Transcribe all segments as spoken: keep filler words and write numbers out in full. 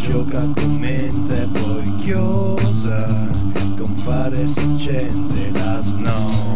gioca con mente poi chiosa, con fare si accende la snow.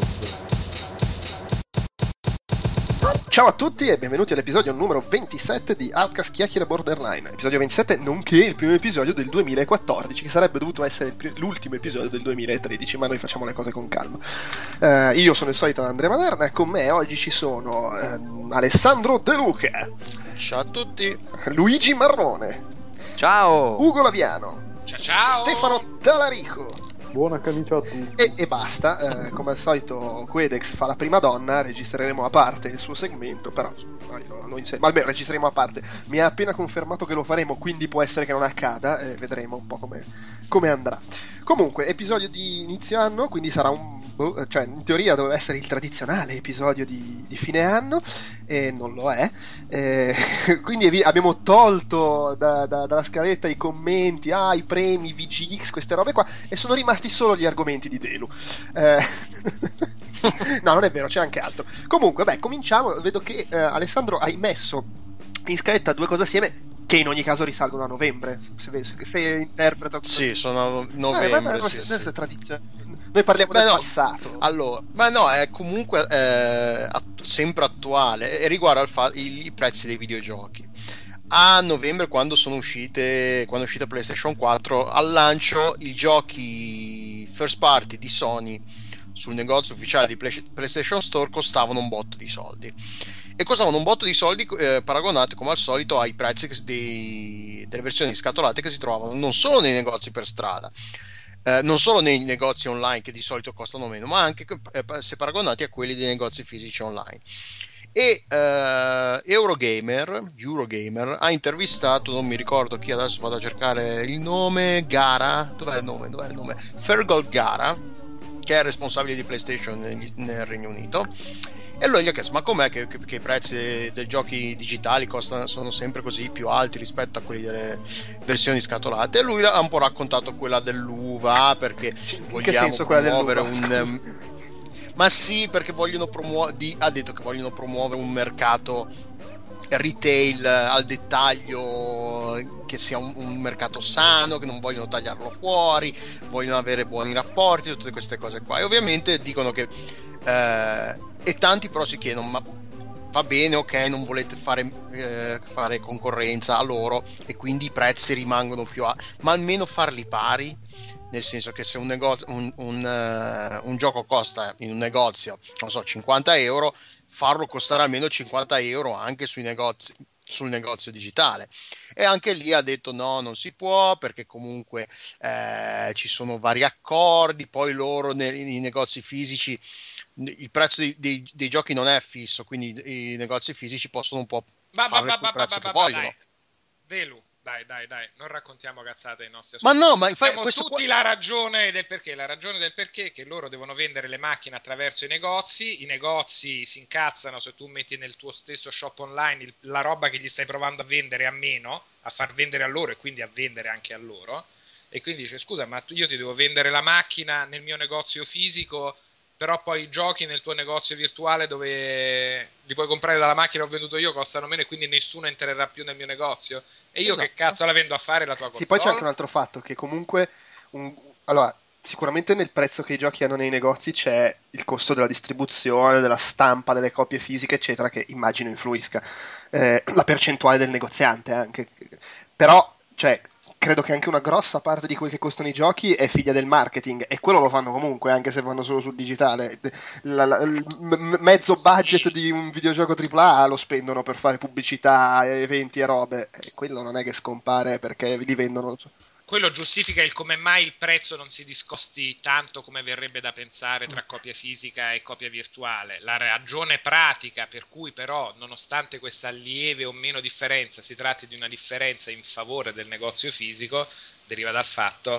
Ciao a tutti e benvenuti all'episodio numero ventisette di Outcast Chiacchiere Borderline. Episodio ventisette, nonché il primo episodio del duemilaquattordici, che sarebbe dovuto essere il pr- l'ultimo episodio del duemilatredici, ma noi facciamo le cose con calma. Uh, io sono il solito Andrea Maderna e con me oggi ci sono uh, Alessandro De Luca. Ciao a tutti. Luigi Marrone. Ciao. Ugo Laviano. Ciao ciao. Stefano Talarico. Buona camicia a tutti. E, e basta, eh, come al solito Quedex fa la prima donna, registreremo a parte il suo segmento, però lo, lo inseg- ma almeno registreremo a parte. Mi ha appena confermato che lo faremo, quindi può essere che non accada, e vedremo un po' come, come andrà. Comunque, episodio di inizio anno, quindi sarà un... Boh, cioè in teoria doveva essere il tradizionale episodio di, di fine anno e non lo è, eh, quindi vi, abbiamo tolto da, da, dalla scaletta i commenti, ah, i premi, V G X, queste robe qua, e sono rimasti solo gli argomenti di Delu. eh, no, non è vero, c'è anche altro. Comunque, beh, cominciamo. Vedo che eh, Alessandro hai messo in scaletta due cose assieme che in ogni caso risalgono a novembre, se, se, se interpreto. Sì, sono novembre. Eh, ma, ma, sì, sì. sì. Tradizione. Noi parliamo Beh, del no, passato. Allora, ma no, è comunque eh, att- sempre attuale e riguarda il fa- i-, i prezzi dei videogiochi. A novembre, quando sono uscite, quando è uscita PlayStation quattro, al lancio i giochi first party di Sony sul negozio ufficiale di Play- PlayStation Store costavano un botto di soldi. E costavano un botto di soldi eh, paragonati come al solito ai prezzi che, dei, delle versioni scatolate che si trovano non solo nei negozi per strada, eh, non solo nei negozi online che di solito costano meno, ma anche eh, se paragonati a quelli dei negozi fisici online. E eh, Eurogamer, Eurogamer ha intervistato, non mi ricordo chi, adesso vado a cercare il nome, Gara, dov'è il nome? Dov'è il nome? Fergal Gara, che è il responsabile di PlayStation nel, nel Regno Unito. E allora gli ha chiesto: ma com'è che, che, che i prezzi dei, dei giochi digitali costano, sono sempre così più alti rispetto a quelli delle versioni scatolate? E lui ha un po' raccontato quella dell'U V A, perché in vogliamo che senso quella promuovere dell'U V A? un... Ma sì, perché vogliono promuovere, ha detto che vogliono promuovere un mercato retail al dettaglio, che sia un, un mercato sano, che non vogliono tagliarlo fuori, vogliono avere buoni rapporti, tutte queste cose qua. E ovviamente dicono che eh, e tanti però si chiedono: ma va bene, ok, non volete fare, eh, fare concorrenza a loro e quindi i prezzi rimangono più alti, ma almeno farli pari, nel senso che se un, negozio, un, un, uh, un gioco costa in un negozio, non so, cinquanta euro, farlo costare almeno cinquanta euro anche sui negozi, sul negozio digitale. E anche lì ha detto no, non si può, perché comunque eh, ci sono vari accordi, poi loro nei, nei negozi fisici il prezzo dei, dei, dei giochi non è fisso, quindi i negozi fisici possono un po' ba, fare ba, ba, il prezzo ba, che ba, vogliono. dai. Delu, dai, dai, dai, non raccontiamo cazzate ai nostri Ma ascoltatori. no, ma infatti abbiamo questo tutti qua... la ragione del perché, la ragione del perché è che loro devono vendere le macchine attraverso i negozi, i negozi si incazzano se tu metti nel tuo stesso shop online il, la roba che gli stai provando a vendere a meno, a far vendere a loro e quindi a vendere anche a loro, e quindi dice: scusa, ma io ti devo vendere la macchina nel mio negozio fisico, però poi i giochi nel tuo negozio virtuale dove li puoi comprare dalla macchina che ho venduto io costano meno e quindi nessuno entrerà più nel mio negozio, e io Esatto. che cazzo la vendo a fare la tua console? Sì, poi c'è anche un altro fatto, che comunque un... allora, sicuramente nel prezzo che i giochi hanno nei negozi c'è il costo della distribuzione, della stampa, delle copie fisiche, eccetera, che immagino influisca, eh, la percentuale del negoziante anche, però, cioè, credo che anche una grossa parte di quel che costano i giochi è figlia del marketing, e quello lo fanno comunque, anche se vanno solo sul digitale. La, la, il m- mezzo budget di un videogioco tripla A lo spendono per fare pubblicità, eventi e robe, e quello non è che scompare perché li vendono. Quello giustifica il come mai il prezzo non si discosti tanto come verrebbe da pensare tra copia fisica e copia virtuale. La ragione pratica per cui però, nonostante questa lieve o meno differenza, si tratti di una differenza in favore del negozio fisico, deriva dal fatto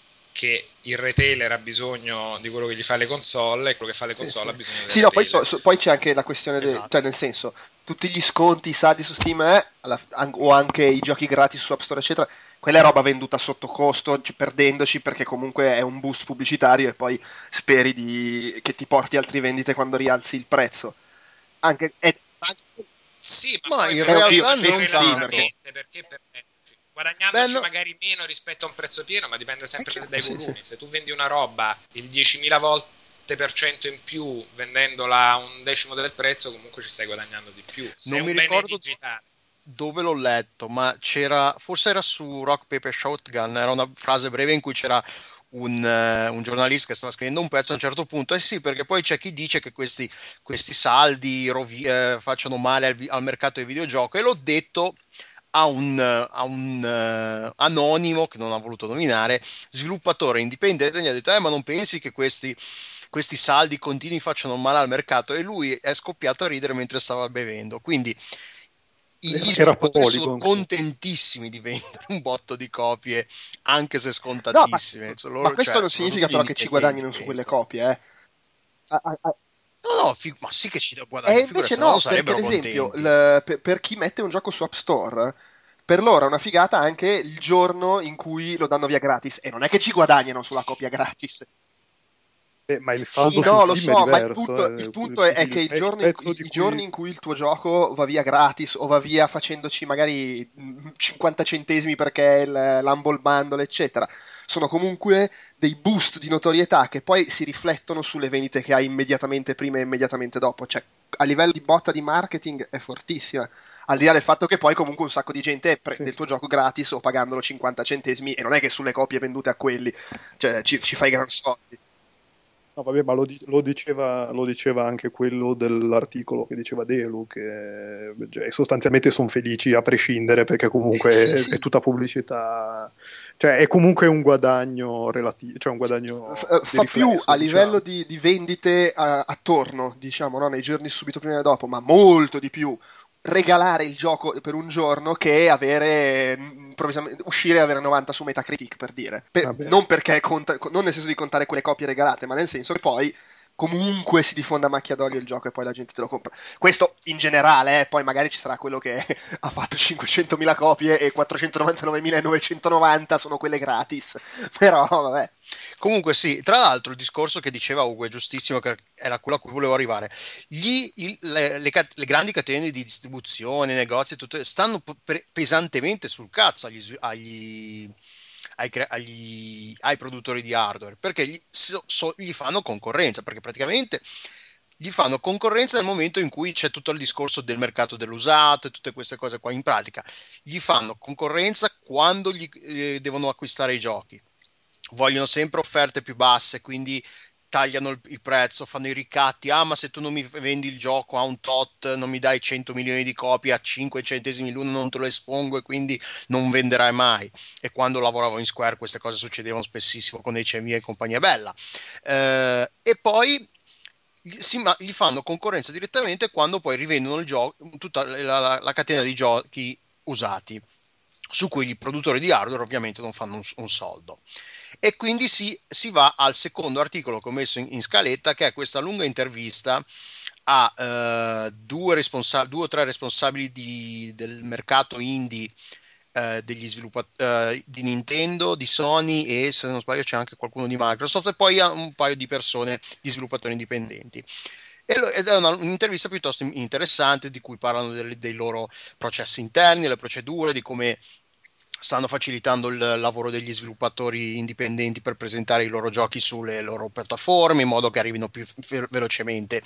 che il retailer ha bisogno di quello che gli fa le console e quello che fa le console sì, sì. ha bisogno del sì, no, poi, retailer. so, so, poi c'è anche la questione, esatto. de, cioè nel senso, tutti gli sconti, i saldi su Steam eh, alla, an- o anche i giochi gratis su App Store eccetera, quella è roba venduta sotto costo, perdendoci, perché comunque è un boost pubblicitario e poi speri di, che ti porti altre vendite quando rialzi il prezzo. Anche, è, Sì, ma, Ma poi in per realtà me non sì, tanto. perché, perché per me guadagnandoci Beh, no. magari meno rispetto a un prezzo pieno, ma dipende sempre Eh, certo, dai sì, volumi. sì. Se tu vendi una roba il diecimila volte per cento in più vendendola a un decimo del prezzo, comunque ci stai guadagnando di più. Se Non è un mi bene ricordo digitale. dove l'ho letto, ma c'era, forse era su Rock Paper Shotgun, era una frase breve in cui c'era un, eh, un giornalista che stava scrivendo un pezzo a un certo punto, eh sì, perché poi c'è chi dice che questi, questi saldi rovi- eh, facciano male al, vi- al mercato del videogioco, e l'ho detto a un, eh, a un eh, anonimo che non ha voluto nominare, sviluppatore indipendente, gli ha detto, eh ma non pensi che questi questi saldi continui facciano male al mercato? E lui è scoppiato a ridere mentre stava bevendo. Quindi gli Era sviluppatori sono Polygon. contentissimi di vendere un botto di copie, anche se No, ma, scontatissime. Cioè, ma loro, questo cioè, non soprattutto significa gli però che ci indipendenti, guadagnino su quelle pensa. copie, eh. Ah, ah, ah. No, no, fi- ma sì che ci da E guadagno, figurati, invece se no non no, perché sarebbero ad esempio, contenti. il- per, per chi mette un gioco su App Store, per loro è una figata anche il giorno in cui lo danno via gratis. E non è che ci guadagnano sulla copia gratis. Eh, ma il Sì, saldo su no, lo Steam è so, ma il diverso. punto, il eh. punto è, è che Il, il pe- il giorno in cui- pezzo i, di i giorni cui in cui il tuo gioco va via gratis o va via facendoci magari mm, cinquanta centesimi perché è il, l'Humble Bundle, eccetera, sono comunque dei boost di notorietà che poi si riflettono sulle vendite che hai immediatamente prima e immediatamente dopo. Cioè, a livello di botta di marketing è fortissima. Al di là del fatto che poi comunque un sacco di gente prende Sì, il tuo sì. gioco gratis o pagandolo cinquanta centesimi e non è che sulle copie vendute a quelli, cioè ci, ci fai gran soldi. No, vabbè, ma lo, di- lo diceva, lo diceva anche quello dell'articolo che diceva Delu, che cioè, sostanzialmente sono felici a prescindere perché comunque Sì, è, sì. è tutta pubblicità, cioè è comunque un guadagno relativo, cioè un F- guadagno fa di più riflesso, a livello diciamo. di, di vendite a- attorno, diciamo, no? Nei giorni subito prima e dopo, ma molto di più regalare il gioco per un giorno che avere mm, improvvisamente uscire e avere novanta su Metacritic, per dire. Per- Vabbè. non perché conta- non nel senso di contare quelle copie regalate, ma nel senso che poi comunque si diffonda a macchia d'olio il gioco e poi la gente te lo compra. Questo in generale, eh, poi magari ci sarà quello che ha fatto cinquecentomila copie e quattrocentonovantanovemilanovecentonovanta sono quelle gratis. Però vabbè. Comunque sì, tra l'altro il discorso che diceva Ugo è giustissimo, che era quello a cui volevo arrivare. Gli- il- le, le cat- le grandi catene di distribuzione, negozi, tutte, stanno pe- pesantemente sul cazzo agli, svi- agli, ai, cre- agli- ai produttori di hardware, perché gli, so- so- gli fanno concorrenza, perché praticamente gli fanno concorrenza nel momento in cui c'è tutto il discorso del mercato dell'usato e tutte queste cose qua. In pratica gli fanno concorrenza quando gli eh, devono acquistare i giochi, vogliono sempre offerte più basse, quindi tagliano il, il prezzo, fanno i ricatti. Ah, ma se tu non mi vendi il gioco a un tot, non mi dai cento milioni di copie a cinque centesimi l'uno, non te lo espongo e quindi non venderai mai. E quando lavoravo in Square queste cose succedevano spessissimo con H M I e compagnia bella. Eh, e poi gli, si, ma, gli fanno concorrenza direttamente quando poi rivendono il gioco, tutta la, la, la catena di giochi usati, su cui i produttori di hardware ovviamente non fanno un, un soldo. E quindi si, si va al secondo articolo che ho messo in, in scaletta, che è questa lunga intervista a eh, due, responsa- due o tre responsabili di, del mercato indie, eh, degli sviluppatori eh, di Nintendo, di Sony e, se non sbaglio, c'è anche qualcuno di Microsoft, e poi a un paio di persone, di sviluppatori indipendenti. Ed è una, un'intervista piuttosto interessante, di cui parlano dei, dei loro processi interni, le procedure, di come stanno facilitando il lavoro degli sviluppatori indipendenti per presentare i loro giochi sulle loro piattaforme in modo che arrivino più fe- velocemente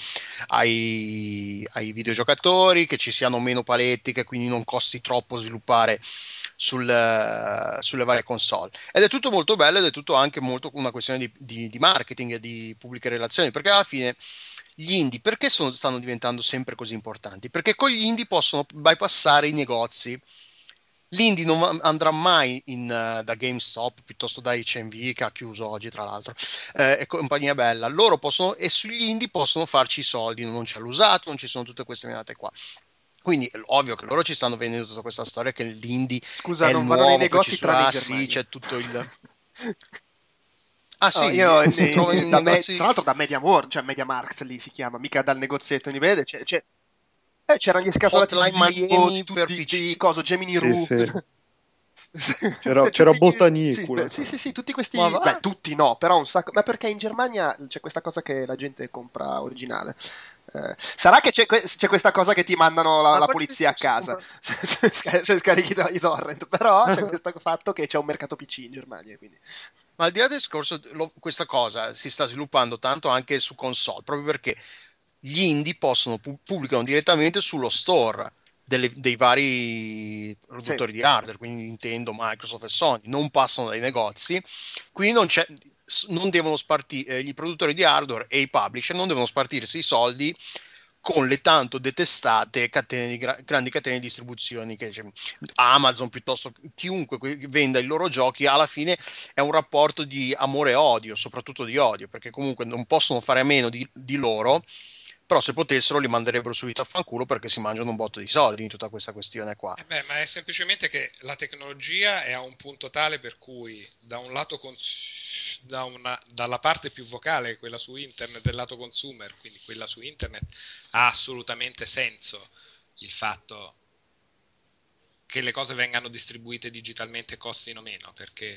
ai, ai videogiocatori, che ci siano meno paletti, che quindi non costi troppo sviluppare sul, sulle varie console. Ed è tutto molto bello, ed è tutto anche molto una questione di, di, di marketing e di pubbliche relazioni, perché alla fine gli indie perché sono, stanno diventando sempre così importanti? Perché con gli indie possono bypassare i negozi. L'indie non andrà mai in, uh, da GameStop piuttosto da H M V, che ha chiuso oggi tra l'altro, eh, e compagnia bella. Loro possono, e sugli indie possono farci i soldi, non c'è l'usato, non ci sono tutte queste menate qua. Quindi è ovvio che loro ci stanno vendendo tutta questa storia che l'indie Scusa, è il non vado nei nuovo, che ci negozi sono, tranne in ah sì, Germania. c'è tutto il... Ah No, sì, io si trova ne- in da me- negozi tra l'altro da Media World, cioè Media Markt lì si chiama, mica dal negozietto di vede, c'è, c'è- eh, c'erano gli scatolati di Hotline Limbo, Miami per tutti P C. di coso, Gemini Sì, Roo. sì. C'era, Tutti- c'era sì, Botanicula. beh, sì, sì, sì, tutti questi, Ma va? beh, tutti no, però un sacco, ma perché in Germania c'è questa cosa che la gente compra originale. Eh, sarà che c'è, que- c'è questa cosa che ti mandano la, Ma la quelli polizia a che sono casa comprati- se, se- se scarichi i torrent, però c'è questo fatto che c'è un mercato P C in Germania, quindi. Ma al di là del discorso, lo- questa cosa si sta sviluppando tanto anche su console, proprio perché gli indie possono pu- pubblicano direttamente sullo store delle- dei vari Sì. produttori di hardware, quindi Nintendo, Microsoft e Sony, non passano dai negozi, quindi non c'è, s- non devono spartire, i produttori di hardware e i publisher non devono spartirsi i soldi con le tanto detestate catene di gra- grandi catene di distribuzioni che c'è. Amazon, piuttosto chiunque que- venda i loro giochi, alla fine è un rapporto di amore e odio, soprattutto di odio, perché comunque non possono fare a meno di, di loro, però se potessero li manderebbero subito a fanculo perché si mangiano un botto di soldi in tutta questa questione qua. Eh beh, ma è semplicemente che la tecnologia è a un punto tale per cui da un lato cons- da una- dalla parte più vocale, quella su internet del lato consumer, quindi quella su internet, ha assolutamente senso il fatto che le cose vengano distribuite digitalmente e costino meno, perché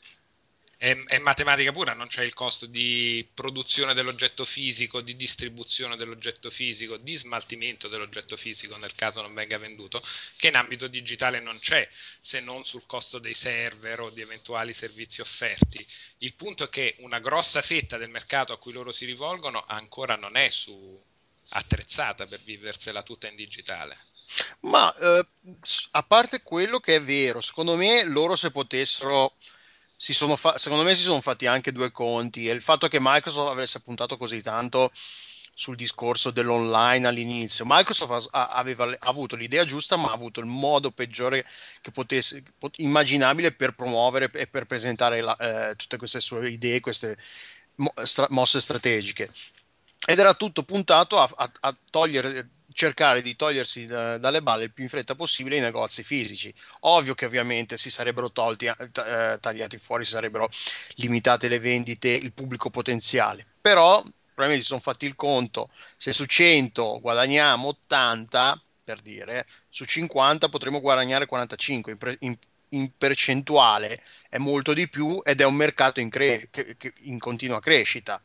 è, è matematica pura, non c'è il costo di produzione dell'oggetto fisico, di distribuzione dell'oggetto fisico, di smaltimento dell'oggetto fisico nel caso non venga venduto, che in ambito digitale non c'è, se non sul costo dei server o di eventuali servizi offerti. Il punto è che una grossa fetta del mercato a cui loro si rivolgono ancora non è su attrezzata per viversela tutta in digitale. Ma eh, s- a parte quello che è vero, secondo me loro se potessero, si sono fa- secondo me si sono fatti anche due conti e il fatto che Microsoft avesse puntato così tanto sul discorso dell'online all'inizio, Microsoft ha, aveva ha avuto l'idea giusta ma ha avuto il modo peggiore che potesse, pot- immaginabile per promuovere e per presentare la- eh, tutte queste sue idee, queste mo- stra- mosse strategiche ed era tutto puntato a, a- a togliere, cercare di togliersi da- dalle balle il più in fretta possibile i negozi fisici. Ovvio che ovviamente si sarebbero tolti, eh, ta- eh, tagliati fuori, si sarebbero limitate le vendite, il pubblico potenziale, però probabilmente si sono fatti il conto, se su cento guadagniamo ottanta, per dire, su cinquanta potremo guadagnare quarantacinque, in, pre- in- in percentuale è molto di più ed è un mercato in, cre- che- che- in continua crescita.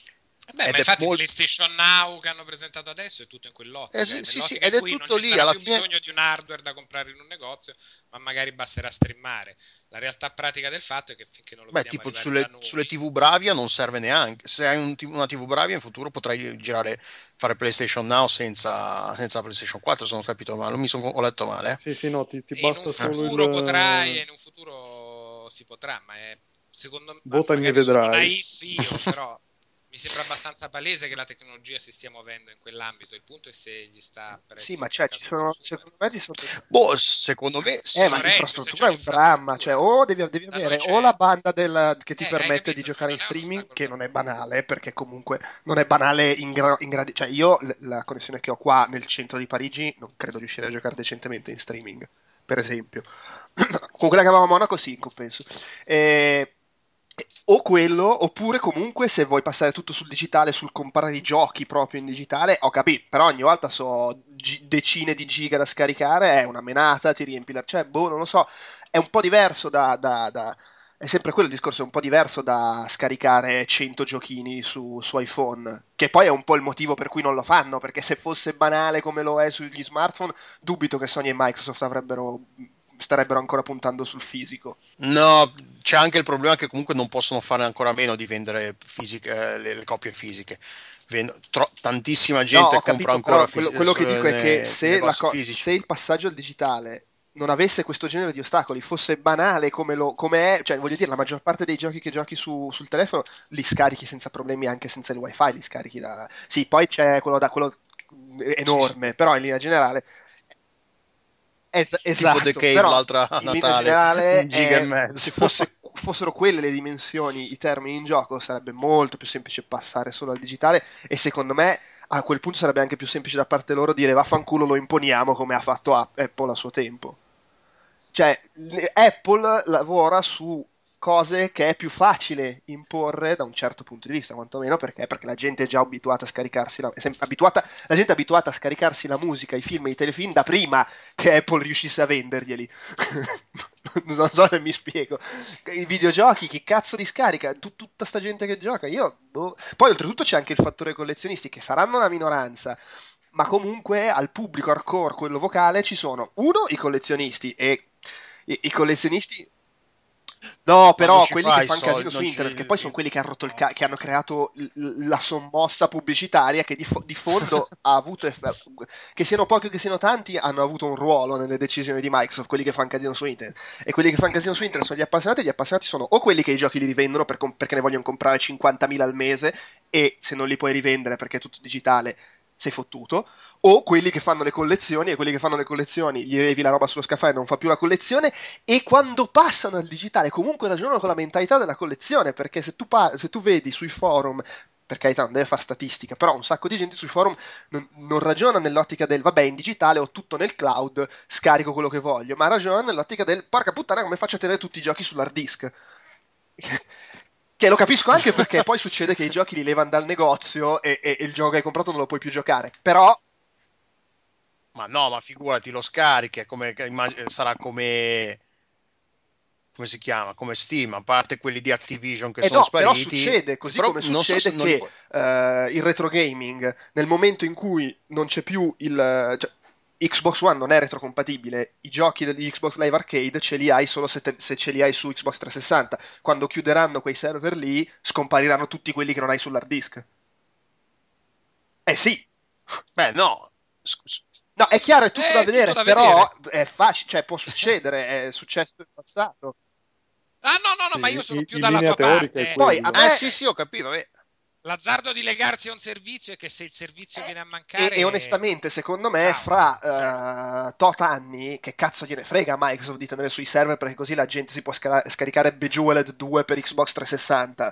Beh, ma Ed è infatti molto PlayStation Now che hanno presentato adesso è tutto in eh, quell'ottica, sì, è sì, sì, nell'ottica in ed è cui non tutto ci lì sarà alla più fine. bisogno di un hardware da comprare in un negozio, ma magari basterà streamare. La realtà pratica del fatto è che finché non lo Beh, vediamo tipo arrivare da sulle, noi, sulle T V Bravia non serve neanche. Se hai un T V una T V Bravia in futuro potrai girare, fare PlayStation Now senza, senza PlayStation quattro, se non ho capito male. Non mi sono, ho letto male. Eh. Sì, sì, no, ti, ti e in un basta solo futuro potrai, e il... in un futuro si potrà, ma è, secondo me, ma Votami e magari sono vedrai. naif io, però mi sembra abbastanza palese che la tecnologia si stia muovendo in quell'ambito. Il punto è se gli sta Sì, presso ma il cioè, ci mercato sono, consumer. secondo me ci sono dei- Boh, secondo me Eh, sì. ma Lorenzo, se l'infrastruttura c'è è un dramma, cioè, l'infrastruttura, o devi, devi da noi avere o c'è. la banda del- che ti Eh, hai permette di capito? Cioè, giocare in non è un streaming, ostacolo che per non è nulla. banale, perché comunque non è banale in, gra- in gradi... Cioè, io l- la connessione che ho qua nel centro di Parigi non credo riuscire a giocare decentemente in streaming, per esempio. Con quella che avevamo a Monaco sì, in compenso. Eh, o quello, oppure comunque se vuoi passare tutto sul digitale, sul comprare i giochi proprio in digitale, ho capito, però ogni volta so gi- decine di giga da scaricare, è una menata, ti riempi la... Cioè, boh, non lo so, è un po' diverso da... da- da- È sempre quello il discorso, è un po' diverso da scaricare cento giochini su, su iPhone, che poi è un po' il motivo per cui non lo fanno, perché se fosse banale come lo è sugli smartphone, dubito che Sony e Microsoft avrebbero, starebbero ancora puntando sul fisico. No, c'è anche il problema che comunque non possono fare ancora a meno di vendere fisiche, eh, le, le copie fisiche. Vend- tro- tantissima No, gente ho compra capito, ancora però quello, fisi- quello che eh, dico è che nei se, la negozi co- fisici. se il passaggio al digitale non avesse questo genere di ostacoli, fosse banale come, lo, come è, cioè voglio dire, la maggior parte dei giochi che giochi su- sul telefono li scarichi senza problemi anche senza il wifi, li scarichi da... Sì, poi c'è quello, da, quello Sì, sì. enorme, però in linea generale... Es- Tipo The esatto, Cave però l'altra a in linea Natale, generale un giga e è- mezzo. se fosse- fossero quelle le dimensioni, i termini in gioco, sarebbe molto più semplice passare solo al digitale e secondo me a quel punto sarebbe anche più semplice da parte loro dire vaffanculo lo imponiamo come ha fatto A- Apple a suo tempo. Cioè, l- Apple lavora su cose che è più facile imporre da un certo punto di vista, quantomeno perché, perché la gente è già abituata a scaricarsi la, è sempre abituata, la gente è abituata a scaricarsi la musica, i film e i telefilm da prima che Apple riuscisse a venderglieli. Non so se mi spiego. I videogiochi, chi cazzo li scarica? Tut- tutta sta gente che gioca. Io, boh. Poi oltretutto c'è anche il fattore collezionisti, che saranno una minoranza, ma comunque al pubblico hardcore, quello vocale, ci sono uno, i collezionisti, e i, i collezionisti. No, però quelli che fanno casino su internet, che poi sono quelli che hanno rotto il ca- che hanno creato l- la sommossa pubblicitaria che di, fo- di fondo ha avuto eff- che siano pochi o che siano tanti, hanno avuto un ruolo nelle decisioni di Microsoft, quelli che fanno casino su internet. E quelli che fanno casino su internet sono gli appassionati, e gli appassionati sono o quelli che i giochi li rivendono per com- perché ne vogliono comprare cinquantamila al mese, e se non li puoi rivendere perché è tutto digitale sei fottuto, o quelli che fanno le collezioni, e quelli che fanno le collezioni gli levi la roba sullo scaffale e non fa più la collezione, e quando passano al digitale comunque ragionano con la mentalità della collezione, perché se tu, pa- se tu vedi sui forum, per carità non deve fare statistica, però un sacco di gente sui forum non, non ragiona nell'ottica del vabbè in digitale ho tutto nel cloud, scarico quello che voglio, ma ragiona nell'ottica del porca puttana come faccio a tenere tutti i giochi sull'hard disk. Che lo capisco anche perché poi succede che i giochi li levano dal negozio e, e, e il gioco che hai comprato non lo puoi più giocare, però ma no, ma figurati, lo scarichi, è come, sarà come come si chiama, come Steam, a parte quelli di Activision che eh sono no, spariti. però succede, così però come non so succede se- non che li puoi- eh, il retro gaming, nel momento in cui non c'è più il... cioè, Xbox One non è retrocompatibile, i giochi degli Xbox Live Arcade ce li hai solo se, te- se ce li hai su Xbox trecentosessanta. Quando chiuderanno quei server lì, scompariranno tutti quelli che non hai sull'hard disk. Eh sì, Beh, no. Scusa. no, è chiaro, è tutto Eh, da è tutto vedere, da però è facile, cioè può succedere, è successo in passato. Ah, no, no, no, Sì, ma io sono in- più in dalla linea tua teorica è parte. Poi, quello. a me- Eh sì, sì, ho capito. Vabbè. L'azzardo di legarsi a un servizio è che se il servizio viene a E, mancare... e onestamente, secondo me, Ciao. fra eh, tot anni, che cazzo gliene frega a Microsoft di tenere sui server, perché così la gente si può sca- scaricare Bejeweled due per Xbox trecentosessanta.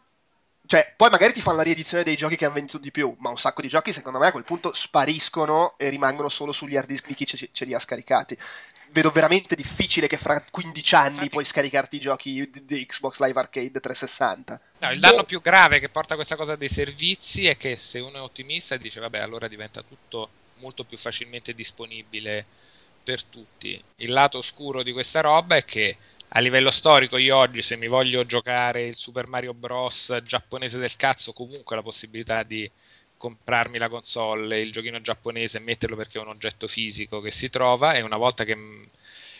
Cioè, poi magari ti fanno la riedizione dei giochi che hanno venduto di più, ma un sacco di giochi, secondo me, a quel punto spariscono e rimangono solo sugli hard disk di chi ce, ce li ha scaricati. Vedo veramente difficile che fra quindici anni Infatti- puoi scaricarti i giochi di, di Xbox Live Arcade trecentosessanta. No, il danno più grave che porta questa cosa dei servizi è che se uno è ottimista e dice vabbè allora diventa tutto molto più facilmente disponibile per tutti. Il lato oscuro di questa roba è che a livello storico io oggi se mi voglio giocare il Super Mario Bros giapponese del cazzo, comunque ho la possibilità di comprarmi la console, il giochino giapponese e metterlo perché è un oggetto fisico che si trova, e una volta che mh,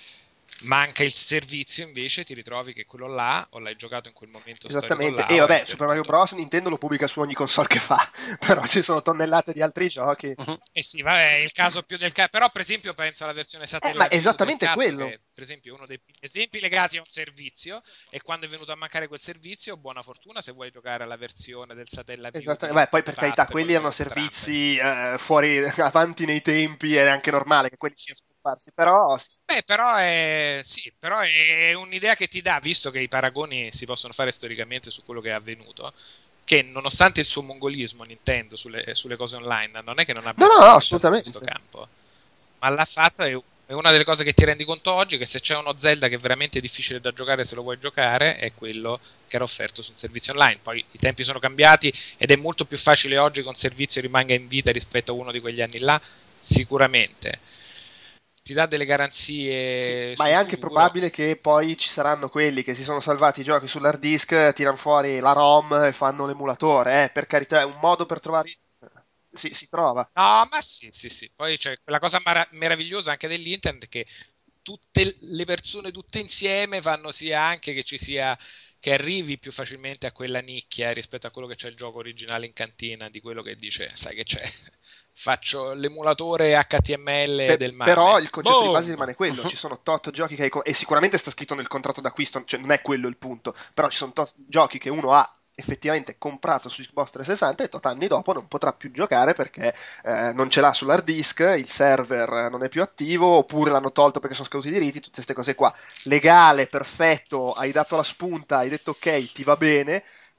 manca il servizio invece ti ritrovi che quello là o l'hai giocato in quel momento Esattamente, storico là, e o vabbè, hai Super Mario perduto. Bros. Nintendo lo pubblica su ogni console che fa, però ci sono tonnellate di altri giochi. Eh sì, vabbè, è il caso più del caso, però per esempio penso alla versione satellite ma view esattamente del cazzo, quello. che per esempio è uno dei primi esempi legati a un servizio, e quando è venuto a mancare quel servizio, buona fortuna se vuoi giocare alla versione del satellite view Esattamente, beh, poi per di carità, paste, quelli con le erano cose strambe. servizi eh, fuori, avanti nei tempi, è anche normale che quelli siano scomparsi, però sì. Beh, però è, sì, però è un'idea che ti dà, visto che i paragoni si possono fare storicamente su quello che è avvenuto, che nonostante il suo mongolismo Nintendo sulle, sulle cose online, non è che non abbia No, no, no, sperimentato in assolutamente. questo campo, ma l'ha fatto, è, è una delle cose che ti rendi conto oggi, che se c'è uno Zelda che è veramente difficile da giocare se lo vuoi giocare, è quello che era offerto su un servizio online. Poi i tempi sono cambiati ed è molto più facile oggi che un servizio rimanga in vita rispetto a uno di quegli anni là, sicuramente. Ti dà delle garanzie, Ma sul è anche futuro. probabile che poi ci saranno quelli che si sono salvati i giochi sull'hard disk, tirano fuori la ROM e fanno l'emulatore, eh, per carità, è un modo per trovare... Si, si trova. No, ma sì, sì, sì. Poi c'è quella cosa mara- meravigliosa anche dell'internet, che tutte le persone tutte insieme fanno sia anche che ci sia, che arrivi più facilmente a quella nicchia rispetto a quello che c'è il gioco originale in cantina, di quello che dice, sai che c'è, faccio l'emulatore H T M L Per- del mare. però il concetto Boom! di base rimane quello, ci sono tot giochi che hai co- e sicuramente sta scritto nel contratto d'acquisto, cioè non è quello il punto, però ci sono tot giochi che uno ha effettivamente comprato su Xbox trecentosessanta e tot anni dopo non potrà più giocare perché eh, non ce l'ha sull'hard disk, il server non è più attivo, oppure l'hanno tolto perché sono scaduti i diritti, tutte queste cose qua. Legale, perfetto, hai dato la spunta, hai detto ok, ti va bene,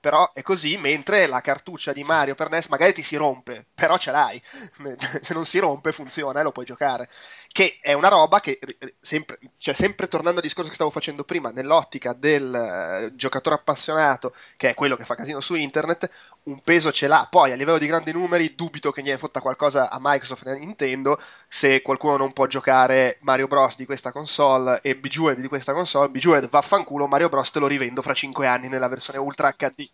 però è così, mentre la cartuccia di Mario per N E S magari ti si rompe, però ce l'hai, se non si rompe funziona e lo puoi giocare, che è una roba che sempre, cioè sempre tornando al discorso che stavo facendo prima, nell'ottica del uh, giocatore appassionato, che è quello che fa casino su internet, un peso ce l'ha. Poi a livello di grandi numeri dubito che gliene fotta qualcosa a Microsoft e a Nintendo se qualcuno non può giocare Mario Bros di questa console e Bejeweled di questa console. Bejeweled vaffanculo, Mario Bros te lo rivendo fra cinque anni nella versione Ultra H D.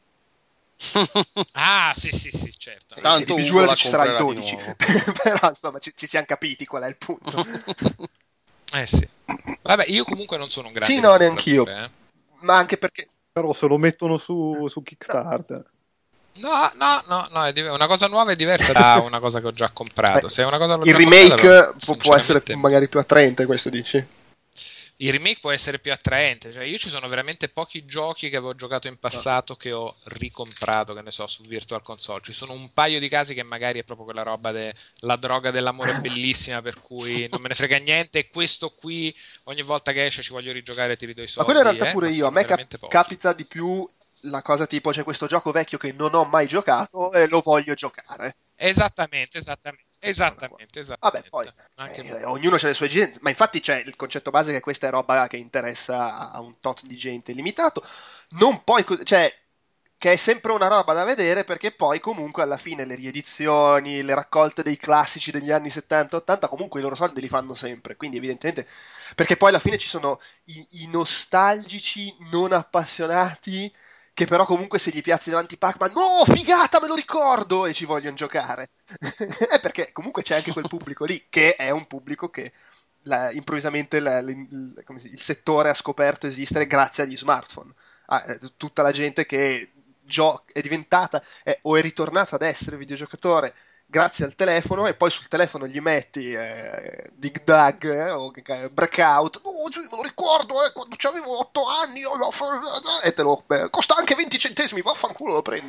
Ah, sì, sì, sì, certo. Tanto di Ugo la Bejeweled ci sarà il comprerà di dodici. nuovo. Però insomma ci, ci siamo capiti qual è il punto. Eh sì. Vabbè, io comunque non sono un grande Sì, no, neanch'io. eh. Ma anche perché Però se lo mettono su, su Kickstarter. No, no, no, no, è div- una cosa nuova è diversa da una cosa che ho già comprato. Se è una cosa che ho il già remake comprato, può, può essere sinceramente, magari più attraente, questo dici? il remake può essere più attraente. Cioè, io ci sono veramente pochi giochi che avevo giocato in passato che ho ricomprato, che ne so, su Virtual Console. Ci sono un paio di casi che magari è proprio quella roba della droga dell'amore è bellissima, per cui non me ne frega niente, e questo qui ogni volta che esce ci voglio rigiocare e ti ridò i soldi. Ma quello in realtà eh, pure ma io, a sono me cap- veramente pochi. capita di più la cosa tipo c'è questo gioco vecchio che non ho mai giocato e lo voglio giocare. Esattamente, esattamente, esattamente, Vabbè, esattamente. poi Anche eh, ognuno ha le sue esigenze, ma infatti c'è il concetto base che questa è roba che interessa a un tot di gente limitato, non poi, co- cioè, che è sempre una roba da vedere, perché poi comunque alla fine le riedizioni, le raccolte dei classici degli anni settanta ottanta, comunque i loro soldi li fanno sempre, quindi evidentemente, perché poi alla fine ci sono i, i nostalgici non appassionati che però comunque se gli piazzi davanti Pac-Man, no, figata, me lo ricordo, e ci vogliono giocare. È perché comunque c'è anche quel pubblico lì, che è un pubblico che la, improvvisamente la, la, il, come si, il settore ha scoperto esistere grazie agli smartphone. Ah, eh, tutta la gente che gio- è diventata è, o è ritornata ad essere videogiocatore grazie al telefono, e poi sul telefono gli metti eh, Dig Dug eh, o eh, Breakout, no, oh, me lo ricordo eh, quando avevo otto anni io lo fa... e te lo beh, costa anche venti centesimi, vaffanculo, lo prendo.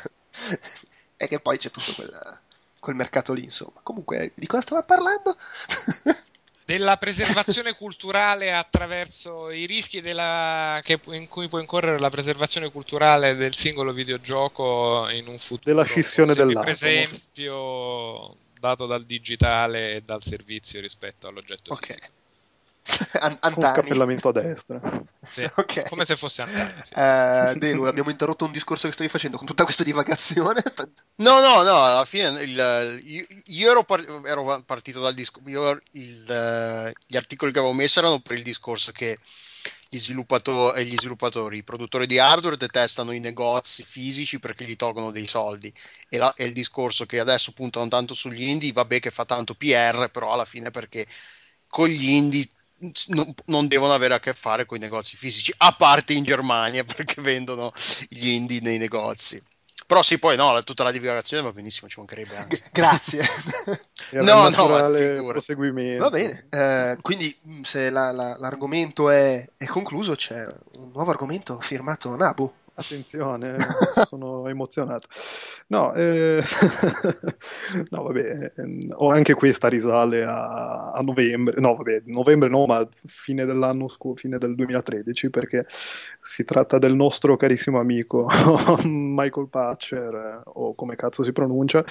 E che poi c'è tutto quel, quel mercato lì, insomma. Comunque, di cosa stava parlando? Della preservazione culturale attraverso i rischi della, che, in cui può incorrere la preservazione culturale del singolo videogioco in un futuro, della scissione per dell'atomo. esempio dato dal digitale e dal servizio rispetto all'oggetto Ok. fisico. An- Un Antani. scappellamento a destra. Sì, Ok. come se fosse Antani, sì. Eh, Delu, abbiamo interrotto un discorso che stavi facendo con tutta questa divagazione. No, no, no, alla fine il, io, io ero, par- ero partito dal discorso, io il, eh, gli articoli che avevo messo erano per il discorso che gli sviluppatori, gli sviluppatori, i produttori di hardware detestano i negozi fisici perché gli tolgono dei soldi, e, la, e il discorso che adesso puntano tanto sugli indie, vabbè che fa tanto P R, però alla fine perché con gli indie non, non devono avere a che fare con i negozi fisici, a parte in Germania perché vendono gli indie nei negozi. Però sì, poi no, tutta la divulgazione va benissimo, ci mancherebbe, anzi. G- grazie. Era No, il no, naturale figura. proseguimento. Va bene, eh, quindi mh, se la- la- l'argomento è, è concluso, c'è un nuovo argomento firmato Nabu. Attenzione, sono emozionato. No, eh... no, vabbè, ehm, ho anche questa risale a, a novembre, no, vabbè, novembre no, ma fine dell'anno scorso, fine del duemilatredici, perché si tratta del nostro carissimo amico Michael Patcher, eh, o come cazzo si pronuncia,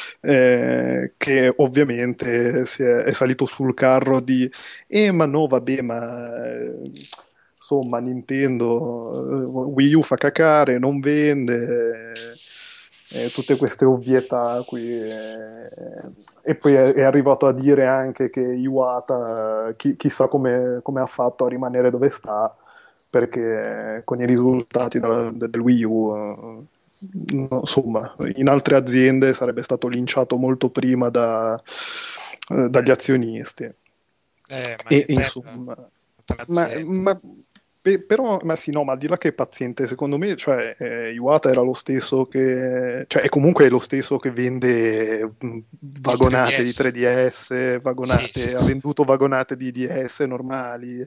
eh, che ovviamente si è, è salito sul carro di, eh, ma no, vabbè, ma... eh, insomma, Nintendo, eh, Wii U fa cacare, non vende, eh, eh, tutte queste ovvietà qui. eh, e poi è, è arrivato a dire anche che Iwata, chi- chissà come, come ha fatto a rimanere dove sta, perché con i risultati da- del Wii U, eh, no, insomma, in altre aziende sarebbe stato linciato molto prima da- eh, dagli azionisti. Eh, ma E Nintendo, insomma, tutta ma, l'azienda. ma- pe- però, ma sì, no, ma al di là che è paziente, secondo me, cioè, eh, Iwata era lo stesso che, cioè, è comunque lo stesso che vende mh, vagonate di tre D S, vagonate, Sì, sì, ha sì. venduto vagonate di D S normali,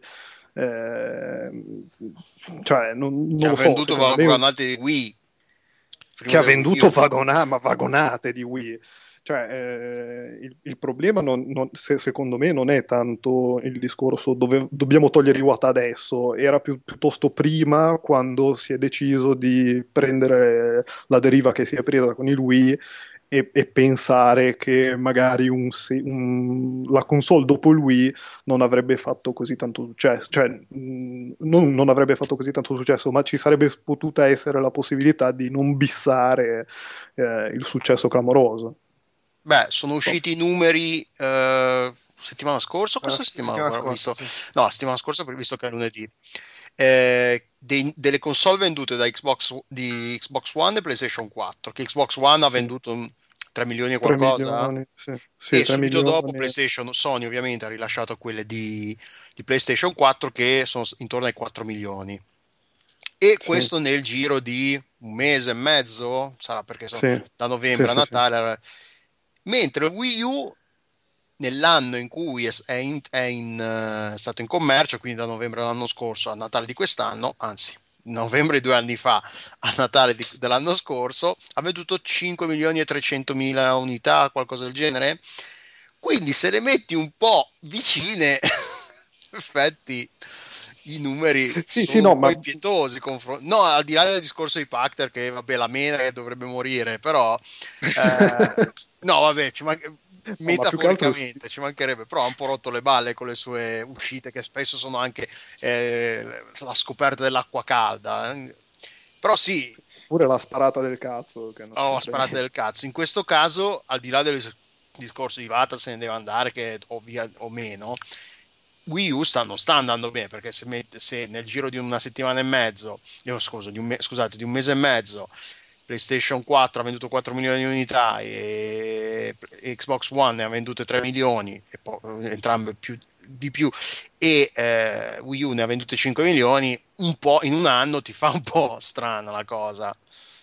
eh, cioè, non, non Che ha lo so, venduto secondo me, vagonate di Wii. che ha Prima del Wii venduto U. vagona- ma vagonate di Wii. Cioè, eh, il, il problema non, non- se- secondo me non è tanto il discorso dove dobbiamo togliere Iwata adesso, era più- piuttosto prima, quando si è deciso di prendere la deriva che si è presa con il Wii e, e pensare che magari un se- un- la console dopo il Wii non avrebbe fatto così tanto successo, cioè mh, non, non avrebbe fatto così tanto successo, ma ci sarebbe potuta essere la possibilità di non bissare eh, il successo clamoroso. Beh, sono usciti i numeri eh, settimana scorsa o Eh, questa settimana? settimana Guarda, ho scorsa, visto, sì. no, la settimana scorsa ho visto che è lunedì. Eh, dei- delle console vendute da Xbox, di Xbox One e PlayStation quattro, che Xbox One ha Sì, venduto mm, tre milioni e tre qualcosa, milioni, sì, sì, e tre subito dopo milioni, PlayStation, Sony ovviamente ha rilasciato quelle di, di PlayStation quattro che sono intorno ai quattro milioni. E sì, questo nel giro di un mese e mezzo, sarà perché sono sì, da sì, novembre a sì, sì. Natale, mentre il Wii U nell'anno in cui è, è in- è in, eh, stato in commercio, quindi da novembre dell'anno scorso a Natale di quest'anno, anzi novembre due anni fa a Natale di- dell'anno scorso, ha venduto cinque milioni e trecento mila unità, qualcosa del genere. Quindi se le metti un po' vicine, in effetti i numeri Sì, sì, sono no, un po' ma impietosi. confron- no, al di là del discorso di Pacter, che vabbè, la mena che dovrebbe morire, però eh, no, vabbè, ci man- no, ma più che altro sì. metaforicamente ci mancherebbe, però ha un po' rotto le balle con le sue uscite, che spesso sono anche eh, la scoperta dell'acqua calda. eh. Però sì, Pure la sparata del cazzo che non ho c'entra sparate niente. del cazzo. In questo caso, al di là del dis- discorso di Vata se ne deve andare, che è ovvia o meno, Wii U sta, non sta andando bene, perché se, mette- se nel giro di una settimana e mezzo, io, scuso, di un me- scusate, di un mese e mezzo, PlayStation quattro ha venduto quattro milioni di unità e, e Xbox One ne ha vendute tre milioni, e poi, entrambe più, di più, e eh, Wii U ne ha vendute cinque milioni, un po' in un anno ti fa un po' strana la cosa.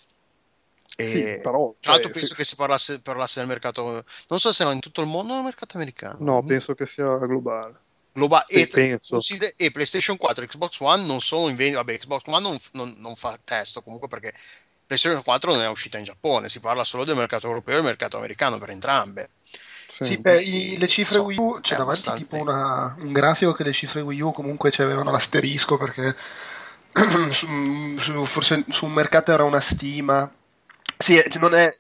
Sì, E però, tra l'altro cioè, se- penso che si parlasse, parlasse del mercato, non so se era in tutto il mondo o nel mercato americano. no, penso che sia globale. Globale e, Pe- penso. e PlayStation quattro e Xbox One non sono in vendita. Vabbè, Xbox One non, non- non fa testo comunque, perché PlayStation quattro non è uscita in Giappone, si parla solo del mercato europeo e del mercato americano per entrambe. Sì. Sì, beh, i- Quindi le cifre so, Wii U, è c'è davanti tipo abbastanza. una- un grafico che le cifre Wii U comunque c'avevano l'asterisco perché su, su- forse su un mercato era una stima. Sì, eh, non è...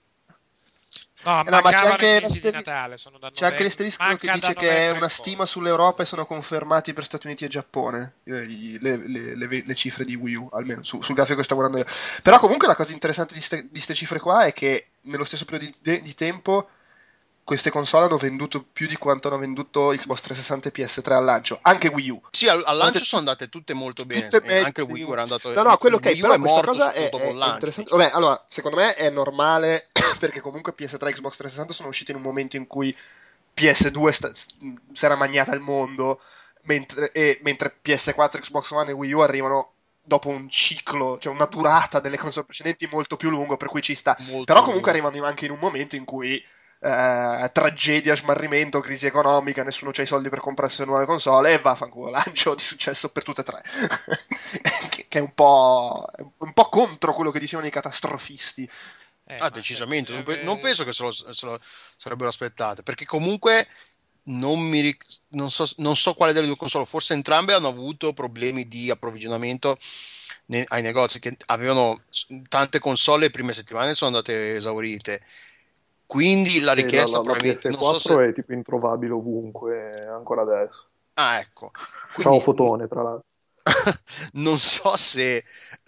No, eh no, ma c'è mancavano i anche mesi di l'asteri- Natale, sono da c'è anche novembre, l'asterisco che manca da dice che è novembre una in stima poi. sull'Europa e sono confermati per Stati Uniti e Giappone eh, i- le, le- le- le cifre di Wii U, almeno su- sul grafico che sto guardando io. Però comunque la cosa interessante di queste cifre qua è che nello stesso periodo di, de- di tempo queste console hanno venduto più di quanto hanno venduto Xbox trecentosessanta e P S tre al lancio, anche Wii U. Sì, al, al Sono lancio andate sono tut- andate tutte molto bene. tutte eh, meglio Anche il di Wii U Wii U. era andato. No, no, Il, quello il ok, Wii U però è questa morto cosa subito è, dopo è- il è lancio, interessante. diciamo. Vabbè, allora, secondo me è normale perché comunque P S tre e Xbox trecentosessanta sono usciti in un momento in cui P S due sta- si era magnata il mondo, mentre, e, mentre P S quattro, Xbox One e Wii U arrivano dopo un ciclo, cioè una durata delle console precedenti molto più lungo, per cui ci sta. Molto Però comunque lungo. arrivano anche in un momento in cui eh, tragedia, smarrimento, crisi economica, nessuno c'ha i soldi per comprarsi nuove console e vaffanculo, lancio di successo per tutte e tre. che, che è un po', un po' contro quello che dicevano i catastrofisti. Eh, Ah, ma se decisamente. Non, pe- non bisognerebbe... penso che se lo, se lo sarebbero aspettate, perché comunque non, mi, ric- non, so, non so quale delle due console, forse entrambe hanno avuto problemi di approvvigionamento ne- ai negozi, che avevano s- tante console, le prime settimane sono andate esaurite. Quindi la E la, richiesta la- la probabilmente, non so P S quattro se... è tipo introvabile ovunque ancora adesso. Ah, ecco. Ciao Quindi Fotone, tra l'altro. non so se,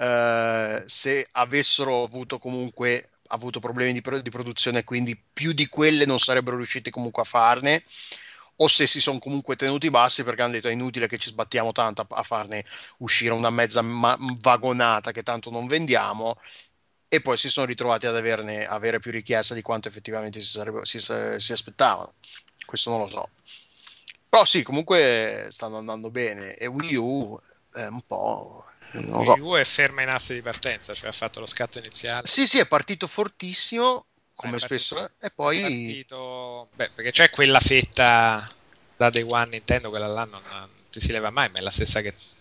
eh, se avessero avuto comunque avuto problemi di, pro- di produzione, quindi più di quelle non sarebbero riusciti comunque a farne, o se si sono comunque tenuti bassi perché hanno detto è inutile che ci sbattiamo tanto a, a farne uscire una mezza ma- vagonata che tanto non vendiamo, e poi si sono ritrovati ad averne, avere più richiesta di quanto effettivamente si, sarebbe, si, si aspettavano. Questo non lo so. Però sì, comunque stanno andando bene, e Wii U è un po'... non lo so. Wii U è ferma in asse di partenza, cioè ha fatto lo scatto iniziale. Sì, sì, è partito fortissimo, come È spesso partito, è, e è poi... partito... Beh, perché c'è quella fetta da Day One Nintendo, quella là non, non ti si leva mai, ma è la stessa che ti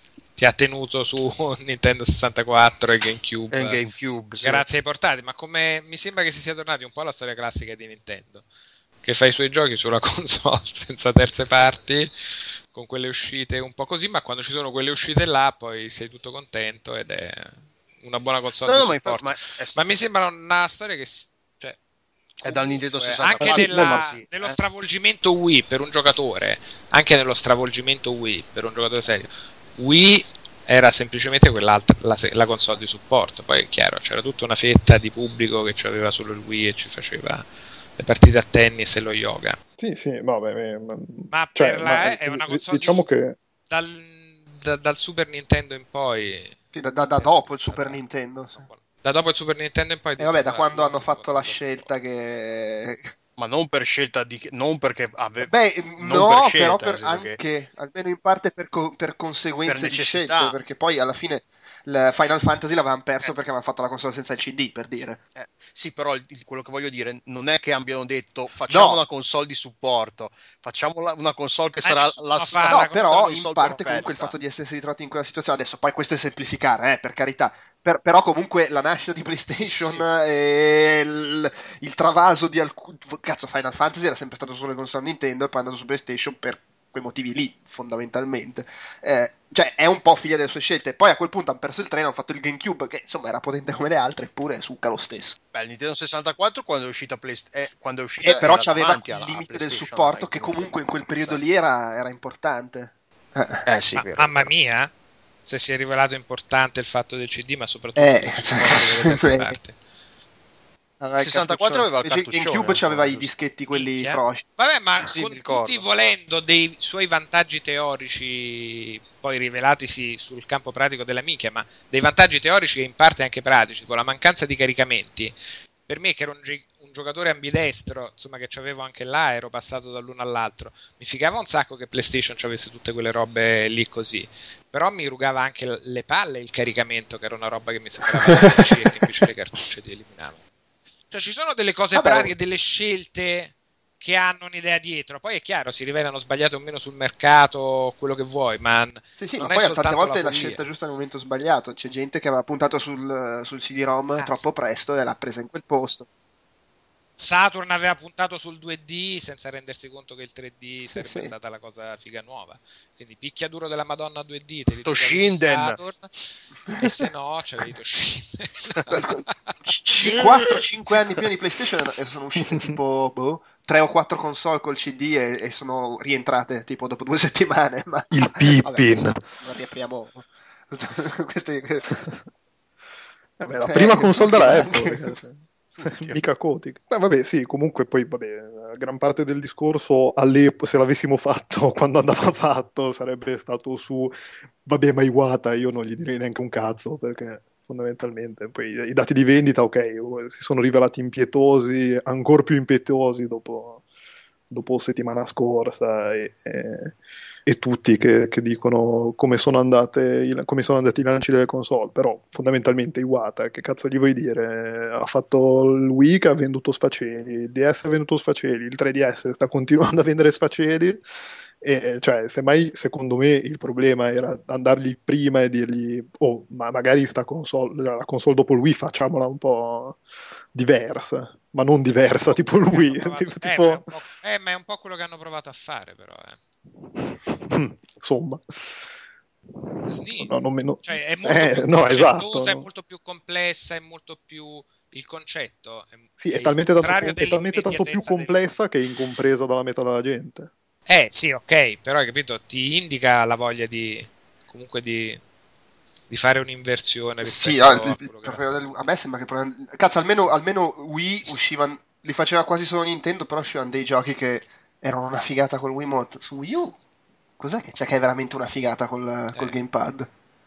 ti ha tenuto su Nintendo sessantaquattro e GameCube, e GameCube sì. Grazie ai portati, ma come mi sembra che si sia tornati un po' alla storia classica di Nintendo, che fa i suoi giochi sulla console senza terze parti, con quelle uscite un po' così, ma quando ci sono quelle uscite là poi sei tutto contento ed è una buona console no, di no, supporto. Ma, infatti, ma, ma mi sembra una storia che cioè, è dal Nintendo sessantaquattro anche nella, sì, nello eh. stravolgimento Wii per un giocatore, anche nello stravolgimento Wii per un giocatore serio, Wii era semplicemente quell'altra, la, la console di supporto. Poi è chiaro, c'era tutta una fetta di pubblico che aveva solo il Wii e ci faceva le partite a tennis e lo yoga. Sì, sì, vabbè, ma, ma cioè, per la ma, è una console diciamo di, che dal, da, dal Super Nintendo in poi sì, da, da, da dopo il Super Nintendo sì. Da dopo il Super Nintendo in poi e vabbè, da quando hanno fatto la scelta che ma non per scelta di non perché ave... beh non no per scelta, però per anche che... almeno in parte per, co- per conseguenze per di scelte, perché poi alla fine il Final Fantasy l'avevano perso eh. perché avevano fatto la console senza il C D, per dire eh, sì, però il, quello che voglio dire non è che abbiano detto facciamo no. una console di supporto, facciamo la, una console che eh, sarà la, la no, però in parte perfetta. Comunque il fatto di essersi ritrovati in quella situazione, adesso poi questo è semplificare, eh, per carità, per, però comunque la nascita di PlayStation sì. e il, il travaso di alcuni cazzo Final Fantasy era sempre stato solo le console Nintendo e poi è andato su PlayStation per quei motivi lì fondamentalmente, eh, cioè è un po' figlia delle sue scelte. Poi a quel punto hanno perso il treno, hanno fatto il GameCube che insomma era potente come le altre, eppure succa lo stesso. Beh, il Nintendo sessantaquattro quando è uscita Playst- eh, quando è uscita eh, però c'aveva il limite del supporto che comunque in quel periodo lì era, era importante eh, eh sì, ma, vero, mamma vero. mia, se si è rivelato importante il fatto del C D, ma soprattutto eh, il supporto delle terze parti. Il sessantaquattro aveva il cartuccione, GameCube c'aveva i dischetti quelli froci. Vabbè, ma sì, con tutti volendo dei suoi vantaggi teorici poi rivelatisi sul campo pratico della minchia, ma dei vantaggi teorici e in parte anche pratici, tipo la mancanza di caricamenti. Per me che ero un, gi- un giocatore ambidestro, insomma che c'avevo anche là, ero passato dall'uno all'altro, mi figava un sacco che PlayStation avesse tutte quelle robe lì così, però mi rugava anche le palle il caricamento, che era una roba che mi sembrava da P C e che invece le cartucce ti eliminavano. Cioè ci sono delle cose Vabbè. pratiche, delle scelte che hanno un'idea dietro, poi è chiaro, si rivelano sbagliate o meno sul mercato, quello che vuoi, ma sì, sì, non ma è poi tante volte la, la scelta giusta nel momento sbagliato. C'è gente che aveva puntato sul, sul C D-ROM ah, troppo sì. presto e l'ha presa in quel posto. Saturn aveva puntato sul due D senza rendersi conto che il tre D sarebbe sì. stata la cosa figa nuova, quindi picchiaduro della Madonna due D te li Toshinden Saturn, e se no c'avevi Toshinden. quattro cinque anni prima di PlayStation sono uscite tipo boh, tre o quattro console col C D e, e sono rientrate tipo dopo due settimane, ma il Pippin. Non riapriamo queste Vabbè, la prima console della Apple mica Kotick. Ma vabbè, sì, comunque poi vabbè, gran parte del discorso all'epoca, se l'avessimo fatto quando andava fatto, sarebbe stato su vabbè, ma Iwata io non gli direi neanche un cazzo, perché fondamentalmente poi i dati di vendita, ok, si sono rivelati impietosi, ancora più impietosi dopo dopo settimana scorsa e, e, e tutti che, che dicono come sono andate come sono andati i lanci delle console, però fondamentalmente Iwata, che cazzo gli vuoi dire, ha fatto il Wii che ha venduto sfaceli, il D S ha venduto sfaceli, il tre D S sta continuando a vendere sfaceli e cioè semmai secondo me il problema era andargli prima e dirgli oh ma magari sta console, la console dopo il Wii facciamola un po' diversa, ma non diversa tipo il Wii provato... tipo... eh, ma eh, ma è un po' quello che hanno provato a fare però eh. insomma Sni. no, non me, no. Cioè, è molto eh, più no, esatto, è no. molto più complessa, è molto più il concetto è, sì, è, è talmente, tanto, è talmente tanto più complessa del... che è incompresa dalla metà della gente. Eh sì, ok, però hai capito, ti indica la voglia di comunque di, di fare un'inversione rispetto sì, a il, quello che proprio del, a me sembra che cazzo almeno, almeno Wii uscivano, li faceva quasi solo Nintendo, però uscivano dei giochi che erano una figata col Wiimote. Su Wii U cos'è che c'è che è veramente una figata col, eh. col gamepad?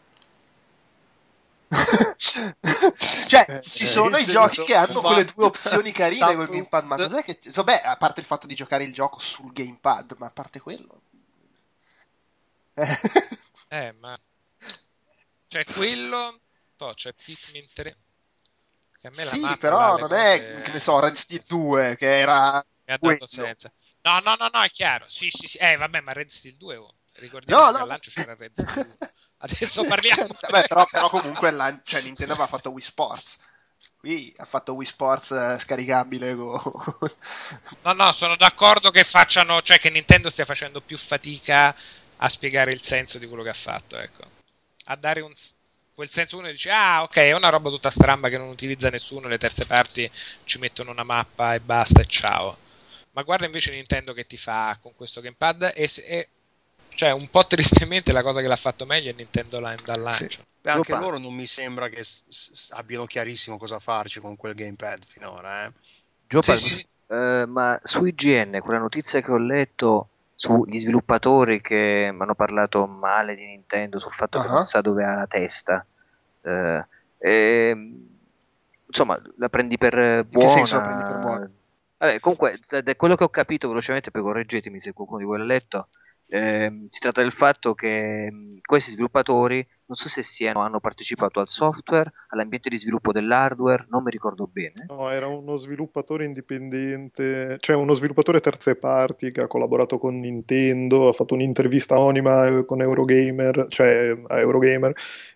Cioè eh, ci eh, sono i giochi che hanno quelle due opzioni carine col gamepad, ma cos'è che so, beh, a parte il fatto di giocare il gioco sul gamepad, ma a parte quello eh, eh ma cioè quello to, c'è Pikmin tre che a me sì, la però non cose... è che ne so Red Steel due che era mi ha dato senza no no no no è chiaro sì sì sì eh vabbè ma Red Steel due oh. Ricordiamo No, che no. al lancio c'era Red Zone. Adesso parliamo. Beh, però, però comunque la, cioè, Nintendo aveva fatto Wii Sports. Qui ha fatto Wii Sports eh, scaricabile con... No, no, sono d'accordo che facciano, cioè che Nintendo stia facendo più fatica a spiegare il senso di quello che ha fatto, ecco. A dare un quel senso, uno dice "Ah, ok, è una roba tutta stramba che non utilizza nessuno, le terze parti ci mettono una mappa e basta e ciao". Ma guarda invece Nintendo che ti fa con questo gamepad e, se, e cioè un po' tristemente la cosa che l'ha fatto meglio è Nintendo Land dal lancio. Sì. Beh, anche Opa. loro non mi sembra che s- s- abbiano chiarissimo cosa farci con quel gamepad finora, eh. Giopal, Sì, sì. eh, ma su I G N, quella notizia che ho letto sugli sviluppatori che mi hanno parlato male di Nintendo, sul fatto che Uh-huh. non sa dove ha la testa, eh, ehm, insomma, la prendi per In che buona? senso la prendi per buona? Vabbè, comunque, da da quello che ho capito velocemente, poi correggetemi se qualcuno di voi l'ha letto, ehm, si tratta del fatto che mh, questi sviluppatori, non so se siano, hanno partecipato al software, all'ambiente di sviluppo dell'hardware, non mi ricordo bene. No, era uno sviluppatore indipendente, cioè uno sviluppatore terze parti che ha collaborato con Nintendo, ha fatto un'intervista anonima eh, con Eurogamer, cioè a Eurogamer,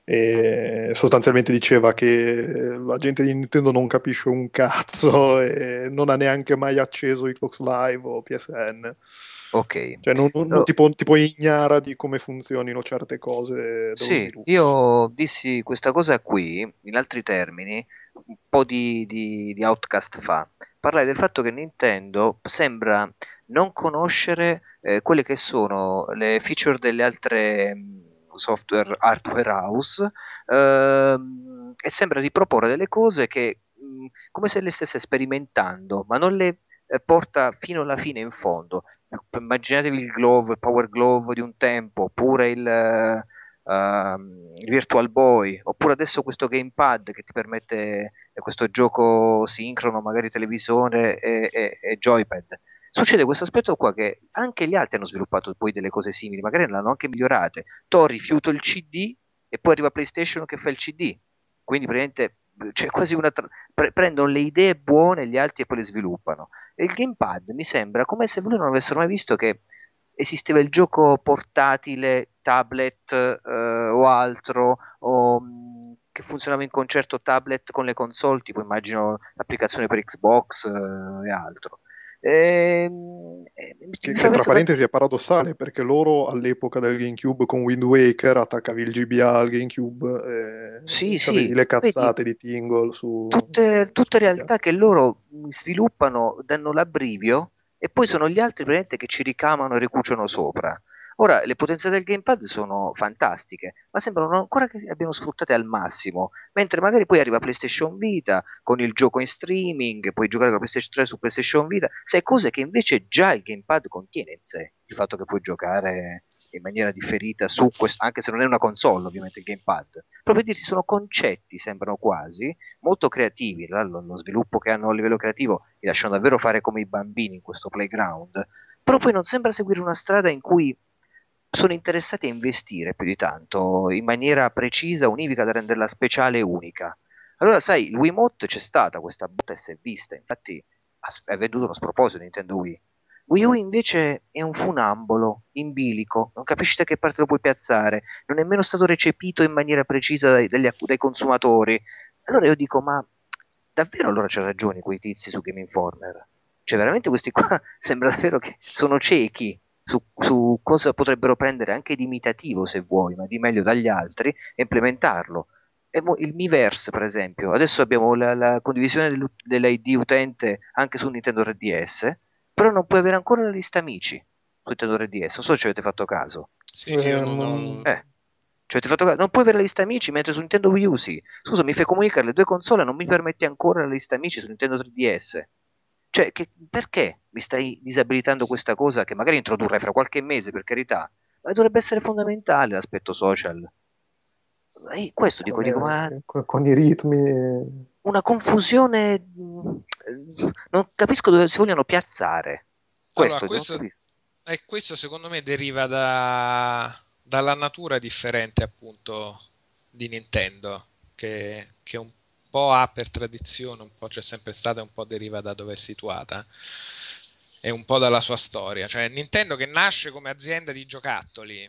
e sostanzialmente diceva che la gente di Nintendo non capisce un cazzo e non ha neanche mai acceso Xbox Live o P S N. Ok. Cioè non, non- non Oh, tipo, tipo ignara di come funzionino certe cose dello sì, sviluppo. io dissi questa cosa qui, in altri termini, un po' di, di, di Outcast fa. Parlai del fatto che Nintendo sembra non conoscere eh, quelle che sono le feature delle altre mh, software hardware house ehm, e sembra riproporre delle cose che mh, come se le stesse sperimentando, ma non le eh, porta fino alla fine in fondo. Immaginatevi il Glove, il Power Glove di un tempo, oppure il, eh, ehm, il Virtual Boy, oppure adesso questo gamepad che ti permette eh, questo gioco sincrono, magari televisore e, e, e joypad. Succede questo aspetto qua che anche gli altri hanno sviluppato poi delle cose simili, magari l'hanno anche migliorate. To rifiuto il C D e poi arriva PlayStation che fa il C D. Quindi praticamente c'è quasi una tra- pre- prendono le idee buone gli altri e poi le sviluppano. E il gamepad mi sembra come se loro non avessero mai visto che esisteva il gioco portatile, tablet eh, o altro, o, mh, che funzionava in concerto tablet con le console, tipo immagino l'applicazione per Xbox eh, e altro. Ehm, E, mi, Che, mi che fa tra pensare parentesi è paradossale perché loro all'epoca del GameCube con Wind Waker attaccavi il G B A al GameCube sì, e c'avevi sì, le vedi, cazzate di Tingle su, tutte, su tutte G B A. realtà che loro mh, sviluppano, danno l'abbrivio e poi sono gli altri praticamente che ci ricamano e ricuciono sopra. Ora, le potenzialità del gamepad sono fantastiche, ma sembrano ancora che abbiano sfruttate al massimo, mentre magari poi arriva PlayStation Vita con il gioco in streaming, puoi giocare con la PlayStation tre su PlayStation Vita, sai cose che invece già il gamepad contiene in sé, il fatto che puoi giocare in maniera differita su questo, anche se non è una console ovviamente il gamepad, proprio dirti sono concetti, sembrano quasi, molto creativi, lo, lo sviluppo che hanno a livello creativo li lasciano davvero fare come i bambini in questo playground, però poi non sembra seguire una strada in cui sono interessati a investire più di tanto, in maniera precisa, univoca, da renderla speciale e unica. Allora, sai, il Wiimote c'è stata questa botta e si è vista, infatti ha venduto uno sproposito di Nintendo Wii. Wii U invece è un funambolo, in bilico, non capisci da che parte lo puoi piazzare, non è nemmeno stato recepito in maniera precisa dai, dagli, dai consumatori. Allora io dico, ma davvero allora c'ha ragione quei tizi su Game Informer? Cioè veramente questi qua sembra davvero che sono ciechi su, su cosa potrebbero prendere anche di imitativo se vuoi, ma di meglio dagli altri e implementarlo. E mo- il Miiverse, per esempio, adesso abbiamo la, la condivisione dell'u- dell'I D utente anche su Nintendo tre D S, però non puoi avere ancora la lista amici su Nintendo tre D S, non so se ci avete fatto caso. Sì, sì, Io Eh, non, non- non- Eh, ci avete fatto caso? Non puoi avere la lista amici mentre su Nintendo Wii U sì. Scusa, mi fai comunicare le due console e non mi permetti ancora la lista amici su Nintendo tre D S. Cioè, che, perché mi stai disabilitando questa cosa che magari introdurrai fra qualche mese, per carità, ma dovrebbe essere fondamentale l'aspetto social. E questo dico, con, dico, ma eh, con- con i ritmi. una confusione, mh, non capisco dove si vogliono piazzare. allora Questo, non questo, capisco. e questo secondo me deriva da, dalla natura differente appunto di Nintendo, che, che un po' ha per tradizione, un po' c'è sempre stata e un po' deriva da dove è situata. e un po' dalla sua storia. Cioè Nintendo che nasce come azienda di giocattoli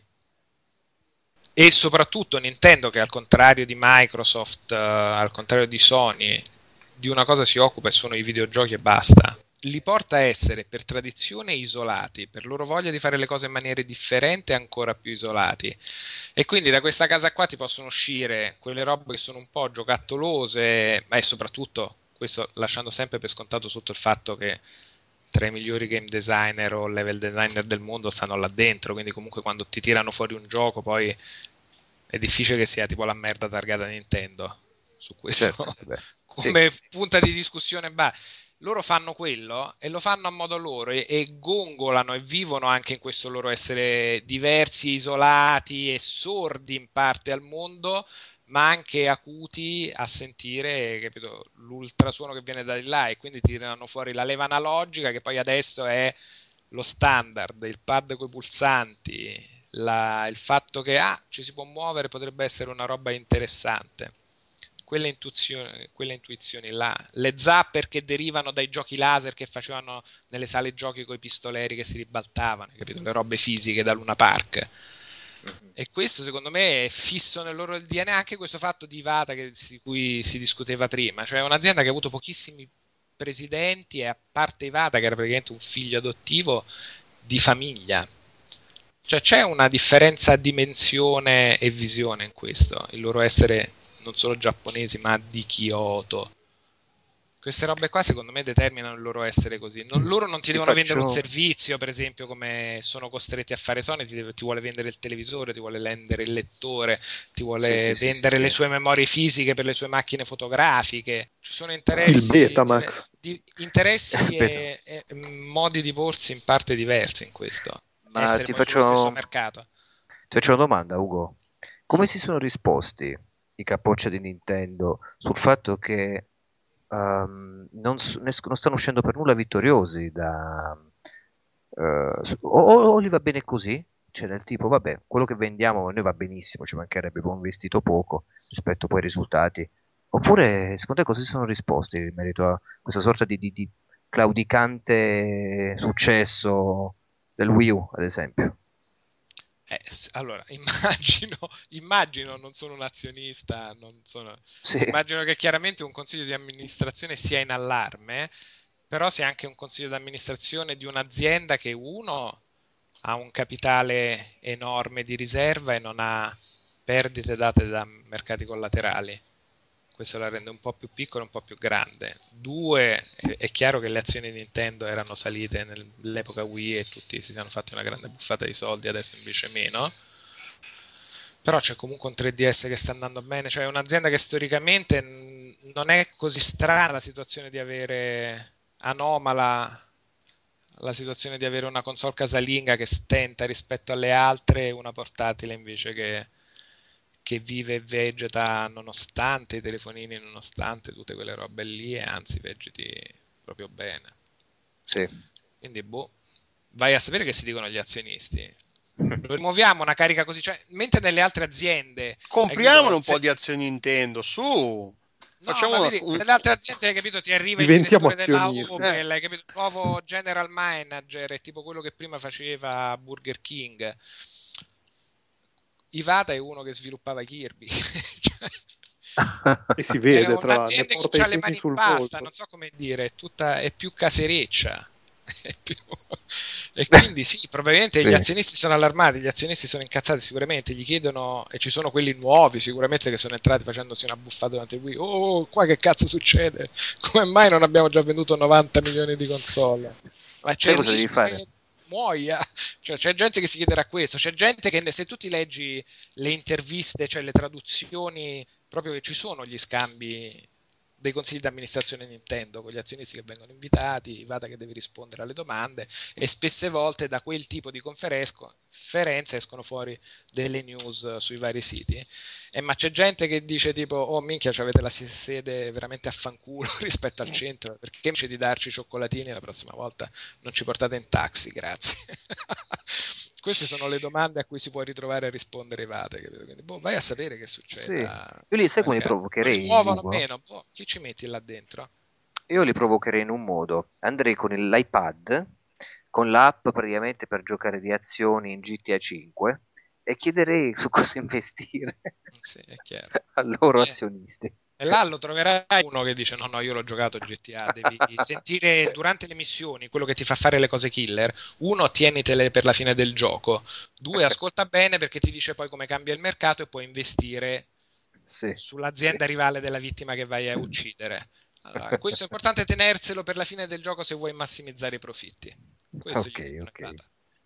e soprattutto Nintendo che al contrario di Microsoft, uh, al contrario di Sony, di una cosa si occupa e sono i videogiochi e basta. Li porta a essere per tradizione isolati, per loro voglia di fare le cose in maniere differenti ancora più isolati, e quindi da questa casa qua ti possono uscire quelle robe che sono un po' giocattolose, ma e soprattutto questo lasciando sempre per scontato sotto il fatto che tra i migliori game designer o level designer del mondo stanno là dentro, quindi comunque quando ti tirano fuori un gioco poi è difficile che sia tipo la merda targata Nintendo su questo, Certo, beh, come sì. punta di discussione. Bah, loro fanno quello e lo fanno a modo loro e, e gongolano e vivono anche in questo loro essere diversi, isolati e sordi in parte al mondo, ma anche acuti a sentire, capito, l'ultrasuono che viene da di là, e quindi ti tirano fuori la leva analogica che poi adesso è lo standard, il pad coi pulsanti, la, il fatto che ah, ci si può muovere potrebbe essere una roba interessante. Quelle intuizioni, quelle intuizioni là, le zapper che derivano dai giochi laser che facevano nelle sale giochi con i pistoleri che si ribaltavano, capito? Le robe fisiche da Luna Park. E questo secondo me è fisso nel loro D N A, anche questo fatto di Iwata che, di cui si discuteva prima, cioè è un'azienda che ha avuto pochissimi presidenti e a parte Iwata che era praticamente un figlio adottivo di famiglia, cioè c'è una differenza di dimensione e visione in questo, il loro essere non solo giapponesi ma di Kyoto. Queste robe qua secondo me determinano il loro essere così. Non, loro non ti, Ti devono faccio... vendere un servizio, per esempio, come sono costretti a fare Sony, ti, deve, ti vuole vendere il televisore, ti vuole vendere il lettore, ti vuole sì, sì, vendere sì, le sì. sue memorie fisiche per le sue macchine fotografiche. Ci sono interessi, il Betamax. di, interessi e, e modi di porsi in parte diversi in questo. Ma Essere ti poi sullo stesso faccio... mercato. Ti faccio una domanda, Ugo. Come si sono risposti i capoccia di Nintendo sul fatto che um, non, s- ne s- non stanno uscendo per nulla vittoriosi da... uh, s- o, o gli va bene così? Cioè del tipo, vabbè, quello che vendiamo a noi va benissimo, ci mancherebbe, abbiamo investito poco rispetto poi ai risultati. Oppure, secondo te, cosa si sono risposti in merito a questa sorta di, di, di claudicante successo del Wii U, ad esempio? Eh, allora, immagino, immagino, non sono un azionista, non sono, Sì. immagino che chiaramente un consiglio di amministrazione sia in allarme, però sia anche un consiglio di amministrazione di un'azienda che uno ha un capitale enorme di riserva e non ha perdite date da mercati collaterali. Questo la rende un po' più piccola e un po' più grande. Due, è, è chiaro che le azioni di Nintendo erano salite nell'epoca Wii e tutti si sono fatti una grande buffata di soldi, adesso invece meno. Però c'è comunque un tre D S che sta andando bene, cioè è un'azienda che storicamente non è così strana la situazione di avere anomala la situazione di avere una console casalinga che stenta rispetto alle altre e una portatile invece che che vive e vegeta nonostante i telefonini, nonostante tutte quelle robe lì, e anzi vegeti proprio bene. Sì. Quindi boh, vai a sapere che si dicono gli azionisti. Lo rimuoviamo una carica così, cioè, mentre nelle altre aziende compriamone un se... po' di azioni Nintendo, su. No, Facciamo ma una... vedi, nelle altre aziende hai capito, ti arriva Diventiamo il direttore della azionisti. Opel, Eh. hai capito, il nuovo general manager, è tipo quello che prima faceva Burger King. Iwata è uno che sviluppava Kirby. Cioè, E si vede, è tra l'altro, un'azienda porta che i ha le segni mani in sul pasta, volto. non so come dire, è, tutta, è più casereccia. È più... E quindi sì, probabilmente Sì. gli azionisti sono allarmati, gli azionisti sono incazzati sicuramente, gli chiedono, e ci sono quelli nuovi sicuramente che sono entrati facendosi una buffata durante il Wii, oh, qua che cazzo succede? Come mai non abbiamo già venduto novanta milioni di console? Ma c'è Sai il cosa devi rischio fare? che muoia, cioè c'è gente che si chiederà questo, c'è gente che se tu ti leggi le interviste, cioè le traduzioni, proprio che ci sono gli scambi dei consigli di amministrazione Nintendo con gli azionisti che vengono invitati, Iwata che deve rispondere alle domande, e spesse volte da quel tipo di conferenze escono fuori delle news sui vari siti. Eh, ma c'è gente che dice tipo, oh minchia, avete la sede veramente a fanculo rispetto al centro, perché invece di darci i cioccolatini la prossima volta non ci portate in taxi, grazie. Queste sono le domande a cui si può ritrovare a rispondere Iwata, capito? Quindi boh, vai a sapere che succede. Sì. Io li sai come li Lo provocherei, rimuovono Ugo? meno, boh, chi ci metti là dentro? Io li provocherei in un modo. Andrei con l'iPad con l'app praticamente per giocare di azioni in G T A cinque, e chiederei su cosa investire Sì, è chiaro. a loro Eh. azionisti. E là lo troverai uno che dice no no io l'ho giocato G T A, devi sentire durante le missioni quello che ti fa fare le cose killer. Uno, tienitele per la fine del gioco. Due, ascolta bene perché ti dice poi come cambia il mercato e puoi investire Sì. sull'azienda rivale della vittima che vai a uccidere. Allora, questo è importante tenerselo per la fine del gioco se vuoi massimizzare i profitti. Questo Ok, gli ok. giornata.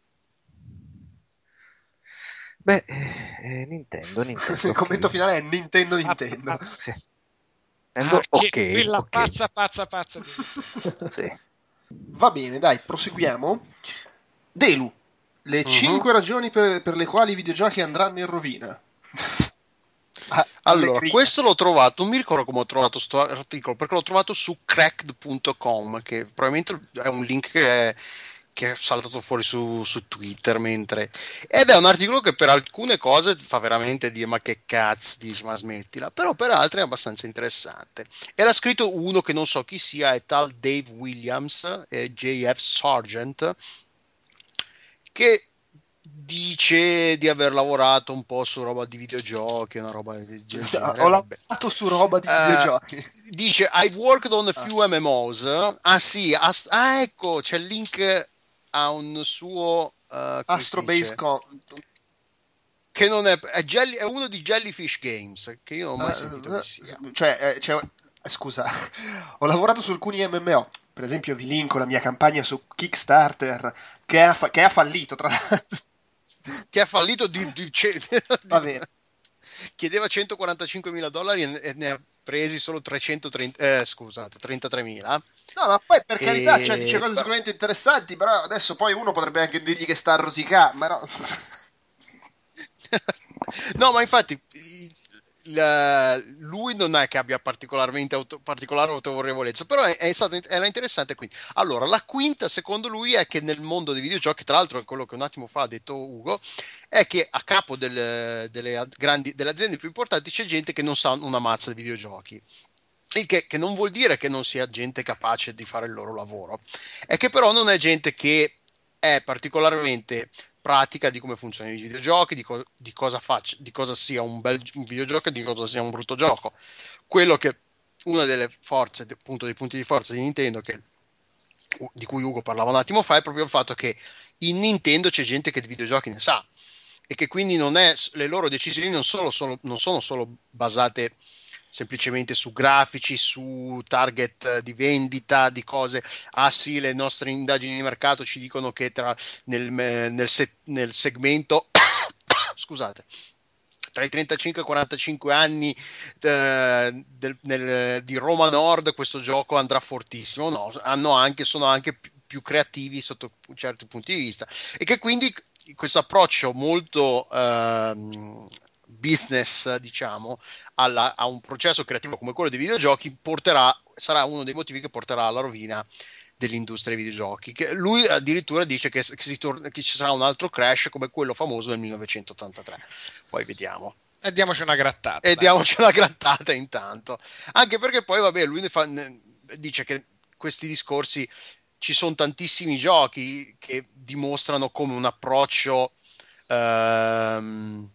Beh, eh, Nintendo, Nintendo. Il commento ok. finale è Nintendo Ah, Nintendo. ah, Sì. ah, Nintendo, che ok, quella ok. pazza pazza pazza di Nintendo. Sì. Va bene, dai, proseguiamo. Delu, le Mhm. cinque ragioni per, per le quali i videogiochi andranno in rovina. Ah, Allora, allegria. questo l'ho trovato, non mi ricordo come ho trovato questo articolo, perché l'ho trovato su cracked punto com, che probabilmente è un link che è, che è saltato fuori su, su Twitter, mentre... Ed è un articolo che per alcune cose fa veramente dire ma che cazzo dici, ma smettila, però per altre è abbastanza interessante. E l'ha scritto uno che non so chi sia, è tal Dave Williams, e J F Sargent, che dice di aver lavorato un po' su roba di videogiochi, una roba del genere. Ho Vabbè. lavorato su roba di Eh, videogiochi. dice I've worked on a Ah. few M M Os. Ah sì, as- ah ecco, c'è il link a un suo eh, come si Astro Base dice? Con... Che non è, è, Jelly- è uno di Jellyfish Games, che io non ho mai eh, sentito chi sia. cioè, eh, cioè, eh, scusa, ho lavorato su alcuni M M O. Per esempio, vi linko la mia campagna su Kickstarter, che ha, fa- che ha fallito, tra l'altro. Che ha fallito di, di, di- Va bene. chiedeva centoquarantacinquemila dollari e e ne ha presi solo trecentotrenta, eh, scusate, trentatremila. No, ma poi per E- carità, cioè, dice cose però- sicuramente interessanti, però adesso poi uno potrebbe anche dirgli che sta a rosicare, ma no. No, ma infatti il- il- lui non è che abbia particolarmente auto, particolare autorevolezza, però è, è stato, era interessante. Quindi, allora, la quinta, secondo lui, è che nel mondo dei videogiochi, tra l'altro è quello che un attimo fa ha detto Ugo, è che a capo del- delle, grandi, delle aziende più importanti c'è gente che non sa una mazza di videogiochi. Il che, che non vuol dire che non sia gente capace di fare il loro lavoro, è che però non è gente che è particolarmente pratica di come funzionano i videogiochi, di, co- di cosa faccia, di cosa sia un bel un videogioco e di cosa sia un brutto gioco. Quello che una delle forze, appunto dei punti di forza di Nintendo, che, di cui Ugo parlava un attimo fa, è proprio il fatto che in Nintendo c'è gente che di videogiochi ne sa e che quindi non è, le loro decisioni non sono solo, non sono solo basate semplicemente su grafici, su target di vendita, di cose. Ah sì, le nostre indagini di mercato ci dicono che tra nel, nel, se, nel segmento scusate, tra i trentacinque e i quarantacinque anni eh, del, nel, di Roma Nord questo gioco andrà fortissimo. No, hanno anche, sono anche più, più creativi sotto certi punti di vista, e che quindi questo approccio molto ehm, business, diciamo, alla, a un processo creativo come quello dei videogiochi porterà, sarà uno dei motivi che porterà alla rovina dell'industria dei videogiochi. Che lui addirittura dice che, che, si torna, che ci sarà un altro crash come quello famoso del millenovecentottantatré. Poi vediamo. E diamoci una grattata. E dai. diamoci una grattata intanto. Anche perché poi, vabbè, lui ne fa, ne, dice che questi discorsi, ci sono tantissimi giochi che dimostrano come un approccio ehm,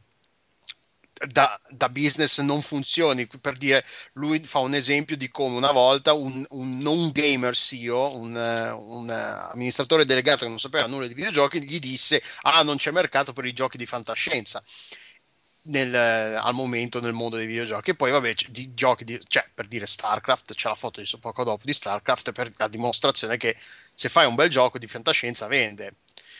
da, da business non funzioni. Per dire, lui fa un esempio di come una volta un, un non gamer C E O, un, un amministratore delegato che non sapeva nulla di videogiochi, gli disse: ah, non c'è mercato per i giochi di fantascienza nel, al momento nel mondo dei videogiochi. E poi vabbè, di giochi di, cioè, per dire StarCraft, c'è la foto di poco dopo di StarCraft per la dimostrazione che se fai un bel gioco di fantascienza vende.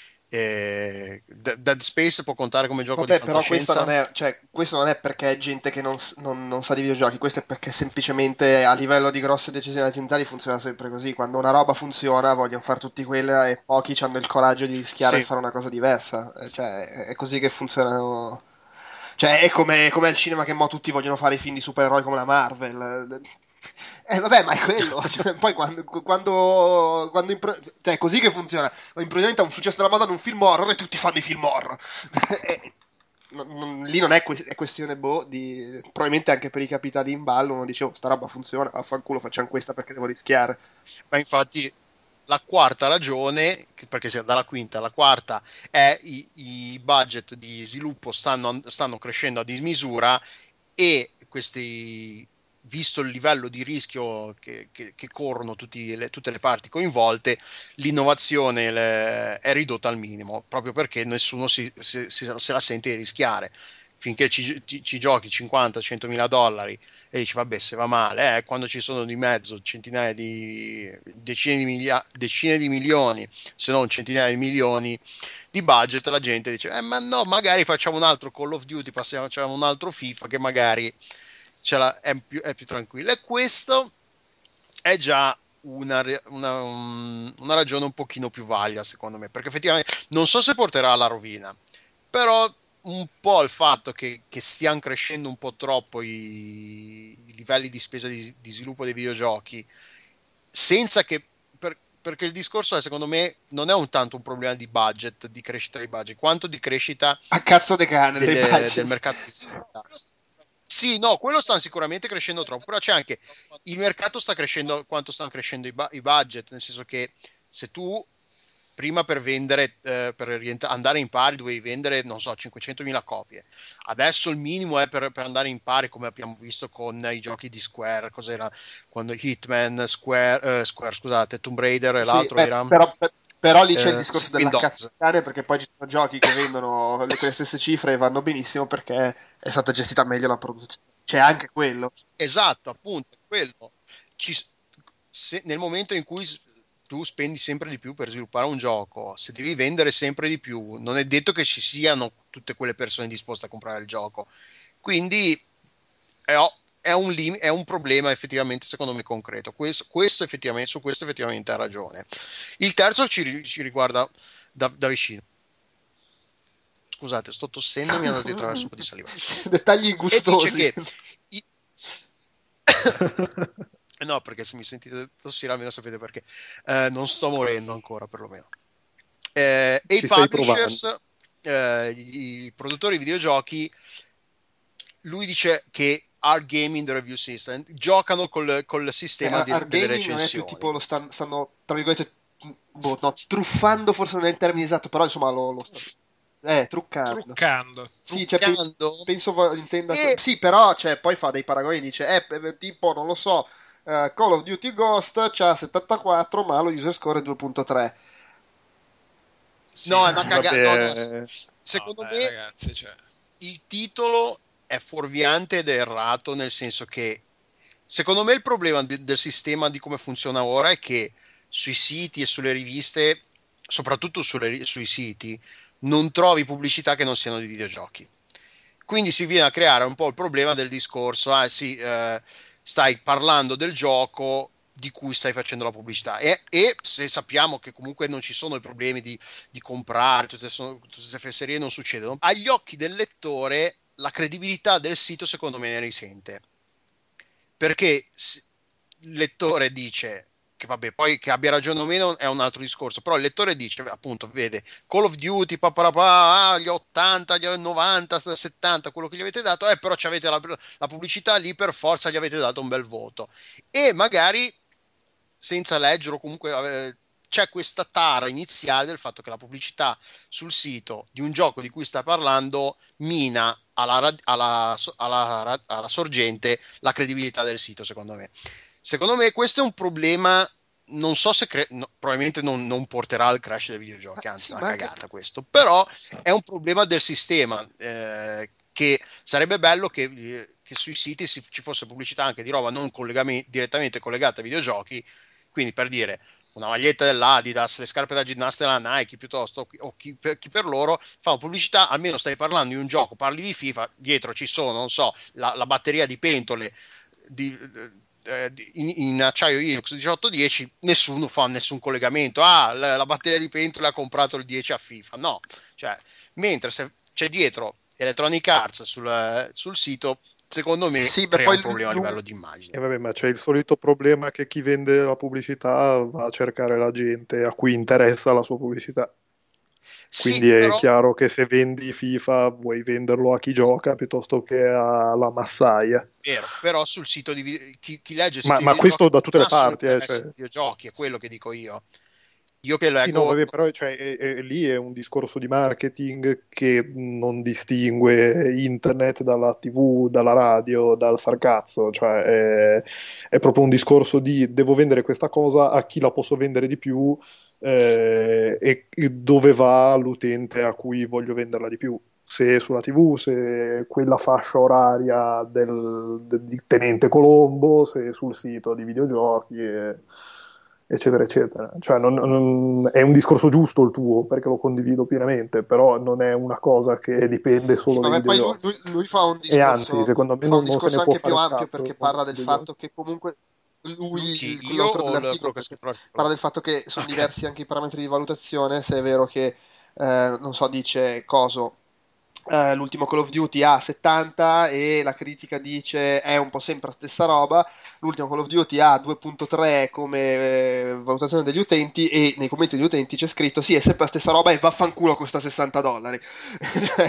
eh, Dead Space può contare come gioco Vabbè, di però questa fantascienza? non è, cioè, questo non è perché è gente che non, s- non- non sa di videogiochi, questo è perché semplicemente a livello di grosse decisioni aziendali funziona sempre così. Quando una roba funziona, vogliono fare tutti quella e pochi hanno il coraggio di rischiare Sì. e fare una cosa diversa. Eh, Cioè, è è così che funzionano. Cioè, è come, come al cinema che mo tutti vogliono fare i film di supereroi come la Marvel. Eh, vabbè, ma è quello. Cioè, poi quando, quando, quando impro- cioè, è così che funziona. Improvvisamente ha un successo della Madonna un film horror e tutti fanno i film horror. E- non- non- lì non è, que- è questione boh di probabilmente anche per i capitali in ballo uno dice oh sta roba funziona vaffanculo facciamo questa perché devo rischiare. Ma infatti la quarta ragione, perché sia dalla quinta alla quarta, è i, i budget di sviluppo stanno, stanno crescendo a dismisura e questi, visto il livello di rischio che, che, che corrono tutti le, tutte le parti coinvolte, l'innovazione le, è ridotta al minimo, proprio perché nessuno si, si, si, se la sente di rischiare. Finché ci, ci, ci giochi cinquanta cento mila dollari e dici vabbè, se va male, eh, quando ci sono di mezzo centinaia di decine di, milia, decine di milioni, se non centinaia di milioni di budget, la gente dice eh, ma no, magari facciamo un altro Call of Duty, passiamo, facciamo un altro FIFA che magari ce la, è, più, è più tranquillo. E questo è già una, una, una ragione un pochino più valida secondo me, perché effettivamente non so se porterà alla rovina, però un po' il fatto che, che stiano crescendo un po' troppo i, i livelli di spesa di, di sviluppo dei videogiochi, senza che per, perché il discorso è, secondo me, non è un tanto un problema di budget, di crescita dei budget, quanto di crescita a cazzo de cane delle, dei budget. del mercato. Sì, no, quello stanno sicuramente crescendo troppo, però c'è anche il mercato sta crescendo quanto stanno crescendo i, bu- i budget, nel senso che se tu prima per vendere, eh, per rientra- andare in pari dovevi vendere, non so, cinquecentomila copie. Adesso il minimo è per, per andare in pari, come abbiamo visto con i giochi di Square, cos'era? Quando Hitman, Square, eh, Square scusate, Tomb Raider e Sì, l'altro beh, era... però, per- però lì c'è il Eh, discorso sì, della Windows. cazzata, perché poi ci sono giochi che vendono le, quelle stesse cifre e vanno benissimo perché è stata gestita meglio la produzione. C'è anche quello. Esatto, appunto, quello. Ci, se, nel momento in cui s- tu spendi sempre di più per sviluppare un gioco, se devi vendere sempre di più, non è detto che ci siano tutte quelle persone disposte a comprare il gioco. Quindi è, o- è un, lim- è un problema effettivamente, secondo me, concreto. Questo, questo effettivamente, su questo effettivamente ha ragione. Il terzo ci, ri- ci riguarda da, da vicino. Scusate, sto tossendo e mi è andato attraverso un po' di saliva. Dettagli E dice gustosi. che i- no, perché se mi sentite tossire almeno sapete perché. Eh, non sto morendo ancora, perlomeno. Eh, e i Ci stai publishers, eh, i, i produttori di videogiochi, lui dice che Art Gaming the Review System giocano col, col sistema Beh, di- Art delle Gaming non è più recensioni. tipo lo stan- stanno, tra virgolette, boh, no, truffando forse non è il termine esatto, però insomma lo, lo eh, truccando. Truccando. Sì, cioè, pe- Truccando. penso vo- intenda E- sì, però cioè, poi fa dei paragoni, dice eh, pe- tipo non lo so, eh, Call of Duty Ghost c'ha settantaquattro ma lo user score è due virgola tre. Sì. No, è una cagata. No, no, Vabbè, secondo No, dai, me ragazzi, cioè. il titolo è fuorviante ed è errato, nel senso che secondo me il problema de- del sistema di come funziona ora è che sui siti e sulle riviste, soprattutto sulle ri- sui siti, non trovi pubblicità che non siano di videogiochi. Quindi si viene a creare un po' il problema del discorso, ah sì, eh, stai parlando del gioco di cui stai facendo la pubblicità e, e se sappiamo che comunque non ci sono i problemi di, di comprare, tutte, sono, tutte queste fesserie non succedono, agli occhi del lettore la credibilità del sito secondo me ne risente, perché s- il lettore dice che vabbè, poi che abbia ragione o meno è un altro discorso, però il lettore dice appunto, vede Call of Duty, paparapà, ah, gli ottanta, gli novanta, settanta, quello che gli avete dato, eh, però c'avete la, la pubblicità lì, per forza gli avete dato un bel voto, e magari senza leggere o comunque eh, c'è questa tara iniziale del fatto che la pubblicità sul sito di un gioco di cui sta parlando mina alla, alla, alla, alla sorgente la credibilità del sito, secondo me. Secondo me questo è un problema, non so se cre- no, probabilmente non, non porterà al crash dei videogiochi, anzi Sì, è una ma cagata anche- questo, però è un problema del sistema, eh, che sarebbe bello che, eh, che sui siti si, ci fosse pubblicità anche di roba non collegami- direttamente collegata ai videogiochi, quindi per dire una maglietta dell'Adidas, le scarpe da ginnastica della Nike, piuttosto, o chi per, chi per loro fa pubblicità, almeno stai parlando di un gioco, parli di FIFA, dietro ci sono, non so, la, la batteria di pentole di, eh, in, in acciaio inox diciotto dieci, nessuno fa nessun collegamento, ah, la, la batteria di pentole ha comprato il dieci a FIFA, no, cioè, mentre se c'è dietro Electronic Arts sul, sul sito, secondo me Sì, beh, crea poi un problema a lui- livello di immagine. e vabbè, ma c'è il solito problema che chi vende la pubblicità va a cercare la gente a cui interessa la sua pubblicità. Quindi Sì, è però chiaro che se vendi FIFA vuoi venderlo a chi gioca piuttosto che alla massaia. vero, però sul sito di vi- chi, chi legge il Ma, sito di ma questo videogiochi da tutte non le ha solo parti, eh, interesse cioè, ai videogiochi, è quello che dico io. Io che leggo... Sì, no, vabbè, però cioè, è- è- lì è un discorso di marketing che non distingue internet dalla tivù, dalla radio, dal sarcazzo, cioè è, è proprio un discorso di devo vendere questa cosa a chi la posso vendere di più eh, e, e dove va l'utente a cui voglio venderla di più. Se sulla tivù, se quella fascia oraria del, del- di Tenente Colombo, se sul sito di videogiochi. E eccetera, eccetera. Cioè, non- non- è un discorso giusto il tuo, perché lo condivido pienamente, però non è una cosa che dipende Sì, solo dai vabbè, poi lui, videogiochi. lui- lui fa un E anzi, discorso, secondo me fa un non, non se discorso ne può anche fare più un ampio cazzo perché con parla i del videogiochi. fatto che comunque lui, Chi? il- Io l'autore o il- dell'articolo, quello che perché scrive l'articolo? parla del fatto che sono Ok. diversi anche i parametri di valutazione, se è vero che, eh, non so, dice coso. Eh, l'ultimo Call of Duty ha settanta e la critica dice è un po' sempre la stessa roba. L'ultimo Call of Duty ha due virgola tre come eh, valutazione degli utenti e nei commenti degli utenti c'è scritto sì, è sempre la stessa roba e vaffanculo costa sessanta dollari. Cioè,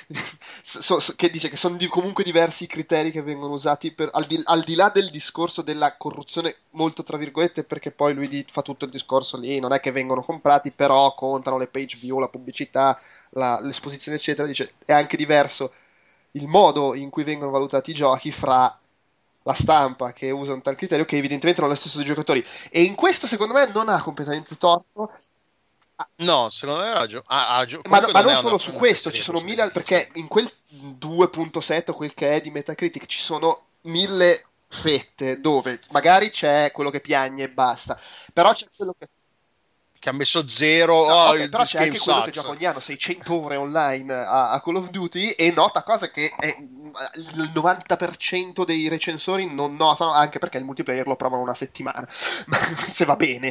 so- so- che dice che sono di- comunque diversi i criteri che vengono usati per, al, di, al di là del discorso della corruzione molto tra virgolette, perché poi lui di- fa tutto il discorso lì, non è che vengono comprati, però contano le page view, la pubblicità, la- l'esposizione eccetera. Dice è anche diverso il modo in cui vengono valutati i giochi fra la stampa che usa un tal criterio che evidentemente non è lo stesso dei giocatori, e in questo secondo me non ha completamente torto. Ah, No, secondo me ha ragione. Ha- ha ragione. ma, no- Comunque ma non non è una, solo su una questo, ci fesseria sono questo che mille, dici. perché in quel due virgola sette o quel che è di Metacritic ci sono mille fette dove magari c'è quello che piagne e basta, però c'è quello che Che ha messo zero. no, Oh, ok, il- però this c'è game anche quello che sucks. gioca ogni anno seicento ore online a, a Call of Duty e nota cose che è- il novanta per cento dei recensori non notano, anche perché il multiplayer lo provano una settimana, ma se va bene.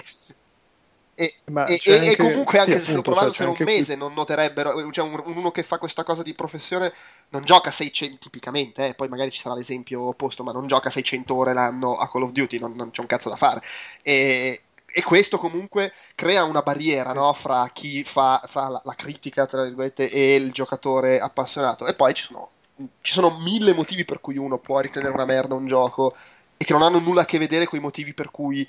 E, Ma e- c'è e- e anche, comunque sì, anche se lo appunto, cioè, c'è provassero un anche qui. mese non noterebbero, cioè un- uno che fa questa cosa di professione non gioca seicento tipicamente, eh, poi magari ci sarà l'esempio opposto, ma non gioca seicento ore l'anno a Call of Duty, non, non c'è un cazzo da fare. E, e questo comunque crea una barriera, Sì. no, fra chi fa fra la, la critica, tra virgolette, e il giocatore appassionato. E poi ci sono, ci sono mille motivi per cui uno può ritenere una merda un gioco e che non hanno nulla a che vedere con i motivi per cui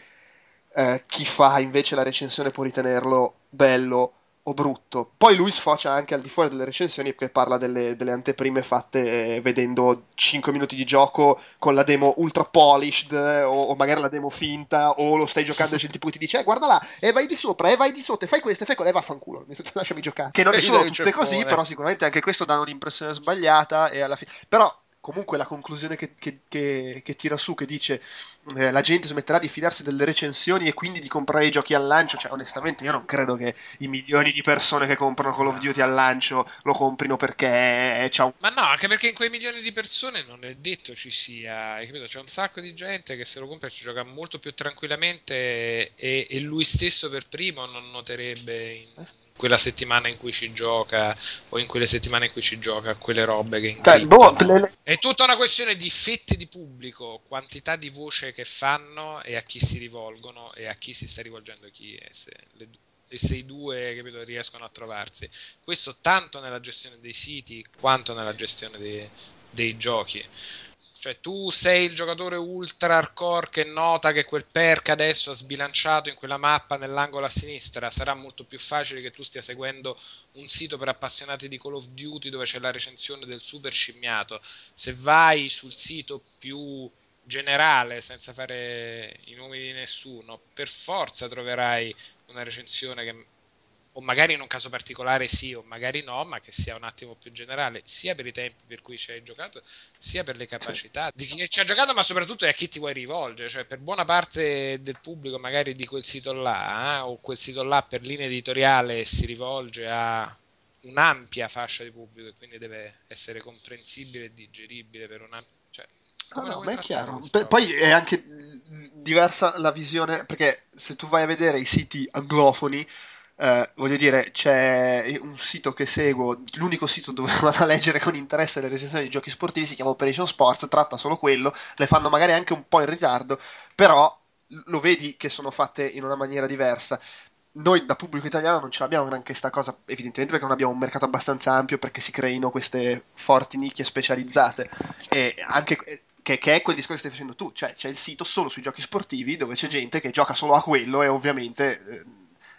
eh, chi fa invece la recensione può ritenerlo bello o brutto. Poi lui sfocia anche al di fuori delle recensioni perché parla delle, delle anteprime fatte eh, vedendo cinque minuti di gioco con la demo ultra polished eh, o, o magari la demo finta o lo stai giocando e c'è il tipo che ti dice eh, guarda là, e vai di sopra, e vai di sotto, e fai questo, e fai quello, e vaffanculo, lasciami giocare. Che non E sono dai un tutte così, ceffone. però sicuramente anche questo dà un'impressione sbagliata e alla fine... Però comunque la conclusione che, che- che- che tira su, che dice eh, la gente smetterà di fidarsi delle recensioni e quindi di comprare i giochi al lancio, cioè onestamente io non credo che i milioni di persone che comprano Call of Duty al lancio lo comprino perché c'ha un... Ma no, anche perché in quei milioni di persone non è detto ci sia, hai capito? C'è un sacco di gente che se lo compra ci gioca molto più tranquillamente e, e lui stesso per primo non noterebbe in quella settimana in cui ci gioca o in quelle settimane in cui ci gioca quelle robe che Cioè, boh, incrittano. le- È tutta una questione di fette di pubblico, quantità di voce che fanno e a chi si rivolgono e a chi si sta rivolgendo chi e se, le, e se i due, capito, riescono a trovarsi. Questo tanto nella gestione dei siti quanto nella gestione dei, dei giochi. Cioè tu sei il giocatore ultra hardcore che nota che quel perk adesso ha sbilanciato in quella mappa nell'angolo a sinistra, sarà molto più facile che tu stia seguendo un sito per appassionati di Call of Duty dove c'è la recensione del super scimmiato. Se vai sul sito più generale senza fare i nomi di nessuno, per forza troverai una recensione che o magari in un caso particolare sì o magari no, ma che sia un attimo più generale, sia per i tempi per cui ci hai giocato, sia per le capacità di chi ci ha giocato, ma soprattutto a chi ti vuoi rivolgere. Cioè per buona parte del pubblico magari di quel sito là, eh, o quel sito là per linea editoriale si rivolge a un'ampia fascia di pubblico e quindi deve essere comprensibile e digeribile per una... Cioè, No, come la no, vuoi ma è trattare chiaro. questa Pe- roba? poi è anche diversa la visione, perché se tu vai a vedere i siti anglofoni, eh, voglio dire, c'è un sito che seguo, l'unico sito dove vado a leggere con interesse le recensioni di giochi sportivi si chiama Operation Sports, tratta solo quello, le fanno magari anche un po' in ritardo, però lo vedi che sono fatte in una maniera diversa. Noi da pubblico italiano non ce l'abbiamo granché sta cosa, evidentemente perché non abbiamo un mercato abbastanza ampio perché si creino queste forti nicchie specializzate e anche che, che è quel discorso che stai facendo tu, cioè c'è il sito solo sui giochi sportivi dove c'è gente che gioca solo a quello e ovviamente eh,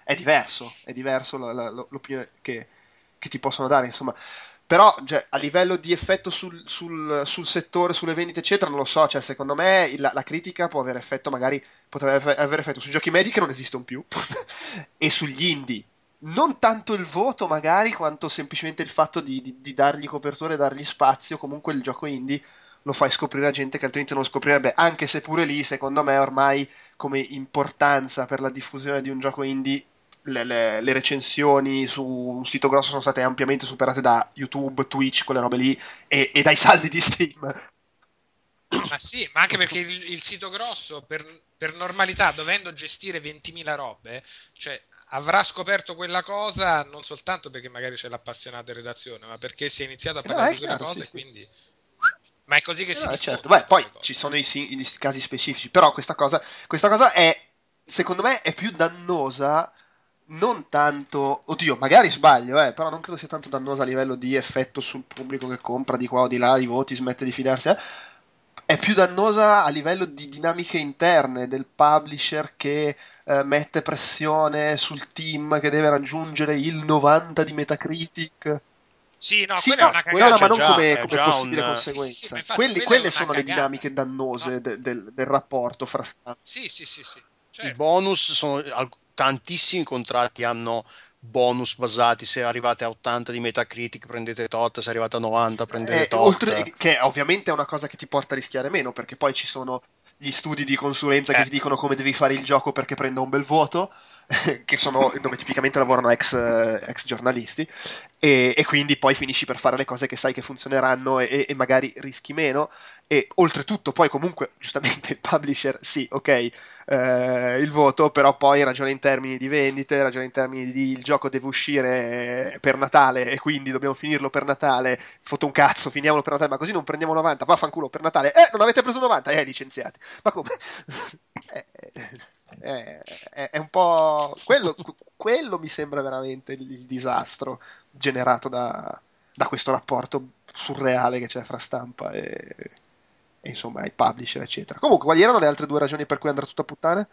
è diverso, è diverso la- la- l'opinione che, che ti possono dare, insomma. Però, cioè, a livello di effetto sul, sul- sul settore, sulle vendite, eccetera, non lo so. Cioè, secondo me il- la, la critica può avere effetto, magari potrebbe ave- avere effetto sui giochi medi che non esistono più e sugli indie. Non tanto il voto, magari, quanto semplicemente il fatto di, di- di dargli copertura e dargli spazio. Comunque, il gioco indie lo fai scoprire a gente che altrimenti non lo scoprirebbe. Anche se pure lì, secondo me, ormai come importanza per la diffusione di un gioco indie le, le- le recensioni su un sito grosso sono state ampiamente superate da YouTube, Twitch, quelle robe lì, e, e dai saldi di Steam. Ma sì, ma anche perché il, il sito grosso, per, per normalità, dovendo gestire ventimila robe, cioè avrà scoperto quella cosa non soltanto perché magari c'è l'appassionato in redazione, ma perché si è iniziato a No, parlare è di quella chiaro, cosa sì, e sì. quindi... Ma è così che Eh si no, eh, diffondono certo. Beh, poi le cose. ci sono i, sing- i casi specifici, però questa cosa, questa cosa è, secondo me, è più dannosa, non tanto, oddio, magari sbaglio, eh, però non credo sia tanto dannosa a livello di effetto sul pubblico che compra di qua o di là, i voti, smette di fidarsi, eh. È più dannosa a livello di dinamiche interne del publisher che eh, mette pressione sul team che deve raggiungere il novanta di Metacritic. Sì, no, Sì, quella è no, una Quella no, cagata. ma c'è non già, come, è come già possibile un... Sì, sì, sì, ma conseguenza. infatti Quelli- quella è quelle una sono le cagata. dinamiche No, dannose de- del, del rapporto fra stampa. sì, sì, sì, sì, I certo. bonus sono... al- Tantissimi contratti hanno bonus basati, se arrivate a ottanta di Metacritic prendete tot, se arrivate a novanta prendete Eh, oltre tot. che ovviamente è una cosa che ti porta a rischiare meno, perché poi ci sono gli studi di consulenza che Eh, ti dicono come devi fare il gioco perché prenda un bel voto, che sono dove tipicamente lavorano ex, eh, ex giornalisti, e, e quindi poi finisci per fare le cose che sai che funzioneranno e, e magari rischi meno. E oltretutto, poi comunque, giustamente il publisher, sì, ok, eh, il voto, però poi ragiona in termini di vendite, ragiona in termini di il gioco deve uscire per Natale e quindi dobbiamo finirlo per Natale, foto un cazzo, finiamolo per Natale, ma così non prendiamo novanta, vaffanculo per Natale, eh, non avete preso novanta, eh, licenziati, ma come? è, è, è, è un po'... Quello, quello mi sembra veramente il, il disastro generato da, da questo rapporto surreale che c'è fra stampa e, e insomma i publisher eccetera. Comunque quali erano le altre due ragioni per cui andrà tutto a puttane?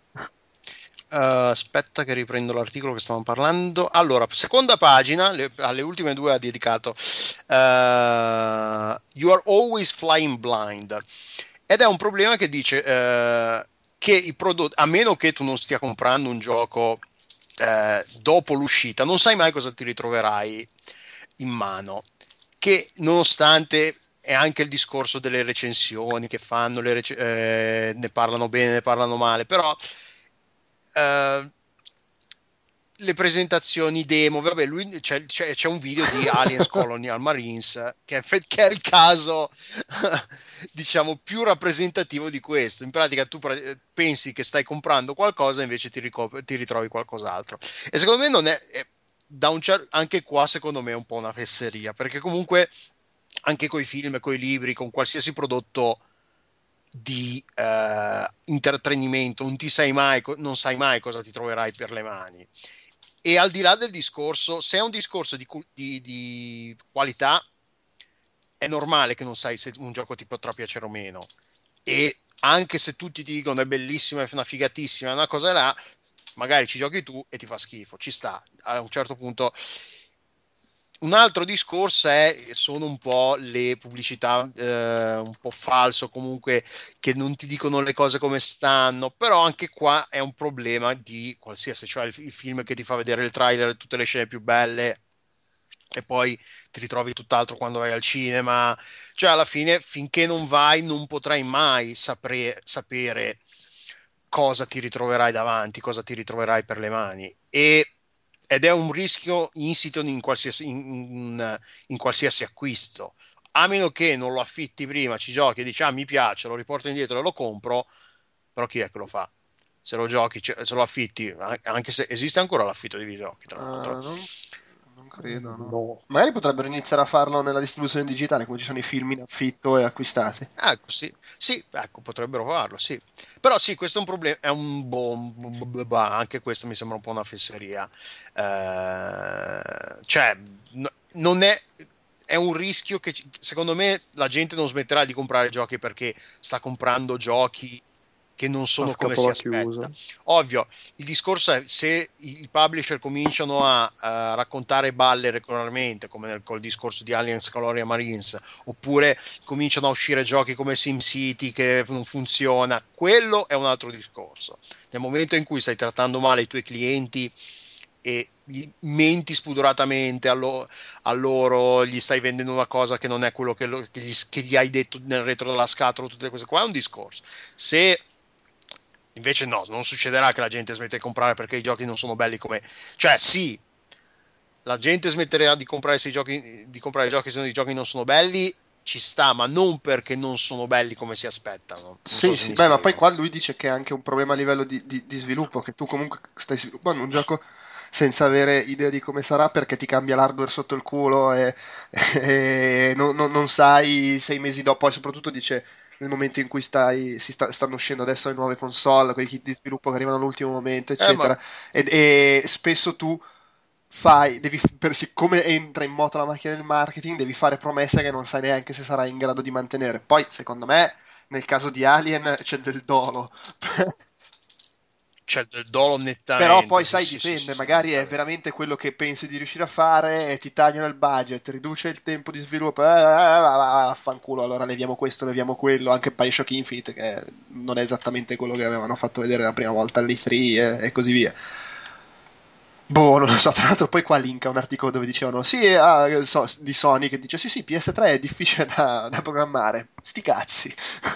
Uh, aspetta che riprendo l'articolo che stavamo parlando. Allora, seconda pagina, le, alle ultime due ha dedicato uh, You are always flying blind. Ed è un problema che dice uh, che i prodotti, a meno che tu non stia comprando un gioco uh, dopo l'uscita, non sai mai cosa ti ritroverai in mano. Che nonostante è anche il discorso delle recensioni che fanno, le rec- eh, ne parlano bene, ne parlano male, però Uh, le presentazioni demo, vabbè, lui c'è, c'è, c'è un video di Aliens Colonial Marines che è, che è il caso diciamo più rappresentativo di questo. In pratica tu pensi che stai comprando qualcosa, invece ti, ricop- ti ritrovi qualcos'altro, e secondo me non è, è da un cer- anche qua secondo me è un po' una fesseria, perché comunque anche coi film, coi libri, con qualsiasi prodotto di eh, intrattenimento non ti sai mai, non sai mai cosa ti troverai per le mani. E al di là del discorso, se è un discorso di, di, di qualità, è normale che non sai se un gioco ti potrà piacere o meno, e anche se tutti ti dicono è bellissimo, è una figatissima, è una cosa là, magari ci giochi tu e ti fa schifo, ci sta a un certo punto. Un altro discorso è, sono un po' le pubblicità eh, un po' falso, comunque che non ti dicono le cose come stanno, però anche qua è un problema di qualsiasi, cioè il, il film che ti fa vedere il trailer, tutte le scene più belle e poi ti ritrovi tutt'altro quando vai al cinema, cioè alla fine finché non vai non potrai mai sapere, sapere cosa ti ritroverai davanti, cosa ti ritroverai per le mani, e ed è un rischio insito in qualsiasi, in, in, in qualsiasi acquisto, a meno che non lo affitti prima, ci giochi e dici ah mi piace, lo riporto indietro e lo compro, però chi è che lo fa? Se lo giochi, se lo affitti, anche se esiste ancora l'affitto di videogiochi tra l'altro. Uh, non, non credo, no. No. Magari potrebbero iniziare a farlo nella distribuzione digitale, come ci sono i film in affitto e acquistati. Ecco, sì, sì, ecco, potrebbero farlo, sì. Però sì, questo è un problema, è un boh, anche questo mi sembra un po' una fesseria. Eh, cioè, n- non è, è un rischio che secondo me la gente non smetterà di comprare giochi perché sta comprando giochi che non sono A come si scatola aspetta. chiusa. Ovvio, il discorso è se i publisher cominciano a uh, raccontare balle regolarmente, come nel, col discorso di Aliens Colonia Marines, oppure cominciano a uscire giochi come SimCity che non funziona, quello è un altro discorso. Nel momento in cui stai trattando male i tuoi clienti e gli menti spudoratamente a, lo, a loro, gli stai vendendo una cosa che non è quello che, lo, che, gli, che gli hai detto nel retro della scatola, tutte queste qua, è un discorso. Se invece no, non succederà che la gente smette di comprare perché i giochi non sono belli come... Cioè sì, la gente smetterà di comprare se i giochi, di comprare i giochi se i giochi non sono belli, ci sta, ma non perché non sono belli come si aspettano. Non Sì, so sì, beh, ma poi qua lui dice che è anche un problema a livello di, di, di sviluppo, che tu comunque stai sviluppando un gioco senza avere idea di come sarà perché ti cambia l'hardware sotto il culo e, e non, non- non sai sei mesi dopo, poi soprattutto dice nel momento in cui stai, si sta- stanno uscendo adesso le nuove console, con i kit di sviluppo che arrivano all'ultimo momento, Eh, ma eccetera, e, e spesso tu fai, devi, per, siccome entra in moto la macchina del marketing, devi fare promesse che non sai neanche se sarai in grado di mantenere. Poi, secondo me, nel caso di Alien c'è del dolo. c'è del dolo Però nettamente. poi, Sì, sai, sì, sì, dipende, sì, sì, magari è nettamente. veramente quello che pensi di riuscire a fare e ti tagliano il budget, riduce il tempo di sviluppo, eh, eh, eh, affanculo, allora leviamo questo, leviamo quello, anche Bioshock Infinite che non è esattamente quello che avevano fatto vedere la prima volta all'E tre e, e così via. Boh, non lo so, tra l'altro poi qua linka un articolo dove dicevano sì, ah, so- di Sony che dice sì sì, P S tre è difficile da, da programmare, sti cazzi.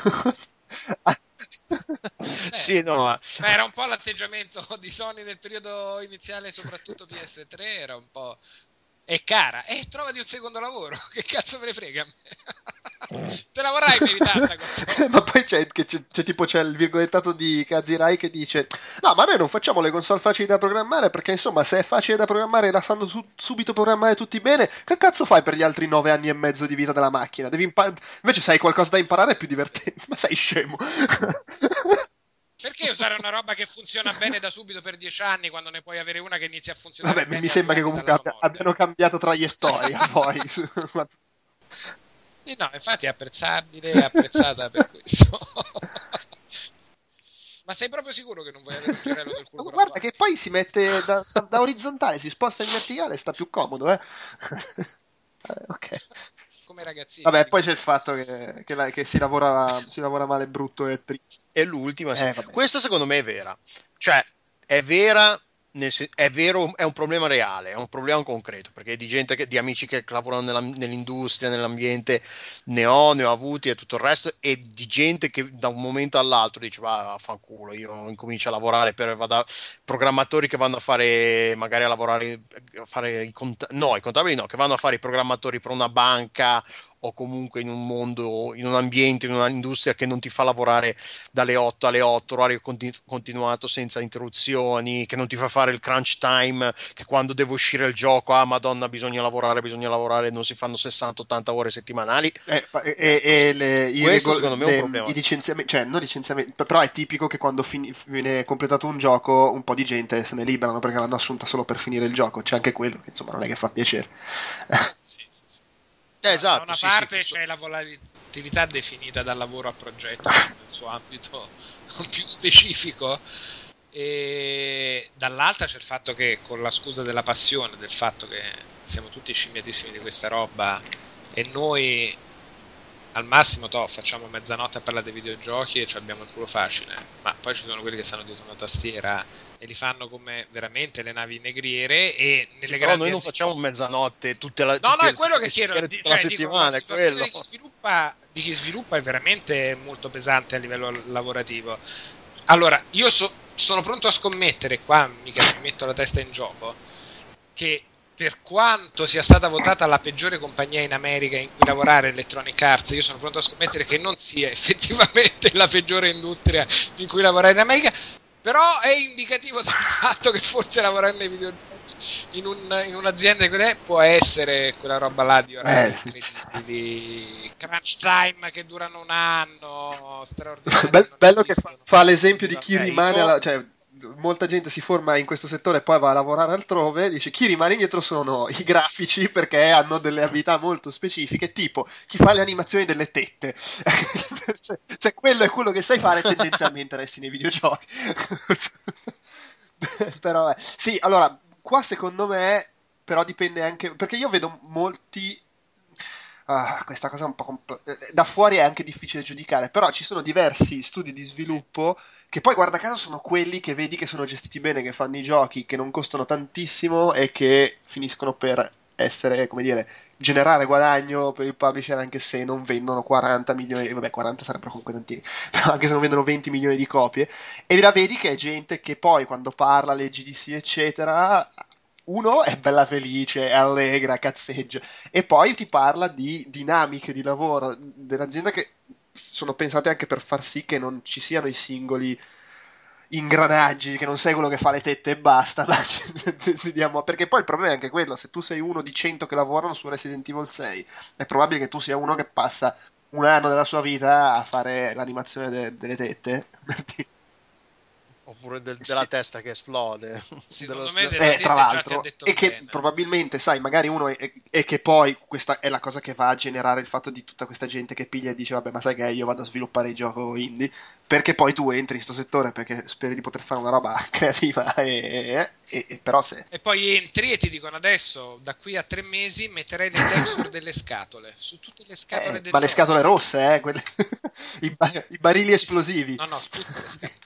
Eh, Sì, no, ma... ma era un po' l'atteggiamento di Sony nel periodo iniziale, soprattutto P S tre, era un po'... È cara, e trovati un secondo lavoro, che cazzo me ne frega. Te la vorrai meritare sta console. Ma poi c'è, che c'è, c'è tipo c'è il virgolettato di Kazirai che dice no, ma noi non facciamo le console facili da programmare perché insomma se è facile da programmare e la sanno su- subito programmare tutti bene, che cazzo fai per gli altri nove anni e mezzo di vita della macchina? Devi impa- invece se hai qualcosa da imparare è più divertente. Ma sei scemo. Perché usare una roba che funziona bene da subito per dieci anni quando ne puoi avere una che inizia a funzionare Vabbè, bene mi a sembra due che anni comunque dalla sua abbia- morte? abbiano cambiato traiettoria poi. Sì, no, infatti è apprezzabile, è apprezzata per questo. Ma sei proprio sicuro che non vuoi avere un girello del culo? Guarda che poi si mette da, da- da orizzontale, si sposta in verticale, sta più comodo, eh. Eh, ok. Come ragazzini. Vabbè, poi dico. c'è il fatto che, che la- che si lavora, si lavora male, brutto e triste. E l'ultima, sì. Eh, vabbè. Questa secondo me è vera, cioè è vera, nel sen- è vero, è un problema reale, è un problema concreto, perché di gente, che, di amici che lavorano nella- nell'industria, nell'ambiente, ne ho, ne ho avuti e tutto il resto, e di gente che da un momento all'altro dice va, fanculo, io incomincio a lavorare per vado a- programmatori che vanno a fare, magari a lavorare, a fare i cont- no, i contabili no, che vanno a fare i programmatori per una banca o comunque in un mondo, in un ambiente, in un'industria che non ti fa lavorare dalle otto alle otto, orario continu- continuato senza interruzioni, che non ti fa fare il crunch time, che quando deve uscire il gioco, ah madonna, bisogna lavorare, bisogna lavorare, non si fanno sessanta ottanta ore settimanali. Eh, pa- e, Ecco, e le- i, questo regol- secondo me è un le- problema. i licenziamenti, cioè non licenziamenti, però è tipico che quando fini- viene completato un gioco un po' di gente se ne liberano perché l'hanno assunta solo per finire il gioco, c'è anche quello che insomma non è che fa piacere. Sì, sì, sì. Eh, esatto, da una sì, parte sì, c'è la volatilità definita dal lavoro a progetto nel suo ambito più specifico, e dall'altra c'è il fatto che con la scusa della passione, del fatto che siamo tutti scimmiatissimi di questa roba e noi al massimo toh, facciamo mezzanotte a parlare dei videogiochi e ci abbiamo il culo facile, ma poi ci sono quelli che stanno dietro una tastiera e li fanno come veramente le navi negriere, e nelle sì, però grandi noi non aziende... facciamo mezzanotte tutte la, No, tutte, no, è quello che tutte chiedo. le Di- sere, tutta cioè, la dico, settimana, la è situazione quello. di chi sviluppa, di chi sviluppa è veramente molto pesante a livello lavorativo. Allora, io so- sono pronto a scommettere, qua mica mi metto la testa in gioco, che per quanto sia stata votata la peggiore compagnia in America in cui lavorare, Electronic Arts, io sono pronto a scommettere che non sia effettivamente la peggiore industria in cui lavorare in America, però è indicativo del fatto che forse lavorare nei videogiochi in, un, in un'azienda che può essere quella roba là di orari Eh, sì. incredibili, crunch time che durano un anno, straordinari. Be- che non bello che fa, esistono. fa l'esempio di chi Vabbè, rimane io- alla, cioè molta gente si forma in questo settore e poi va a lavorare altrove, dice chi rimane indietro sono i grafici perché hanno delle abilità molto specifiche, tipo chi fa le animazioni delle tette. se, se quello è quello che sai fare, tendenzialmente resti nei videogiochi. Però eh. Sì, allora qua secondo me però dipende anche, perché io vedo molti ah, questa cosa è un po' compl- da fuori è anche difficile giudicare, però ci sono diversi studi di sviluppo che poi guarda caso sono quelli che vedi che sono gestiti bene, che fanno i giochi che non costano tantissimo e che finiscono per essere, come dire, generare guadagno per il publisher anche se non vendono quaranta milioni, vabbè quaranta sarebbero comunque tantini, però anche se non vendono venti milioni di copie, e la vedi che è gente che poi quando parla alle G D C eccetera, uno è bella felice, è allegra, cazzeggia, e poi ti parla di dinamiche di lavoro dell'azienda che sono pensate anche per far sì che non ci siano i singoli ingranaggi, che non sei quello che fa le tette e basta, ma vediamo, perché poi il problema è anche quello, se tu sei uno di cento che lavorano su Resident Evil sei, è probabile che tu sia uno che passa un anno della sua vita a fare l'animazione de- delle tette. Oppure del- Sì. della testa che esplode. Secondo Dello- me delle Eh, tette tra già ti l'altro, ha detto e che bene. probabilmente, sai, magari uno è, e che poi questa è la cosa che va a generare il fatto di tutta questa gente che piglia e dice vabbè, ma sai che io vado a sviluppare il gioco indie, perché poi tu entri in questo settore perché speri di poter fare una roba creativa e, e- e però se E poi entri e ti dicono adesso, da qui a tre mesi metterei le texture delle scatole, su tutte le scatole eh, del ma le gioco. scatole rosse, eh, quelle- I, ba- i barili Sì, sì. esplosivi. No, no, tutte le scatole.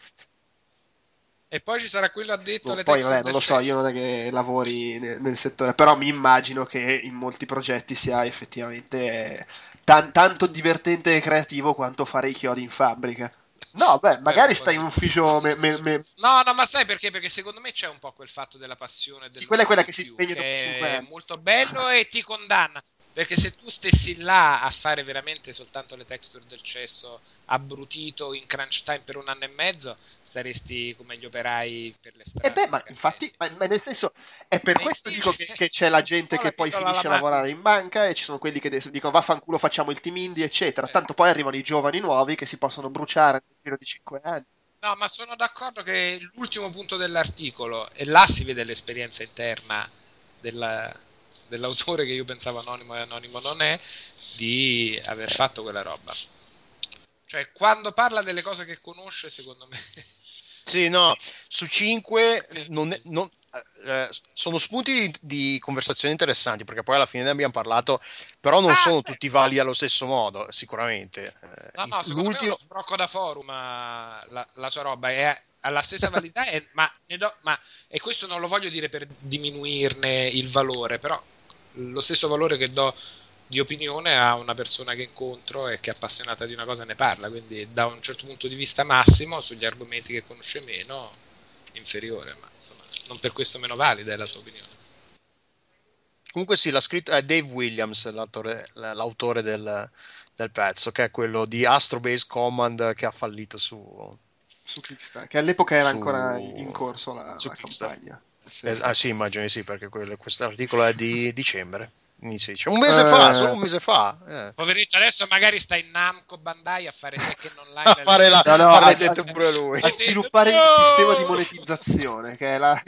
E poi ci sarà quello addetto Boh, alle poi texture vabbè, non del lo so, io cesso. non è che lavori nel, nel settore, però mi immagino che in molti progetti sia effettivamente eh, tan- tanto divertente e creativo quanto fare i chiodi in fabbrica. No, beh, Spero magari un po' stai di in un più. ufficio. me- me- me- No, no, ma sai perché? Perché secondo me c'è un po' quel fatto della passione Sì, del quella è non quella di che si più, spegne dopo cinque che è anni. molto bello e ti condanna. Perché se tu stessi là a fare veramente soltanto le texture del cesso abbrutito in crunch time per un anno e mezzo, staresti come gli operai per le E strade. beh, ma nei infatti, cantieri. ma, ma nel senso, è per E questo invece, dico che, che c'è la gente ho che la poi pillola alla finisce a mano. lavorare in banca e ci sono quelli che adesso dicono vaffanculo facciamo il team indie, eccetera. Eh. Tanto poi arrivano i giovani nuovi che si possono bruciare nel giro di cinque anni. No, ma sono d'accordo che l'ultimo punto dell'articolo, e là si vede l'esperienza interna della- dell'autore che io pensavo anonimo e anonimo non è, di aver fatto quella roba. Cioè, quando parla delle cose che conosce, secondo me... Sì, no, su cinque non è- non- eh, sono spunti di, di conversazione interessanti, perché poi alla fine ne abbiamo parlato, però non Ah, sono beh. tutti validi allo stesso modo, sicuramente. Eh, No, il- no, secondo me è l'ultimo, uno sbrocco da forum eh, la, la sua roba, è alla stessa validità, è- ma, ne do- ma- e questo non lo voglio dire per diminuirne il valore, però lo stesso valore che do di opinione a una persona che incontro e che è appassionata di una cosa e ne parla, quindi da un certo punto di vista massimo, sugli argomenti che conosce meno, inferiore, ma insomma, non per questo meno valida è la sua opinione. comunque sì, l'ha scritto è Dave Williams, l'autore, l'autore del, del pezzo, che è quello di Astro Base Command che ha fallito su, Su Kickstarter, che all'epoca era su, ancora in corso la, su la Kickstarter. campagna. Sì. Es- ah sì, immagino di sì, perché questo articolo è di dicembre, inizio dice, un mese fa, solo Eh, un mese fa. Eh. Poverino, adesso magari sta in Namco Bandai a fare Tekken Online. A fare, la, No, no, fare a- le tette a- pure lui. a sviluppare il sistema di monetizzazione, che è la...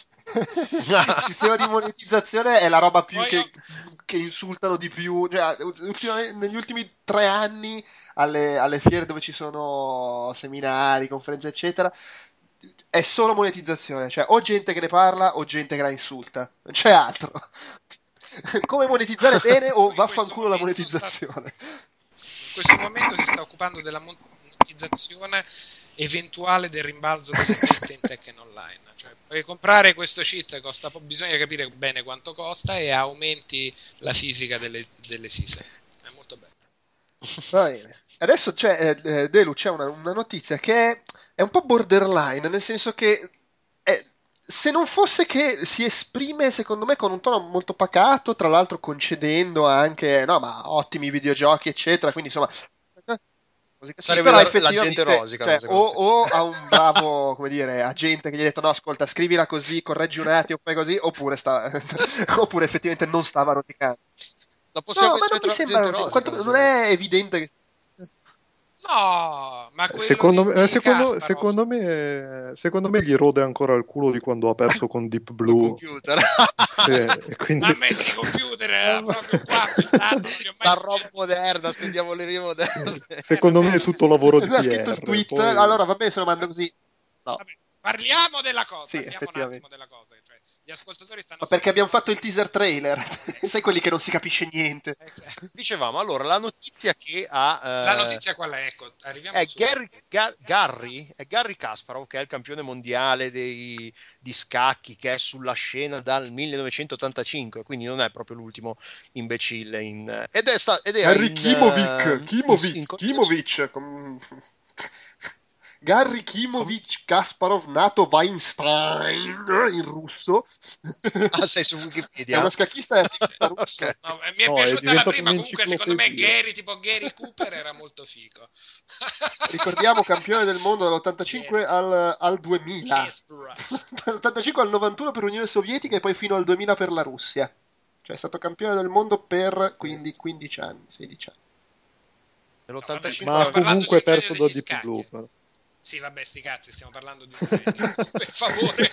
il sistema di monetizzazione è la roba più Poi che, io- che insultano di più. Cioè, ultimamente- negli ultimi tre anni alle, alle fiere dove ci sono seminari, conferenze, eccetera, è solo monetizzazione. Cioè, o gente che ne parla o gente che la insulta. Non c'è altro. Come monetizzare bene o in questo vaffanculo la momento sta- monetizzazione. in questo momento si sta occupando della monetizzazione eventuale del rimbalzo delle vendite in Tekken Online. Cioè, per comprare questo cheat costa po- bisogna capire bene quanto costa e aumenti la fisica delle, delle sise. È molto bello. Va bene. Adesso c'è, eh, eh, Delu, c'è una, una notizia che è, è un po' borderline, nel senso che è- se non fosse che si esprime, secondo me, con un tono molto pacato, tra l'altro concedendo anche, no, ma ottimi videogiochi, eccetera, quindi insomma... Sì, Sarebbe però la, la effettivamente, gente rosica, cioè, o, secondo te. o a un bravo, come dire, agente che gli ha detto no, ascolta, scrivila così, correggi un attimo, fai così, oppure, sta, oppure effettivamente non stava rosicando. La possiamo No, ma non mi mettere la sembra gente rosica, rosica, quanto- non secondo te. è evidente che... No, Ma quello Secondo di, me, eh, di secondo, Kasparov. secondo me, secondo me gli rode ancora il culo di quando ha perso con Deep Sul Blue. computer. Sì, e quindi... Ma a me sti computer eh, proprio qua quest'anno non li ho Sta mai roba moderna, sti diavolerie moderne. Secondo me è tutto lavoro di Ha scritto il P R. tweet, Poi... allora vabbè, se lo mando così. No. Vabbè, parliamo della cosa, Sì, parliamo un effettivamente. attimo della cosa. Cioè, gli ascoltatori stanno Ma perché abbiamo fatto il seguendo- teaser trailer? Sai quelli che non si capisce niente. Eh, eh. Dicevamo, allora, la notizia che ha... eh, La notizia qual è? Ecco, arriviamo è su. Gary, Gar- Garry, è Garry Kasparov, che è il campione mondiale dei, di scacchi, che è sulla scena dal millenovecentottantacinque, quindi non è proprio l'ultimo imbecille in, ed è, sta, ed era Harry in, Kimovic, eh, Kimovic, in- in- Kimovic. com- Garry Kimovic Kasparov, nato Weinstein in russo. Ah, sei su È Wikipedia? uno scacchista e attivista russo. Ok. No, eh, mi è No, è piaciuta la diventato prima, comunque secondo me un'enciclopedia. Gary, tipo Gary Cooper, era molto figo. Ricordiamo campione del mondo dall'ottantacinque al, al duemila. Kasparov. Dall'ottantacinque al novantuno per l'Unione Sovietica e poi fino al duemila per la Russia. Cioè è stato campione del mondo per quindi quindici anni, sedici anni. Nell'ottantacinque Ma Stiamo parlando comunque di un perso genio da degli Deep scacchi. Blue. però. Sì, vabbè, sti cazzi, stiamo parlando di un genio. Per favore.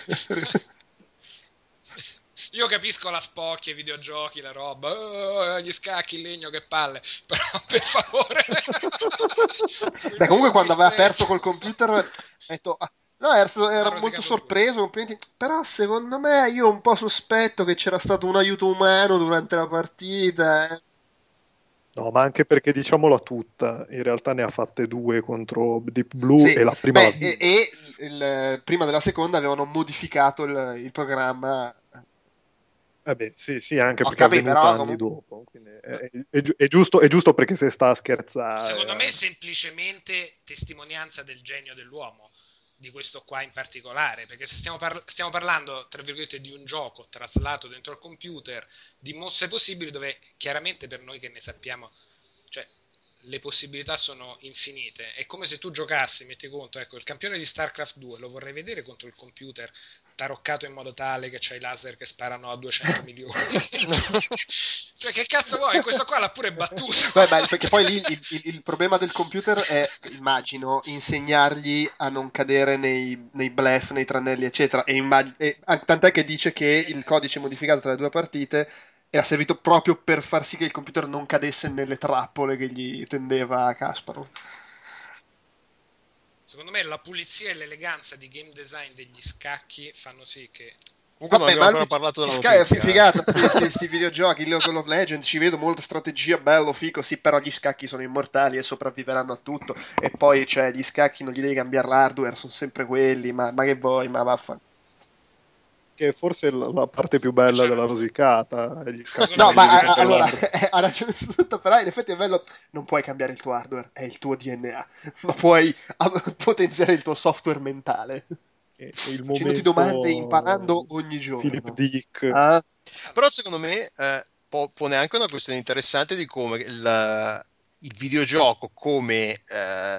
Io capisco la spocchia, i videogiochi, la roba, oh, gli scacchi, il legno, che palle, però per favore. Beh, comunque quando aveva Rispetto. perso col computer ha detto "Ah, no, era, stato- era Ha molto rosicato sorpreso, complimenti. Però secondo me io un po' sospetto che c'era stato un aiuto umano durante la partita. eh." No, ma anche perché diciamola tutta, in realtà ne ha fatte due contro Deep Blue Sì, e la prima beh, l'ha vinta. e, e il- prima della seconda avevano modificato il, il programma. Eh beh, sì, sì, anche Ho perché è capito, avvenuta però anni comunque- dopo. Quindi è, è giu- è giusto, è giusto perché se sta a scherzare. Secondo me è eh. semplicemente testimonianza del genio dell'uomo, di questo qua in particolare, perché se stiamo, parla- stiamo parlando, tra virgolette, di un gioco traslato dentro al computer, di mosse possibili, dove chiaramente per noi che ne sappiamo, cioè le possibilità sono infinite. È come se tu giocassi, metti conto, ecco, il campione di StarCraft due lo vorrei vedere contro il computer taroccato in modo tale che c'hai i laser che sparano a duecento milioni. Cioè, che cazzo vuoi? Questo qua l'ha pure battuto. Beh, beh, perché poi lì il, il- il problema del computer è, immagino, insegnargli a non cadere nei, nei bluff, nei tranelli, eccetera. E, immag- e an- tant'è che dice che il codice modificato tra le due partite era servito proprio per far sì che il computer non cadesse nelle trappole che gli tendeva Kasparov. Secondo me la pulizia e l'eleganza di game design degli scacchi fanno sì che... Comunque non Vabbè, abbiamo ma ancora lui- parlato della Sky è notizia. figata, questi videogiochi, League of Legends, ci vedo molta strategia, bello, fico, sì, però gli scacchi sono immortali e sopravviveranno a tutto, e poi, cioè, gli scacchi non gli devi cambiare l'hardware, sono sempre quelli, ma, ma che vuoi, ma vaffa. Che è forse la, la parte più bella della rosicata. e Gli scacchi No, non ma gli devi eh, allora, controllare. ha ragione su tutto, però in effetti è bello, non puoi cambiare il tuo hardware, è il tuo D N A, ma puoi ah, potenziare il tuo software mentale, E- e il facendoti momento domande e imparando ogni giorno. Philip Dick. Ah, Però secondo me eh, po- pone anche una questione interessante di come il, il videogioco come eh,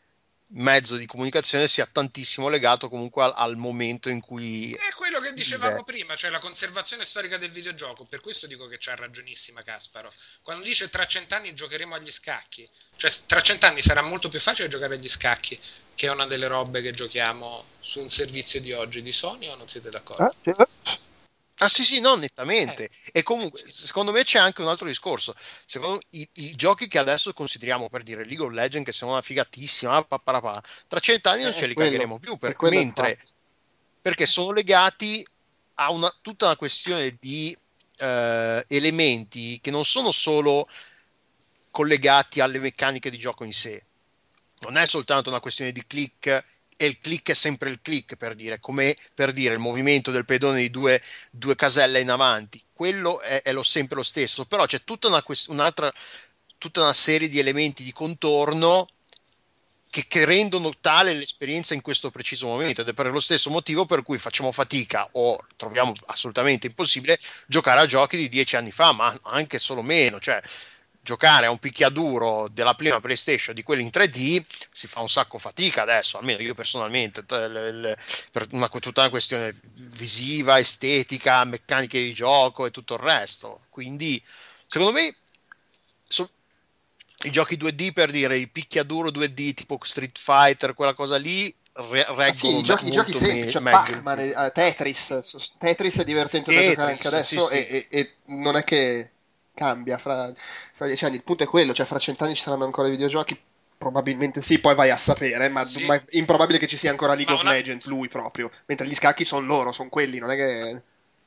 mezzo di comunicazione sia tantissimo legato comunque al, al momento in cui È quello che dicevamo vive. prima, cioè la conservazione storica del videogioco. Per questo dico che c'ha ragionissima Kasparov. Quando dice tra cent'anni giocheremo agli scacchi, cioè tra cent'anni sarà molto più facile giocare agli scacchi, che è una delle robe che giochiamo su un servizio di oggi di Sony, o non siete d'accordo? ah, sì. Ah sì sì, no, nettamente. E comunque, secondo me c'è anche un altro discorso. Secondo i, i giochi che adesso consideriamo, per dire League of Legends, che sono una figatissima, pa, pa, pa, tra cent'anni non Eh, ce li quello. cagheremo più, per- È quello il mentre perché sono legati a una, tutta una questione di eh, elementi che non sono solo collegati alle meccaniche di gioco in sé. Non è soltanto una questione di click, e il click è sempre il click, per dire, come per dire il movimento del pedone di due, due caselle in avanti, quello è, è lo, sempre lo stesso, però c'è tutta una, quest- un'altra, tutta una serie di elementi di contorno che, che rendono tale l'esperienza in questo preciso momento, ed è per lo stesso motivo per cui facciamo fatica o troviamo assolutamente impossibile giocare a giochi di dieci anni fa, ma anche solo meno, cioè giocare a un picchiaduro della prima PlayStation, di quelli in tre D, si fa un sacco fatica adesso, almeno io personalmente, t- le- le- per una, tutta una questione visiva, estetica, meccaniche di gioco e tutto il resto. Quindi, secondo me, so- i giochi due D, per dire, i picchiaduro due D tipo Street Fighter, quella cosa lì re- reggono Ah, sì, i giochi, i giochi molto semplici, cioè me- meglio. Pac-Man, eh, Tetris. Tetris è divertente da Tetris, giocare anche adesso sì, sì. E, e- e non è che cambia fra, fra dieci anni. Il punto è quello, cioè fra cent'anni ci saranno ancora i videogiochi? Probabilmente sì, poi vai a sapere, ma, Sì. ma è improbabile che ci sia ancora League Ma of una- Legends, lui proprio. Mentre gli scacchi sono loro, sono quelli, non è che...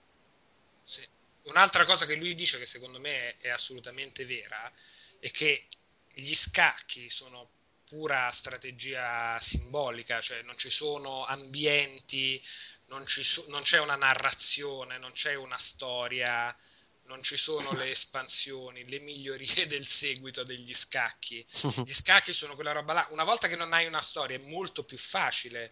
Sì. Un'altra cosa che lui dice, che secondo me è, è assolutamente vera, è che gli scacchi sono pura strategia simbolica, cioè non ci sono ambienti, non, ci so- non c'è una narrazione, non c'è una storia, non ci sono le espansioni, le migliorie del seguito degli scacchi. Gli scacchi sono quella roba là. Una volta che non hai una storia è molto più facile,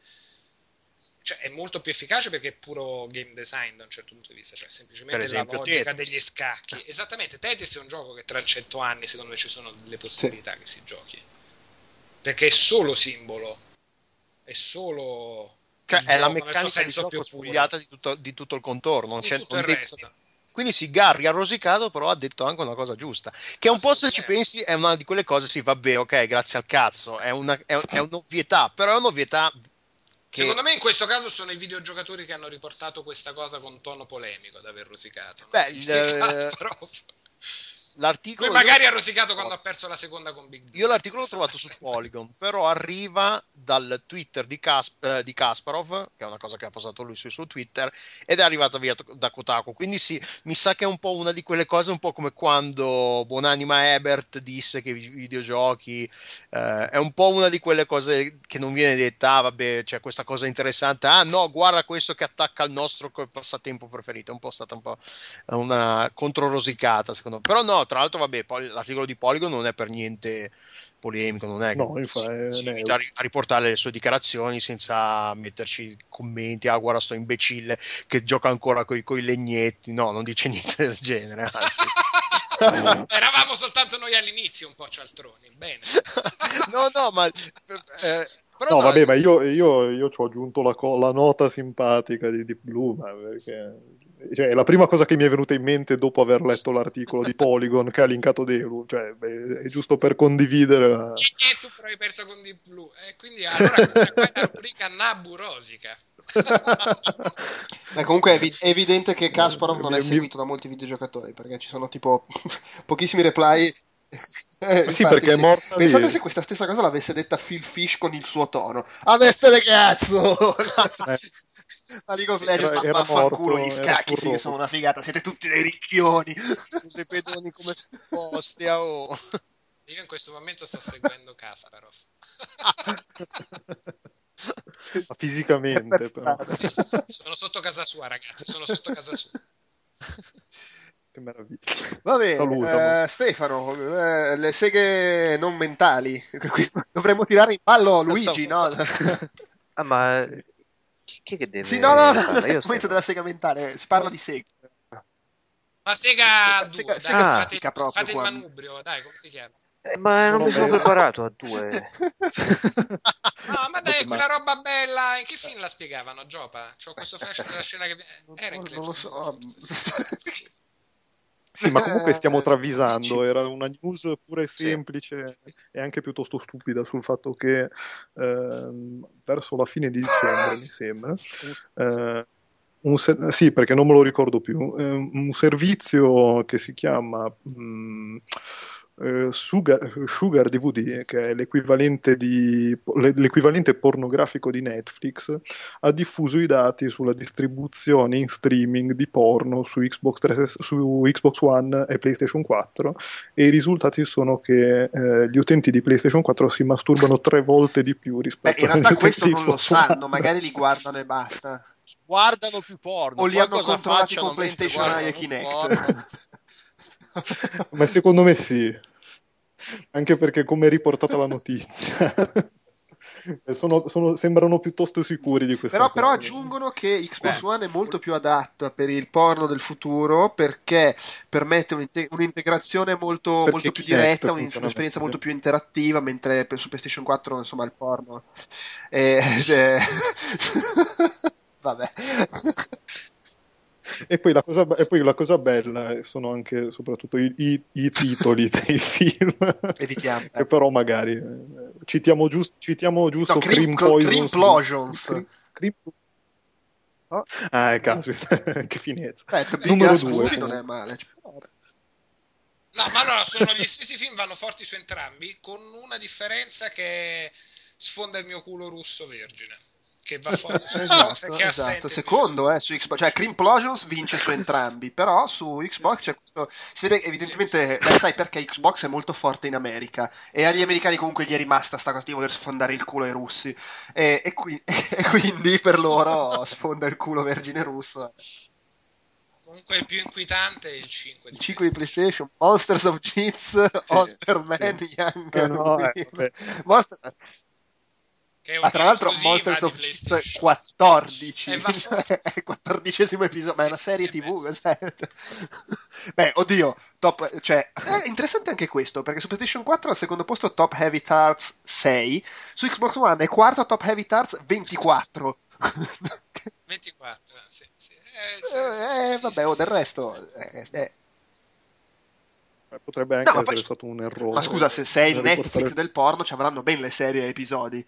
cioè è molto più efficace perché è puro game design da un certo punto di vista, cioè semplicemente Per esempio, la logica Tetris. degli scacchi. Esattamente, Tetris è un gioco che tra cento anni secondo me ci sono delle possibilità che si giochi, perché è solo simbolo, è solo Cioè, il è la gioco nel suo meccanica di senso più gioco puro spogliata di tutto, di tutto il contorno. Non di c'è- tutto non il devi- resto. Quindi sì, Garry ha rosicato, però ha detto anche una cosa giusta. Che un po', se ci Assolutamente. pensi, è una di quelle cose, sì, vabbè, ok, grazie al cazzo, è, una, è, è un'ovvietà, però è un'ovvietà che... Secondo me in questo caso sono i videogiocatori che hanno riportato questa cosa con tono polemico ad aver rosicato, no? Beh, il- Il Kasparov. l'articolo... Lui magari io- ha rosicato quando ha perso la seconda con Big Blue. Io l'articolo l'ho Questo trovato è su sempre- Polygon, però arriva dal Twitter di, Kas- eh, di Kasparov, che è una cosa che ha postato lui sui suo Twitter, ed è arrivata via da Kotaku. Quindi sì, mi sa che è un po' una di quelle cose, un po' come quando Buonanima Ebert disse che i videogiochi eh, è un po' una di quelle cose che non viene detta, ah, vabbè, c'è questa cosa interessante, ah no, guarda questo che attacca il nostro co- passatempo preferito. È un po' stata un po' una controrosicata, secondo me. Però no, tra l'altro, vabbè, poi l'articolo di Polygon non è per niente polemico, non è che No, si, infatti, si ne- limita a, ri- a riportare le sue dichiarazioni senza metterci commenti, ah guarda sto imbecille che gioca ancora coi, coi legnetti, no, non dice niente del genere, anzi. Eravamo soltanto noi all'inizio un po' cialtroni, bene. no, no, ma... eh, però No, no, vabbè, ma io, io, io ci ho aggiunto la, co- la nota simpatica di Deep Blue, ma perché... Cioè, è la prima cosa che mi è venuta in mente dopo aver letto l'articolo di Polygon che ha linkato Delu, cioè, beh, è giusto per condividere la... E tu però hai perso con Deep Blue. E quindi allora questa qua è la rubrica Nabu Rosica. Beh, comunque è, evi- è evidente che Kasparov non è Mi- mi- seguito da molti videogiocatori, perché ci sono tipo pochissimi reply. Eh, Sì, infatti, perché è sì. morta lì. Pensate se questa stessa cosa l'avesse detta Phil Fish con il suo tono. Adesso le cazzo! Eh, A League of Legends, Era- ma era vaffanculo, morto, gli era scacchi sul sì che rogo. sono una figata, siete tutti dei ricchioni. Scusa, i pedoni come supposti, ah, oh. Io in questo momento sto seguendo Kasparov. Ma fisicamente, però. Sì, sì, sì, sono sotto casa sua, ragazzi, sono sotto casa sua. Che meraviglia. Va bene, Salutalo. eh, Stefano, eh, le seghe non mentali. Qui dovremmo tirare in ballo Luigi, no? Ah, ma Sì. chi, chi è che deve Sì, no, no, no, farla? nel Io momento sto... della sega mentale, si parla di seghe. Ma Sega Sega- due, Sega- dai, Sega fate, fisica proprio fate il qua. manubrio, dai, come si chiama? Eh, ma non No, mi sono beh. preparato a due. No, ma dai, Ma- quella roba bella, in che film la spiegavano, Giopa? C'ho questo flash della scena che... Era in non lo so. forse, sì. Sì, ma comunque stiamo Eh, travisando, dici. era una news pure semplice e anche piuttosto stupida sul fatto che ehm, verso la fine di dicembre, mi sembra, eh, un ser- sì, perché non me lo ricordo più, ehm, un servizio che si chiama mh, eh, Sugar, Sugar D V D, che è l'equivalente, di, l'equivalente pornografico di Netflix, ha diffuso i dati sulla distribuzione in streaming di porno su Xbox, trecentosessanta su Xbox One e PlayStation quattro, e i risultati sono che eh, gli utenti di PlayStation quattro si masturbano tre volte di più Beh, rispetto in agli realtà utenti questo di non lo Xbox sanno, One. magari li guardano e basta. Guardano più porno, O li poi hanno cosa controllati facciano con mentre PlayStation Eye e guardano porno? Kinect. Ma secondo me sì, anche perché come è riportata la notizia sono, sono- sembrano piuttosto sicuri di questa Però, però cosa. aggiungono che Xbox Beh, One è molto più adatta per il porno del futuro perché permette un'inte- un'integrazione molto, Perché molto più Kinect diretta, un- funziona un'esperienza meglio. molto più interattiva, mentre per- su PlayStation quattro insomma il porno è... è- vabbè. E poi, la cosa, e poi la cosa bella sono anche soprattutto i, i, i titoli dei film. Evitiamo. Che però magari eh, citiamo, giust, citiamo giusto No, Cream Cream Poisons. Cream Cream, oh. Ah, eh, caspita, che finezza. Aspetta, Numero due non è male. No, ma allora sono gli stessi film, vanno forti su entrambi, con una differenza che sfonda il mio culo russo vergine. Che va forte su Xbox, esatto, che esatto. Secondo eh, su Xbox, cioè Creamplosions vince su entrambi, però su Xbox c'è questo, si vede evidentemente, sì, sì, sì. Beh, sai perché Xbox è molto forte in America e agli americani comunque gli è rimasta sta cosa di voler sfondare il culo ai russi e, e, qui, e quindi per loro sfonda il culo vergine russo. Comunque il più inquietante è il cinque di il cinque di PlayStation, Monsters of Jeans, sì, Hunter Man, sì. Young eh, no, eh, Monster... Che è ma tra l'altro Monsters of Jeans quattordici è quattordicesimo episodio, sì, ma è una serie sì, tv beh oddio top, cioè è interessante anche questo perché su PlayStation quattro al secondo posto Top Heavy Tarts sei, su Xbox One è quarto Top Heavy Tarts ventiquattro ventiquattro sì, sì. Eh, sì, eh, sì, eh sì, vabbè sì, o sì, del sì, resto sì. Eh, eh. potrebbe anche no, essere poi, stato un errore, ma scusa, se sei il riportare... Netflix del porno ci avranno ben le serie a episodi.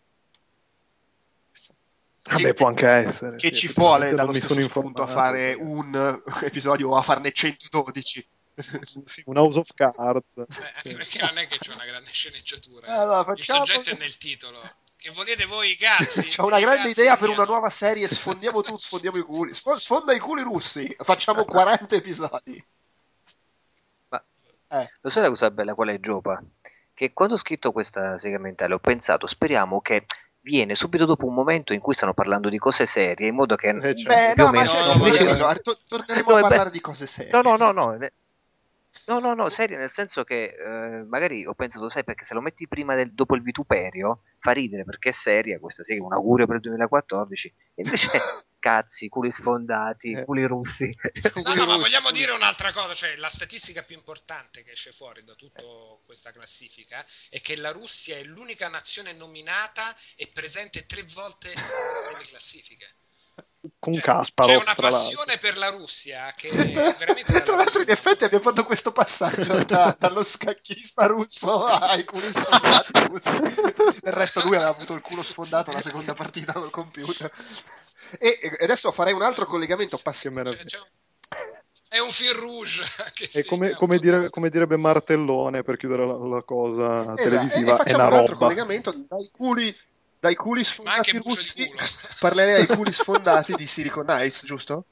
Vabbè, può anche essere. Che sì, ci vuole dallo non stesso spunto a fare perché... un episodio o a farne centododici. Sì, un House of Cards. Beh, anche sì. perché non è che c'è una grande sceneggiatura. Allora, eh. facciamo... Il soggetto è nel titolo. Che volete voi i cazzi? C'ho una grande cazzi idea siano. per una nuova serie, sfondiamo tutti, sfondiamo i culi. Sfonda i culi russi, facciamo quaranta episodi. Ma eh. lo sai la cosa bella qual è, Giopa? Che quando ho scritto questa segmentale ho pensato, speriamo che viene subito dopo un momento in cui stanno parlando di cose serie, in modo che eh, cioè, beh, più no, o meno... ma c'è, no, invece, no, no, to- torneremo no, a parlare beh, di cose serie. No, no, no, no. No, no, no, serie nel senso che eh, magari ho pensato, sai, perché se lo metti prima del, dopo il vituperio fa ridere perché è seria questa serie, un augurio per il duemilaquattordici, e invece cazzi, culi sfondati, Eh. culi russi. No, no, ma vogliamo dire un'altra cosa, cioè la statistica più importante che esce fuori da tutta questa classifica è che la Russia è l'unica nazione nominata e presente tre volte nelle classifiche. Con Cioè, Kasparov, c'è una tra passione l'altro. per la Russia che è veramente tra l'altro in effetti abbiamo fatto questo passaggio da, dallo scacchista russo ai culi sfondati russi. Del resto lui aveva avuto il culo sfondato la seconda partita col computer e, e adesso farei un altro collegamento pass- c'è, c'è un... è un fil rouge che è come, come, dire, come direbbe Martellone per chiudere la, la cosa esatto. televisiva, e, e facciamo è una un altro roba. collegamento dai culi dai culi sfondati russi culo. parlerei ai culi sfondati di Silicon Knights, giusto?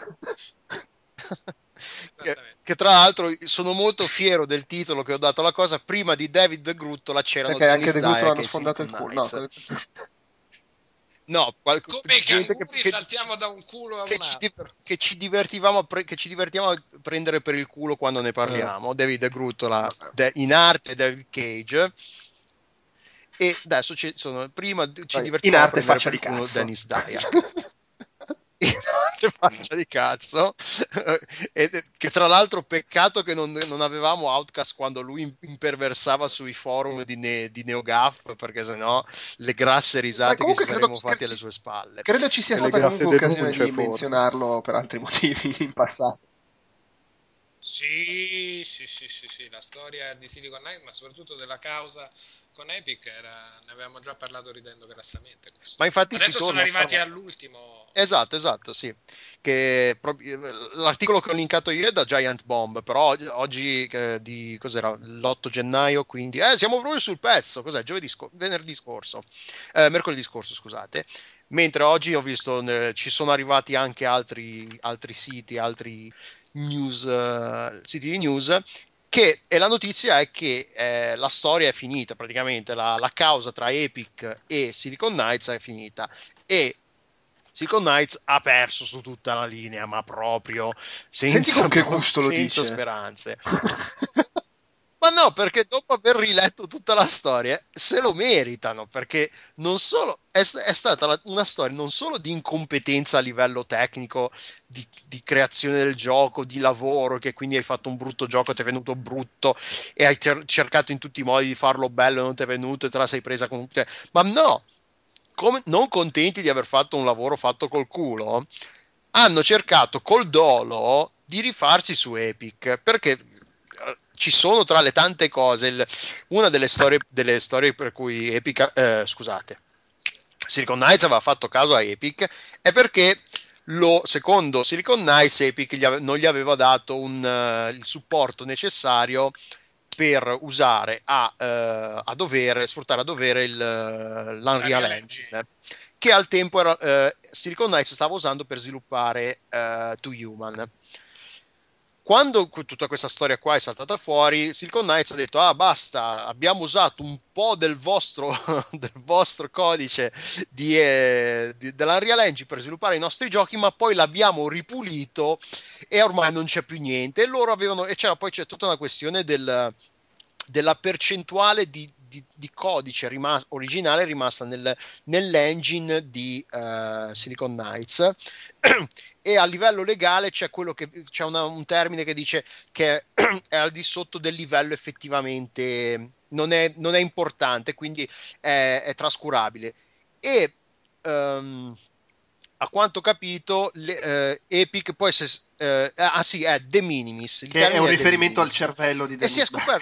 che, che tra l'altro sono molto fiero del titolo che ho dato alla cosa. Prima di David De Gruttola c'erano perché anche Dennis De Grutto Dyer hanno sfondato il culo, no? No, qual- come i gente canguri che, saltiamo da un culo a che un ci, altro di- che ci divertivamo a pre- che ci divertiamo a prendere per il culo quando ne parliamo. Eh. David De Gruttola de- in arte David Cage, e adesso ci sono prima ci Vai, divertiamo in a arte prendere faccia per di il culo cazzo. Dennis Dyer. In arte faccia di cazzo. E che tra l'altro peccato che non, non avevamo Outcast quando lui imperversava sui forum di, ne, di NeoGAF, perché sennò le grasse risate che ci saremmo fatti alle sue spalle. Credo ci sia E le stata grasse comunque occasione denunce, di forse. menzionarlo per altri motivi in passato. sì sì sì sì sì la storia di Silicon Knights, ma soprattutto della causa con Epic era, ne avevamo già parlato ridendo grassamente questo. Ma infatti adesso si sono arrivati a... all'ultimo. Esatto, esatto, sì. Che l'articolo che ho linkato io è da Giant Bomb, però oggi eh, di cos'era l'otto gennaio, quindi eh, siamo proprio sul pezzo. Cos'è? Giovedì sc- venerdì scorso, eh, mercoledì scorso, scusate. Mentre oggi ho visto eh, ci sono arrivati anche altri, altri siti, altri news, uh, siti di news. Che e la notizia è che eh, la storia è finita praticamente, la, la causa tra Epic e Silicon Knights è finita e Silicon Knights ha perso su tutta la linea, ma proprio senza, Senti con che gusto lo senza dice. speranze. Ma no, perché dopo aver riletto tutta la storia se lo meritano, perché non solo è, è stata la, una storia non solo di incompetenza a livello tecnico, di, di creazione del gioco, di lavoro, che quindi hai fatto un brutto gioco, ti è venuto brutto e hai cer- cercato in tutti i modi di farlo bello e non ti è venuto e te la sei presa comunque. Ma no, come, non contenti di aver fatto un lavoro fatto col culo, hanno cercato col dolo di rifarsi su Epic, perché ci sono tra le tante cose il, una delle storie, delle storie per cui Epic, eh, scusate, Silicon Knights aveva fatto caso a Epic è perché lo, secondo Silicon Knights Epic gli ave, non gli aveva dato un, uh, il supporto necessario per usare a, uh, a dovere, sfruttare a dovere il, uh, l'Unreal Engine, che al tempo era, uh, Silicon Knights stava usando per sviluppare uh, To Human. Quando tutta questa storia qua è saltata fuori, Silicon Knights ha detto: ah, basta, abbiamo usato un po' del vostro, del vostro codice di, eh, di, dell'Unreal Engine per sviluppare i nostri giochi, ma poi l'abbiamo ripulito e ormai non c'è più niente. E loro avevano, e c'era poi c'è tutta una questione del, della percentuale di, di, di codice rimas- originale rimasta nel, nell'engine di uh, Silicon Knights. E a livello legale c'è quello che c'è una, un termine che dice che è al di sotto del livello effettivamente non è, non è importante, quindi è, è trascurabile. E um, a quanto ho capito le, uh, Epic poi se, uh, ah sì, è de minimis, il che è un è riferimento al cervello di Dennis. E si è scoperto